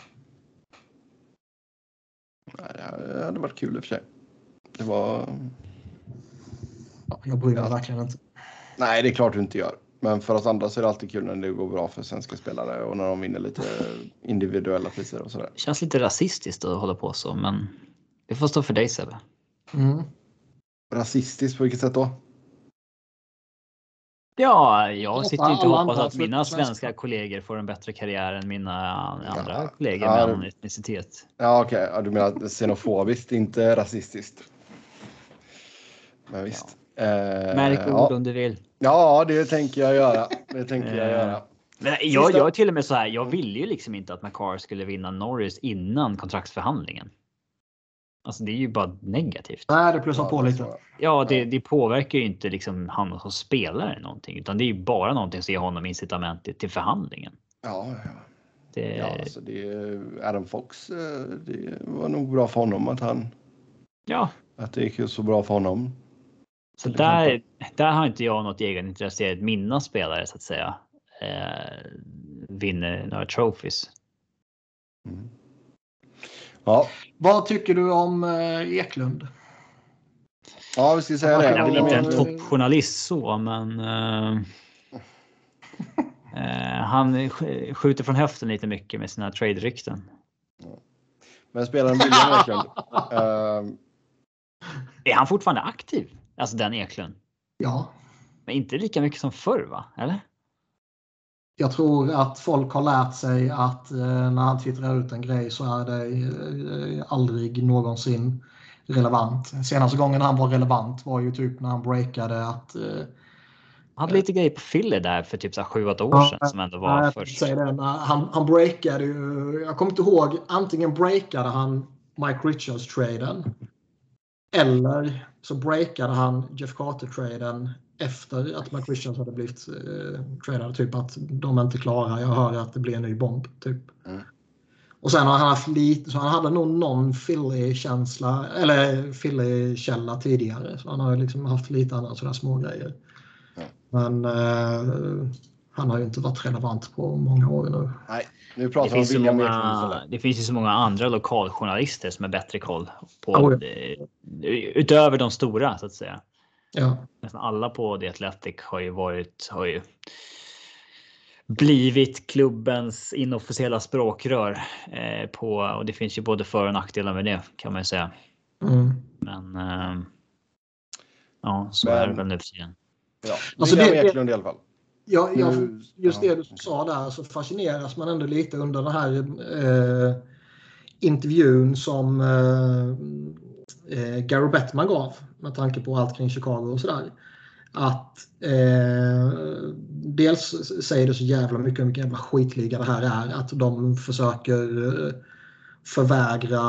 Nej, det hade varit kul i och för sig. Det var... Ja, jag bryr mig ja. verkligen inte. Nej, det är klart du inte gör. Men för oss andra så är det alltid kul när det går bra för svenska spelare och när de vinner lite individuella priser och sådär. Det känns lite rasistiskt att hålla på så, men det får stå för dig, Sebbe. Mm. Rasistiskt på vilket sätt då? Ja, jag sitter ju inte och hoppas att mina svenska kollegor får en bättre karriär än mina andra ja, kollegor med ja, annan etnicitet. Ja, okej. Okay. Ja, du menar xenofobiskt, inte rasistiskt. Men visst. Ja. Eh, Märk ord ja. om du vill. Ja, det tänker jag göra. Det tänker jag göra. Men jag, jag är till och med så här, jag ville ju liksom inte att McCarr skulle vinna Norris innan kontraktsförhandlingen. Alltså det är ju bara negativt. Nej, det plussar på lite. Ja, det, det påverkar ju inte liksom han som spelare någonting, utan det är ju bara någonting som ger honom incitament till förhandlingen. Ja, ja. Det... Ja, alltså det Adam Fox, det var nog bra för honom att han ja. Att det gick så bra för honom. Så där, där har inte jag något egen intresse i att mina spelare så att säga eh, vinner några trophies. Mm. Ja. Vad tycker du om eh, Eklund? Ja, vi ska säga det. Jag är inte en toppjournalist så, men eh, eh, han skjuter från höften lite mycket med sina trade-rykten. Ja. Men spelar en William Eklund? uh... Är han fortfarande aktiv? Alltså den Eklund? Ja. Men inte lika mycket som förr, va? Eller? jag tror att folk har lärt sig att eh, när han twittrar ut en grej så är det eh, aldrig någonsin relevant. Senaste gången han var relevant var ju typ när han breakade att... Eh, han hade lite grejer på Philly där för typ så sju åtta år sedan ja, som ändå var ja, först. Det, han, han breakade ju... Jag kommer inte ihåg, antingen breakade han Mike Richards-traden eller så breakade han Jeff Carter-traden efter att Mike Richards hade blivit eh, tradad. Typ att de är inte klara. Jag hör att det blir en ny bomb. Typ. Mm. Och sen har han haft lite, så han hade nog någon Philly-känsla eller Philly-källa tidigare. Så han har liksom haft lite andra sådana små grejer. Mm. Men eh, han har ju inte varit relevant på många år nu. Nej, nu pratar det, finns många, många, det finns ju så många andra lokaljournalister som är bättre koll på oh, ja. utöver de stora så att säga. Ja. Nästan alla på The Athletic har ju varit har ju blivit klubbens inofficiella språkrör eh, på, och det finns ju både för- och nackdelar med det kan man ju säga. Mm. Men eh, ja, så Men, är det väl nu för tiden. Ja, alltså det är Eklund i alla fall. Ja, jag, just det du sa där så fascineras man ändå lite under den här eh, intervjun som eh, Gary Bettman gav med tanke på allt kring Chicago och sådär. Att eh, dels säger det så jävla mycket om vilken jävla skitliga det här är. Att de försöker eh, förvägra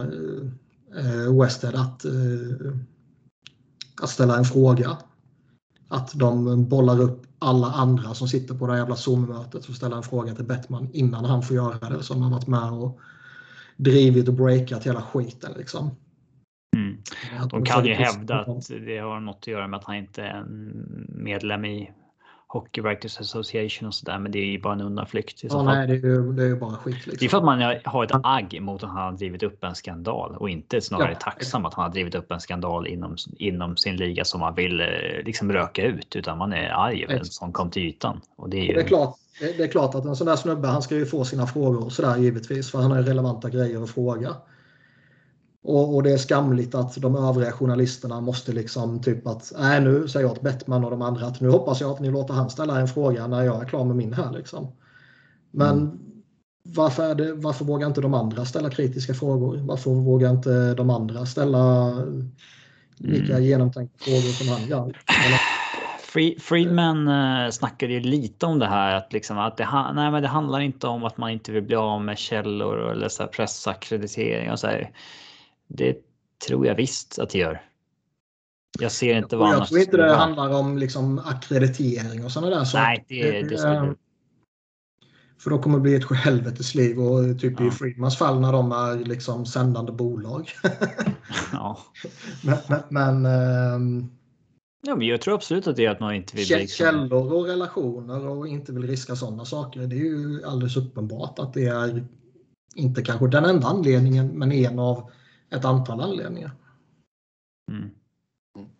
eh, Westhead att, eh, att ställa en fråga. Att de bollar upp alla andra som sitter på det här jävla Zoom-mötet för att ställa en fråga till Bettman innan han får göra det. Som har varit med och drivit och breakat hela skiten liksom. Mm. De kan ju hävda att det har något att göra med att han inte är en medlem i Hockey Writers Association och sådär, men det är ju bara en undanflykt. Ja, nej, det är ju, det är ju bara skit. Liksom. Det är för att man har ett agg mot att han har drivit upp en skandal och inte snarare ja. tacksam att han har drivit upp en skandal inom, inom sin liga som man vill liksom röka ut, utan man är arg över en som kom till ytan. Och det är ju... det är klart. Det är klart att en sån där snubbe, han ska ju få sina frågor och sådär givetvis, för han har relevanta grejer att fråga. Och, och det är skamligt att de övriga journalisterna måste liksom typ att nej, nu säger jag åt Bettman och de andra att nu hoppas jag att ni låter han ställa en fråga när jag är klar med min här liksom. Men mm. varför, är det, varför vågar inte de andra ställa kritiska frågor? Varför vågar inte de andra ställa lika mm. genomtänkta frågor som han gör? Eller? Friedman uh, snackade ju lite om det här att, liksom, att det, nej, men det handlar inte om att man inte vill bli av med källor eller så här pressakkreditering och så här. Det tror jag visst att det gör. Jag ser inte vad Jag tror inte det handlar om liksom akkreditering och sådana där saker. Nej, det, det skulle... För då kommer det bli ett helvetesliv och typ ja. i Friedmans fall när de är liksom sändande bolag. ja. Men... men, men ähm... Ja, men jag tror absolut att det är att man inte vill bli liksom... källor och relationer och inte vill riska sådana saker. Det är ju alldeles uppenbart att det är inte kanske den enda anledningen, men en av ett antal anledningar. Mm. Mm.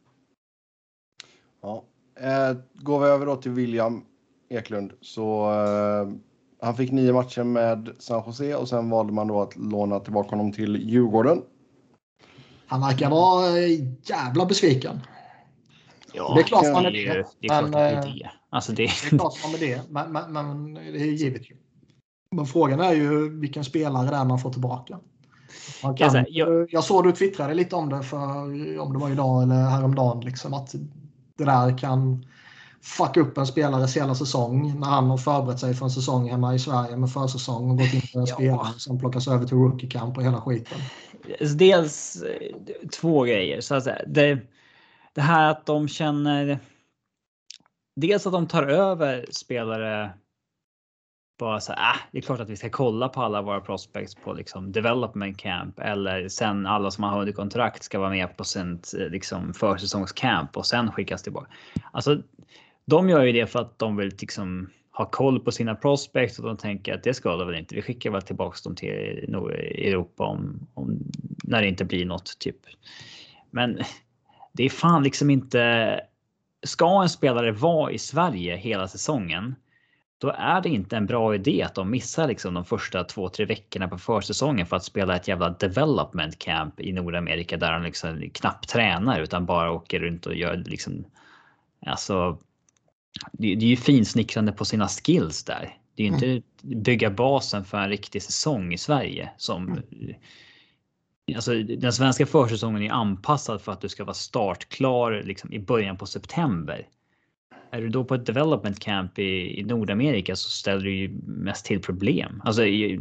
Ja. Eh, går vi över då till William Eklund, så eh, han fick nio matcher med San Jose och sen valde man då att låna tillbaka honom till Djurgården. Han verkar vara jävla besviken. Ja, det är klart man är det. Det är klart det är det. Alltså det... det är klart man är det, men, men, men det är givet ju. Men frågan är ju vilken spelare det är man får tillbaka. Man kan, jag, jag... jag såg du twittrade lite om det för om det var idag eller häromdagen liksom, att det där kan fucka upp en spelares hela säsong när han har förberett sig för en säsong hemma i Sverige med försäsong och gått in för en ja. spelare som plockas över till rookie camp och hela skiten. Dels två grejer så att säga. Det, det här att de känner dels att de tar över spelare bara så här, äh, det är klart att vi ska kolla på alla våra prospects på liksom development camp, eller sen alla som har under kontrakt ska vara med på sin liksom försäsongscamp och sen skickas tillbaka. Alltså de gör ju det för att de vill liksom ha koll på sina prospects och de tänker att det ska de väl inte. Vi skickar väl tillbaka dem till Europa om, om när det inte blir något typ. Men det är fan liksom inte, ska en spelare vara i Sverige hela säsongen, då är det inte en bra idé att de missar liksom de första två, tre veckorna på försäsongen för att spela ett jävla development camp i Nordamerika där de liksom knappt tränar utan bara åker runt och gör liksom, alltså det, det är ju finsnickrande på sina skills där. Det är ju inte mm. bygga basen för en riktig säsong i Sverige som mm. Alltså, den svenska försäsongen är anpassad för att du ska vara startklar liksom, i början på september. Är du då på ett development camp i, i Nordamerika så ställer du ju mest till problem. Alltså, i,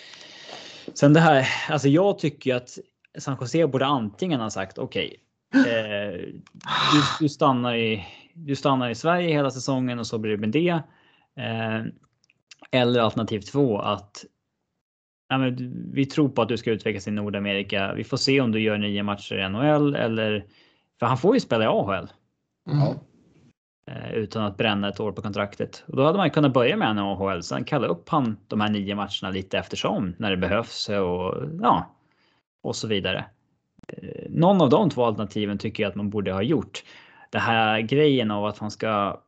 sen det här, alltså jag tycker att San Jose borde antingen ha sagt okej, okay, eh, du, du, stannar i, du stannar i Sverige hela säsongen och så blir det med det. Eh, eller alternativ två att ja, men vi tror på att du ska utvecklas i Nordamerika. Vi får se om du gör nio matcher i N H L eller för han får ju spela i A H L. Mm. Utan att bränna ett år på kontraktet. Och då hade man kunnat börja med en A H L. Sen kalla upp han de här nio matcherna lite eftersom när det behövs och ja och så vidare. Någon av de två alternativen tycker jag att man borde ha gjort. Det här grejen av att han ska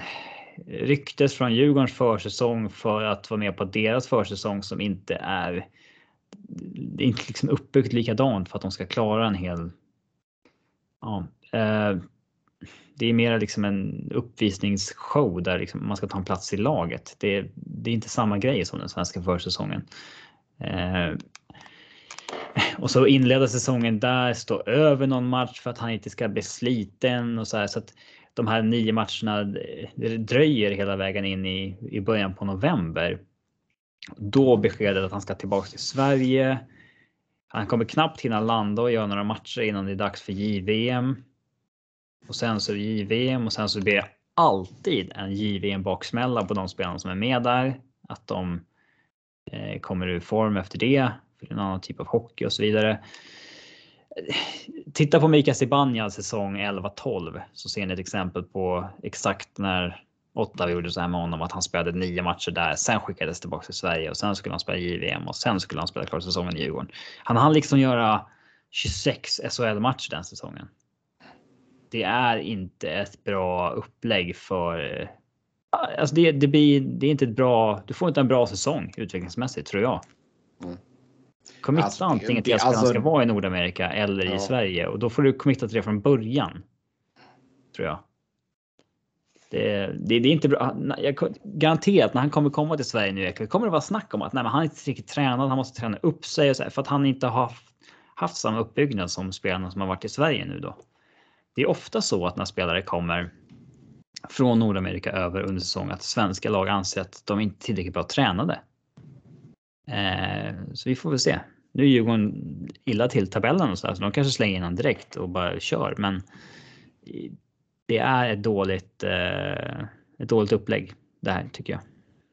ryktes från Djurgårdens försäsong för att vara med på deras försäsong som inte är det är inte liksom uppbyggt likadant för att de ska klara en hel ja, eh, det är mer liksom en uppvisningsshow där liksom man ska ta en plats i laget. Det, det är inte samma grej som den svenska försäsongen. Eh, och så inleda säsongen där, stå över någon match för att han inte ska bli sliten och så här, så att de här nio matcherna det dröjer hela vägen in i, i början på november. Då beskedet att han ska tillbaka till Sverige. Han kommer knappt hinna landa och göra några matcher innan det är dags för J V M. Och sen så J V M och sen så blir det alltid en J V M-baksmälla på de spelarna som är med där. Att de eh, kommer ur form efter det. För en annan typ av hockey och så vidare. Titta på Mika Zibanejad säsong elva tolv så ser ni ett exempel på exakt när Ottawa gjorde så här med honom att han spelade nio matcher där, sen skickades tillbaka till Sverige och sen skulle han spela J V M och sen skulle han spela klart säsongen i Djurgården. Han hann liksom göra tjugosex S H L-matcher den säsongen. Det är inte ett bra upplägg för alltså det, det blir det är inte ett bra du får inte en bra säsong utvecklingsmässigt tror jag. Mm. Committa alltså, antingen till att alltså, han ska vara i Nordamerika eller ja. i Sverige och då får du committa till det från början. Tror jag. Det, det, det är inte bra. Jag garanterar att när han kommer komma till Sverige nu kommer det vara snack om att nej, men han är inte riktigt tränad, han måste träna upp sig och så här, för att han inte har haft samma uppbyggnad som spelarna som har varit i Sverige nu då. Det är ofta så att när spelare kommer från Nordamerika över under säsong att svenska lag anser att de inte är tillräckligt bra tränade. Eh, så vi får väl se. Nu är Djurgården illa till tabellen och så, där, så de kanske slänger in han direkt och bara kör. Men det är ett dåligt, eh, ett dåligt upplägg det här tycker jag.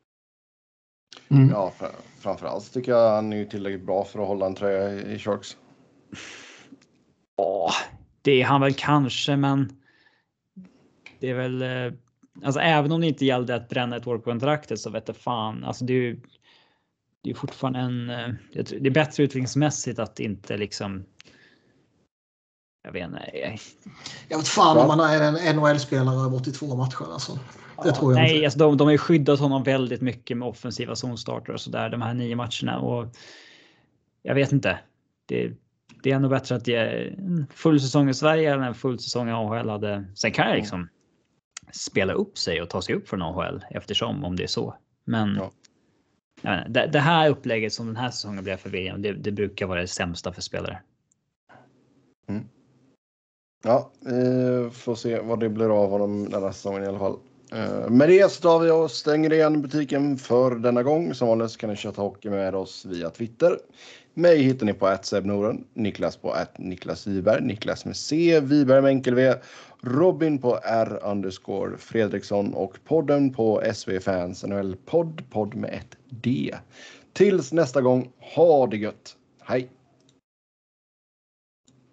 Mm. Ja, för, framförallt tycker jag han är tillräckligt bra för att hålla en tröja i, i Sharks. Ja, det är han väl kanske, men det är väl eh, alltså även om det inte gällde att bränna ett år på kontraktet så vet jag fan, alltså det är ju det är fortfarande en det är bättre utvecklingsmässigt att inte liksom jag vet inte. Jag, jag vet fan om man är en N H L-spelare över åttiotvå matcher alltså. Det ja, tror jag nej, alltså de, de har ju skyddat honom väldigt mycket med offensiva zonstarter och så där de här nio matcherna och jag vet inte. Det, det är nog bättre att ge en full säsong i Sverige än en full säsong i A H L hade. Sen kan jag liksom spela upp sig och ta sig upp från A H L eftersom om det är så. Men ja. Ja, det, det här upplägget som den här säsongen blev för V M, det, det brukar vara det sämsta för spelare. Mm. Ja, vi får se vad det blir av honom den här säsongen i alla fall. Uh, med det så tar vi och stänger igen butiken för denna gång. Som vanligt kan ni köta hockey med oss via Twitter. Mig hittar ni på at sebnoren, Niklas på at Niklas Wiberg, Niklas med C, Wiberg med enkel V, Robin på R underscore Fredriksson och podden på S V Fans N H L podd, podd med ett D. Tills nästa gång, ha det gött. Hej!